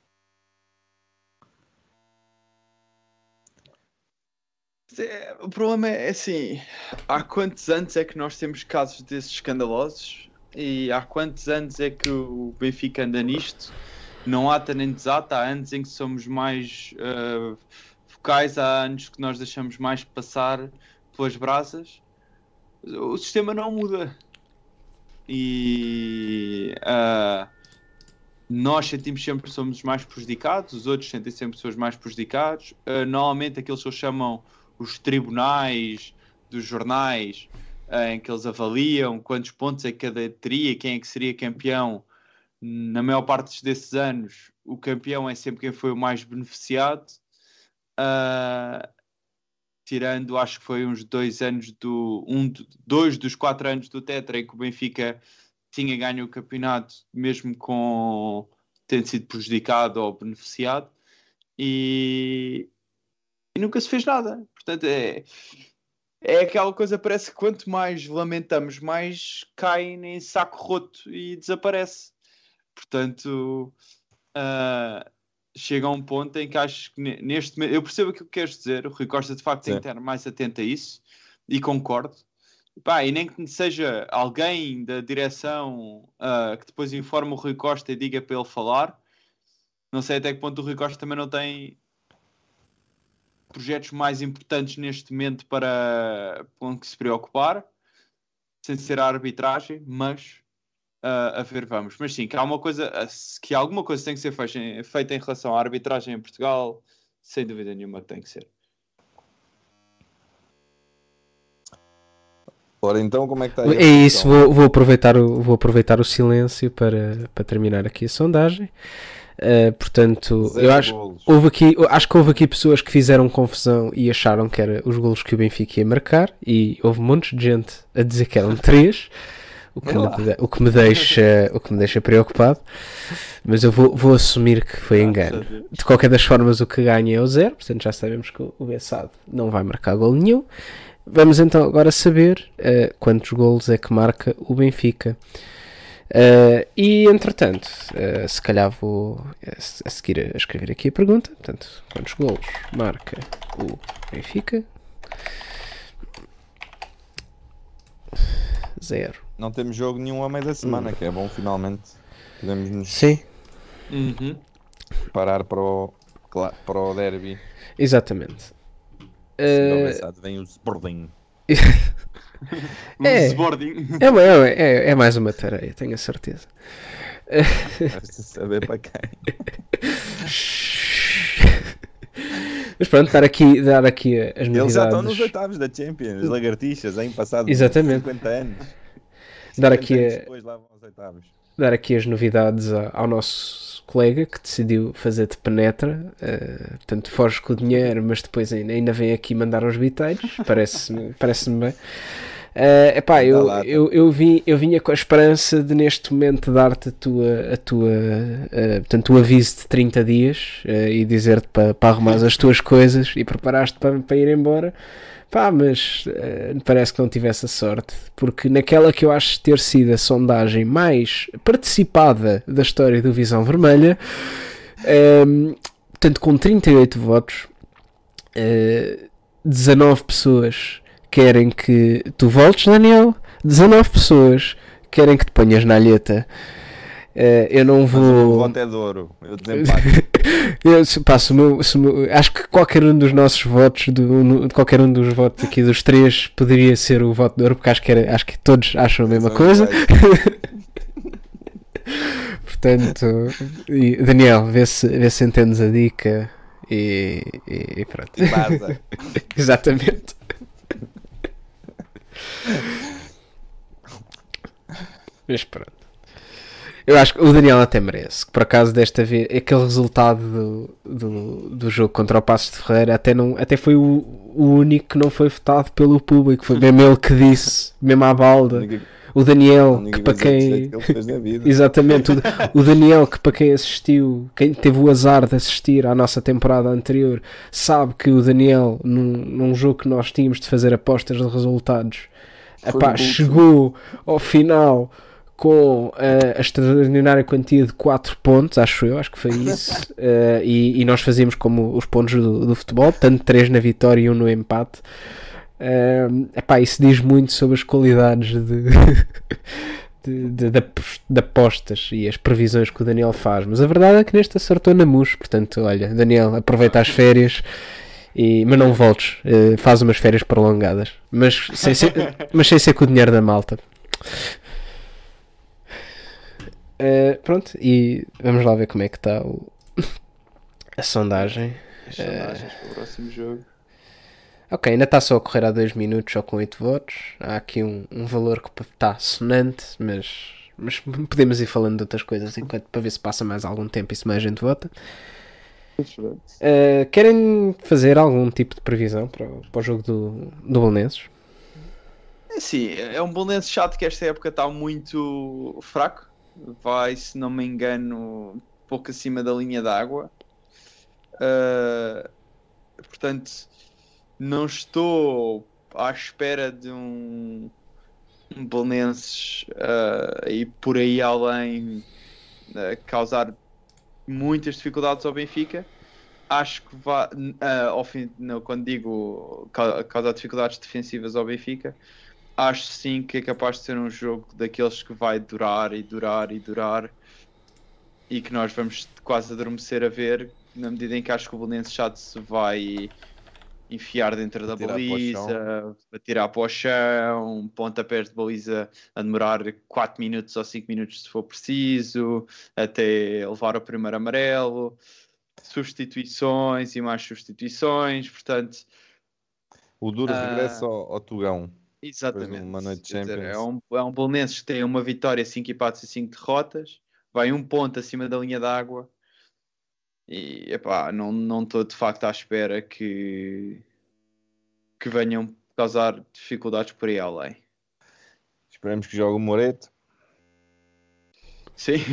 O problema é assim, há quantos anos é que nós temos casos desses escandalosos e há quantos anos é que o Benfica anda nisto? Não há nem desata, há anos em que somos mais uh, focais, há anos que nós deixamos mais passar pelas brasas. O sistema não muda. E uh, nós sentimos sempre que somos os mais prejudicados, os outros sentem sempre pessoas mais prejudicados. Uh, normalmente aqueles que eles chamam os tribunais dos jornais, uh, em que eles avaliam quantos pontos é que cada teria, quem é que seria campeão. Na maior parte desses anos, o campeão é sempre quem foi o mais beneficiado, uh, tirando, acho que foi uns dois anos do um, dois dos quatro anos do Tetra em que o Benfica tinha ganho o campeonato, mesmo com tendo sido prejudicado ou beneficiado, e, e nunca se fez nada. Portanto, é, é aquela coisa, parece que quanto mais lamentamos, mais cai em saco roto e desaparece. Portanto, uh, chega a um ponto em que acho que neste momento, eu percebo aquilo que queres dizer, o Rui Costa de facto tem que estar mais atento a isso e concordo. Pá, e nem que seja alguém da direção uh, que depois informe o Rui Costa e diga para ele falar. Não sei até que ponto o Rui Costa também não tem projetos mais importantes neste momento para com que se preocupar, sem ser a arbitragem, mas Uh, a ver, vamos. Mas sim, que há uma coisa, que alguma coisa tem que ser feita em, feita em relação à arbitragem em Portugal, sem dúvida nenhuma que tem que ser. Ora, então, como é que está aí a É isso, votação? vou, vou, aproveitar o, vou aproveitar o silêncio para, para terminar aqui a sondagem. Uh, portanto, Zero eu acho, golos. houve aqui, eu acho que houve aqui pessoas que fizeram confusão e acharam que era os golos que o Benfica ia marcar, e houve montes de gente a dizer que eram três, o que, me, o que me deixa, o que me deixa preocupado. Mas eu vou, vou assumir que foi engano. De qualquer das formas, o que ganha é o zero, portanto já sabemos que o Bessado não vai marcar gol nenhum. Vamos então agora saber uh, quantos golos é que marca o Benfica. Uh, e entretanto, uh, se calhar vou a, a seguir a escrever aqui a pergunta. Portanto, quantos golos marca o Benfica? Zero. Não temos jogo nenhum a meio da semana, Hum. que é bom, finalmente. Podemos nos Sim, Uhum. parar para o, cla- para o derby. exatamente. Se não Uh, pensado, vem o Sporting. É. Sporting. é, uma- é, uma- é, é mais uma tarefa, tenho a certeza. Deve-se saber para quem. Mas pronto, dar aqui, dar aqui as novidades. Eles já estão nos oitavos da Champions, lagartixas, em passado Exatamente. cinquenta anos. Dar cinquenta aqui anos a- depois lá vão aos oitavos. Dar aqui as novidades a- ao nosso colega que decidiu fazer de penetra, uh, portanto foge com o dinheiro, mas depois ainda, ainda vem aqui mandar uns biteiros, parece-me parece-me bem. Uh, epá, Dá eu, lata. eu, eu, vim, eu vinha com a esperança de neste momento dar-te a tua, a tua uh, portanto, o aviso de trinta dias uh, e dizer-te para pa arrumar as tuas coisas e preparaste para pa ir embora. Pá, mas uh, parece que não tivesse a sorte, porque naquela que eu acho ter sido a sondagem mais participada da história do Visão Vermelha, um, portanto, com trinta e oito votos, uh, dezanove pessoas querem que tu voltes, Daniel, dezanove pessoas querem que te ponhas na alheta. Uh, eu não Mas o meu vou. voto é de ouro. Eu desempato. Eu, se, pá, se o meu- se o meu- acho que qualquer um dos nossos votos, do, no- de qualquer um dos votos aqui dos três, poderia ser o voto de ouro, porque acho que, era, acho que todos acham a mesma São coisa. iguais. Portanto, e, Daniel, vê se, vê se entendes a dica e, e, e pronto. E vaza. Exatamente. Mas pronto. Eu acho que o Daniel até merece. Que por acaso desta vez, aquele resultado do, do, do jogo contra o Passos de Ferreira até, não, até foi o, o único que não foi votado pelo público. Foi mesmo ele que disse, mesmo à balda. Ninguém- O Daniel, ninguém que para vai dizer quem. que ele fez na vida. Exatamente, o, o Daniel, que para quem assistiu, quem teve o azar de assistir à nossa temporada anterior, sabe que o Daniel, num, num jogo que nós tínhamos de fazer apostas de resultados, Foi epá, no último. chegou ao final com uh, a extraordinária quantia de quatro pontos, acho eu, acho que foi isso, uh, e, e nós fazíamos como os pontos do, do futebol, tanto três na vitória e um no empate. Uh, epá, isso diz muito sobre as qualidades de, de, de, de, de apostas e as previsões que o Daniel faz, mas a verdade é que neste acertou na mousse. Portanto, olha, Daniel, aproveita as férias, e, mas não voltes, uh, faz umas férias prolongadas, mas sem ser, mas sem ser com o dinheiro da malta. Uh, pronto, e vamos lá ver como é que está o, a sondagem. As sondagens para o próximo jogo. Ok, ainda está só a correr há dois minutos, só com oito votos. Há aqui um, um valor que está sonante, mas, mas podemos ir falando de outras coisas enquanto, para ver se passa mais algum tempo e se mais gente vota. Uh, querem fazer algum tipo de previsão para o, para o jogo do, do Belenenses? É sim, é um Belenenses chato que esta época está muito fraco. Vai, se não me engano, pouco acima da linha d'água. Uh, portanto, não estou à espera de um, um Belenenses uh, e por aí além uh, causar muitas dificuldades ao Benfica. Acho que vai, uh, ao fim, não, quando digo ca- causar dificuldades defensivas ao Benfica, acho sim que é capaz de ser um jogo daqueles que vai durar e durar e durar e que nós vamos quase adormecer a ver, na medida em que acho que o Belenenses já se vai enfiar dentro da Atirar para o baliza, atirar para o chão, pontapés de baliza a demorar quatro minutos ou cinco minutos se for preciso, até levar o primeiro amarelo. substituições e mais substituições, portanto... O duro Ah, regresso ao, ao Tugão. Exatamente. Uma noite de Quer dizer, Champions. é um, é um Belenenses que tem uma vitória, cinco empates e cinco derrotas, vai um ponto acima da linha d'água e epá, não não estou de facto à espera que, que venham causar dificuldades por aí além. Esperemos que jogue o Moreto. Sim.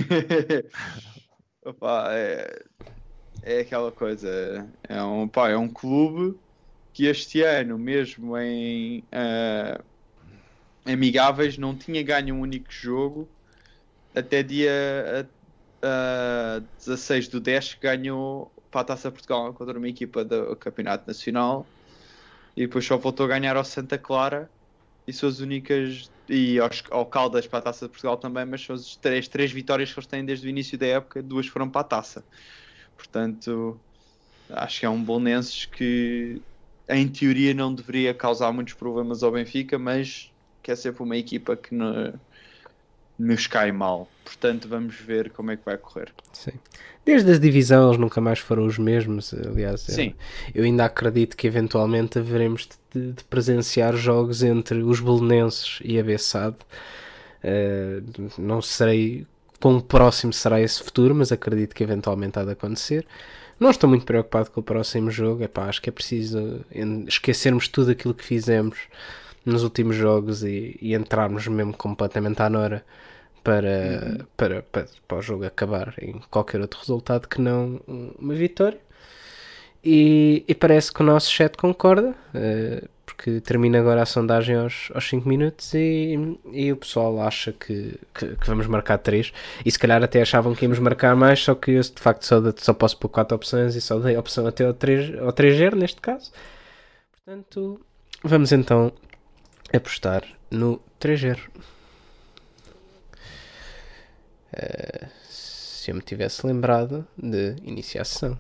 Epá, é, é aquela coisa, é um, pá, é um clube que este ano, mesmo em uh, amigáveis, não tinha ganho um único jogo até dia uh, dezasseis do dez, que ganhou para a Taça Portugal contra uma equipa do Campeonato Nacional e depois só voltou a ganhar ao Santa Clara e são as únicas, e aos, ao Caldas para a Taça de Portugal também, mas são as três, três vitórias que eles têm desde o início da época, duas foram para a Taça. Portanto, acho que é um Belenenses que em teoria não deveria causar muitos problemas ao Benfica, mas que é sempre uma equipa que no, nos cai mal. Portanto, vamos ver como é que vai correr. Sim. Desde a divisão eles nunca mais foram os mesmos. Aliás, Sim. Eu, eu ainda acredito que eventualmente haveremos de, de presenciar jogos entre os belenenses e a Bessade. Uh, não sei quão próximo será esse futuro, mas acredito que eventualmente há de acontecer. Não estou muito preocupado com o próximo jogo. Epá, acho que é preciso esquecermos tudo aquilo que fizemos nos últimos jogos e, e entrarmos mesmo completamente à nora para, uhum. para, para, para o jogo acabar em qualquer outro resultado que não uma vitória. E, e parece que o nosso chat concorda, uh, porque termina agora a sondagem aos, aos cinco minutos e, e o pessoal acha que, que, que vamos marcar três, e se calhar até achavam que íamos marcar mais, só que eu de facto só, só posso pôr quatro opções e só dei a opção até ao três, ao três zero neste caso. Portanto, vamos então apostar no três zero. Uh, se eu me tivesse lembrado de iniciação.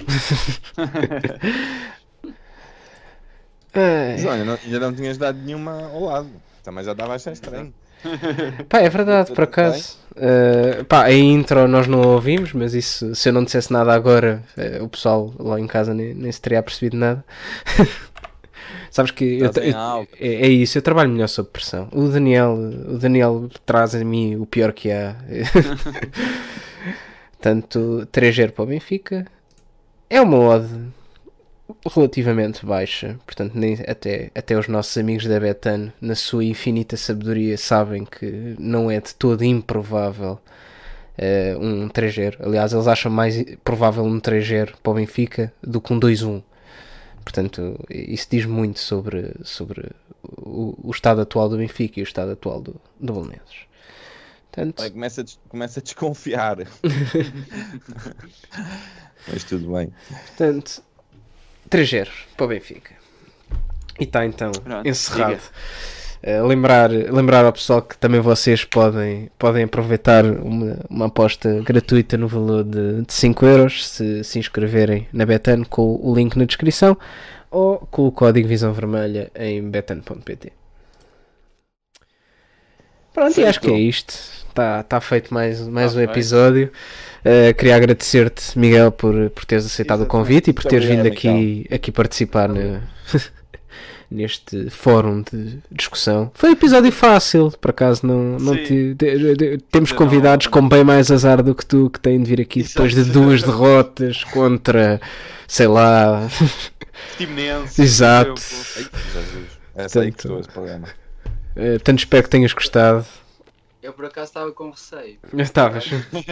Mas olha, não, ainda não tinhas dado nenhuma ao lado. Também já dava a achar estranho. Pá, é verdade, por acaso. Uh, pá, a intro nós não ouvimos, mas isso, se eu não dissesse nada agora, uh, o pessoal lá em casa nem, nem se teria percebido nada. Sabes que eu, eu, é, é isso, eu trabalho melhor sob pressão. O Daniel, o Daniel traz a mim o pior que há. Portanto, três zero para o Benfica. É uma odd relativamente baixa. Portanto, nem, até, até os nossos amigos da Betano, na sua infinita sabedoria, sabem que não é de todo improvável uh, um três zero. Aliás, eles acham mais provável um três zero para o Benfica do que um dois um. Portanto, isso diz muito sobre, sobre o, o estado atual do Benfica e o estado atual do, do Belenenses. Portanto... Olha, começa, a des- começa a desconfiar. Mas tudo bem. Portanto, três zero para o Benfica. E está então Pronto, encerrado. Uh, lembrar, lembrar ao pessoal que também vocês podem, podem aproveitar uma, uma aposta gratuita no valor de, de cinco euros se se inscreverem na Betano com o link na descrição ou com o código Visão Vermelha em betano ponto pt. Pronto, feito. E acho que é isto. Está tá feito mais, mais tá um episódio. Uh, queria agradecer-te, Miguel, por, por teres aceitado Exatamente. o convite e por teres vindo aqui, aqui participar na... neste fórum de discussão. Foi um episódio fácil, por acaso não, não te, de, de, temos convidados com bem mais azar do que tu, que têm de vir aqui depois de duas derrotas contra, sei lá, Timense. Exato. Essa aí que estou esse programa. Uh, portanto, espero que tenhas gostado. Eu por acaso estava com receio. Estavas.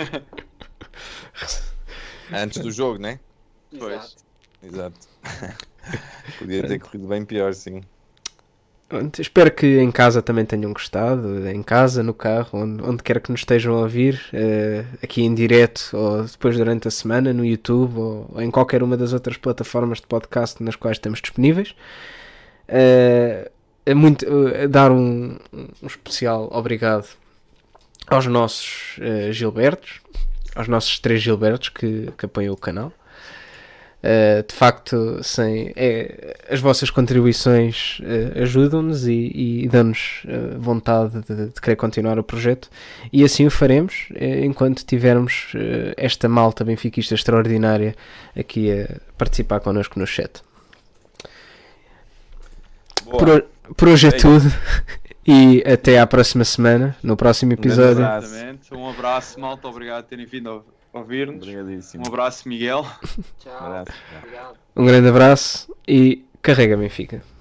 Antes do jogo, né? Exato. Exato. Podia ter corrido bem pior, sim. Espero que em casa também tenham gostado. Em casa, no carro, onde, onde quer que nos estejam a ouvir, uh, aqui em direto ou depois durante a semana no YouTube ou, ou em qualquer uma das outras plataformas de podcast nas quais estamos disponíveis. Uh, é muito, uh, dar um, um especial obrigado aos nossos uh, Gilbertos, aos nossos três Gilbertos que, que apoiam o canal. Uh, de facto, sem, é, as vossas contribuições uh, ajudam-nos e, e dão-nos uh, vontade de, de querer continuar o projeto, e assim o faremos uh, enquanto tivermos uh, esta malta benfiquista extraordinária aqui a participar connosco no chat. Por, por hoje é tudo e até à próxima semana, no próximo episódio. Exatamente. Um abraço, malta, obrigado por terem vindo a ouvir-nos. Um abraço, Miguel. Tchau. Obrigado. Um grande abraço e carrega Benfica.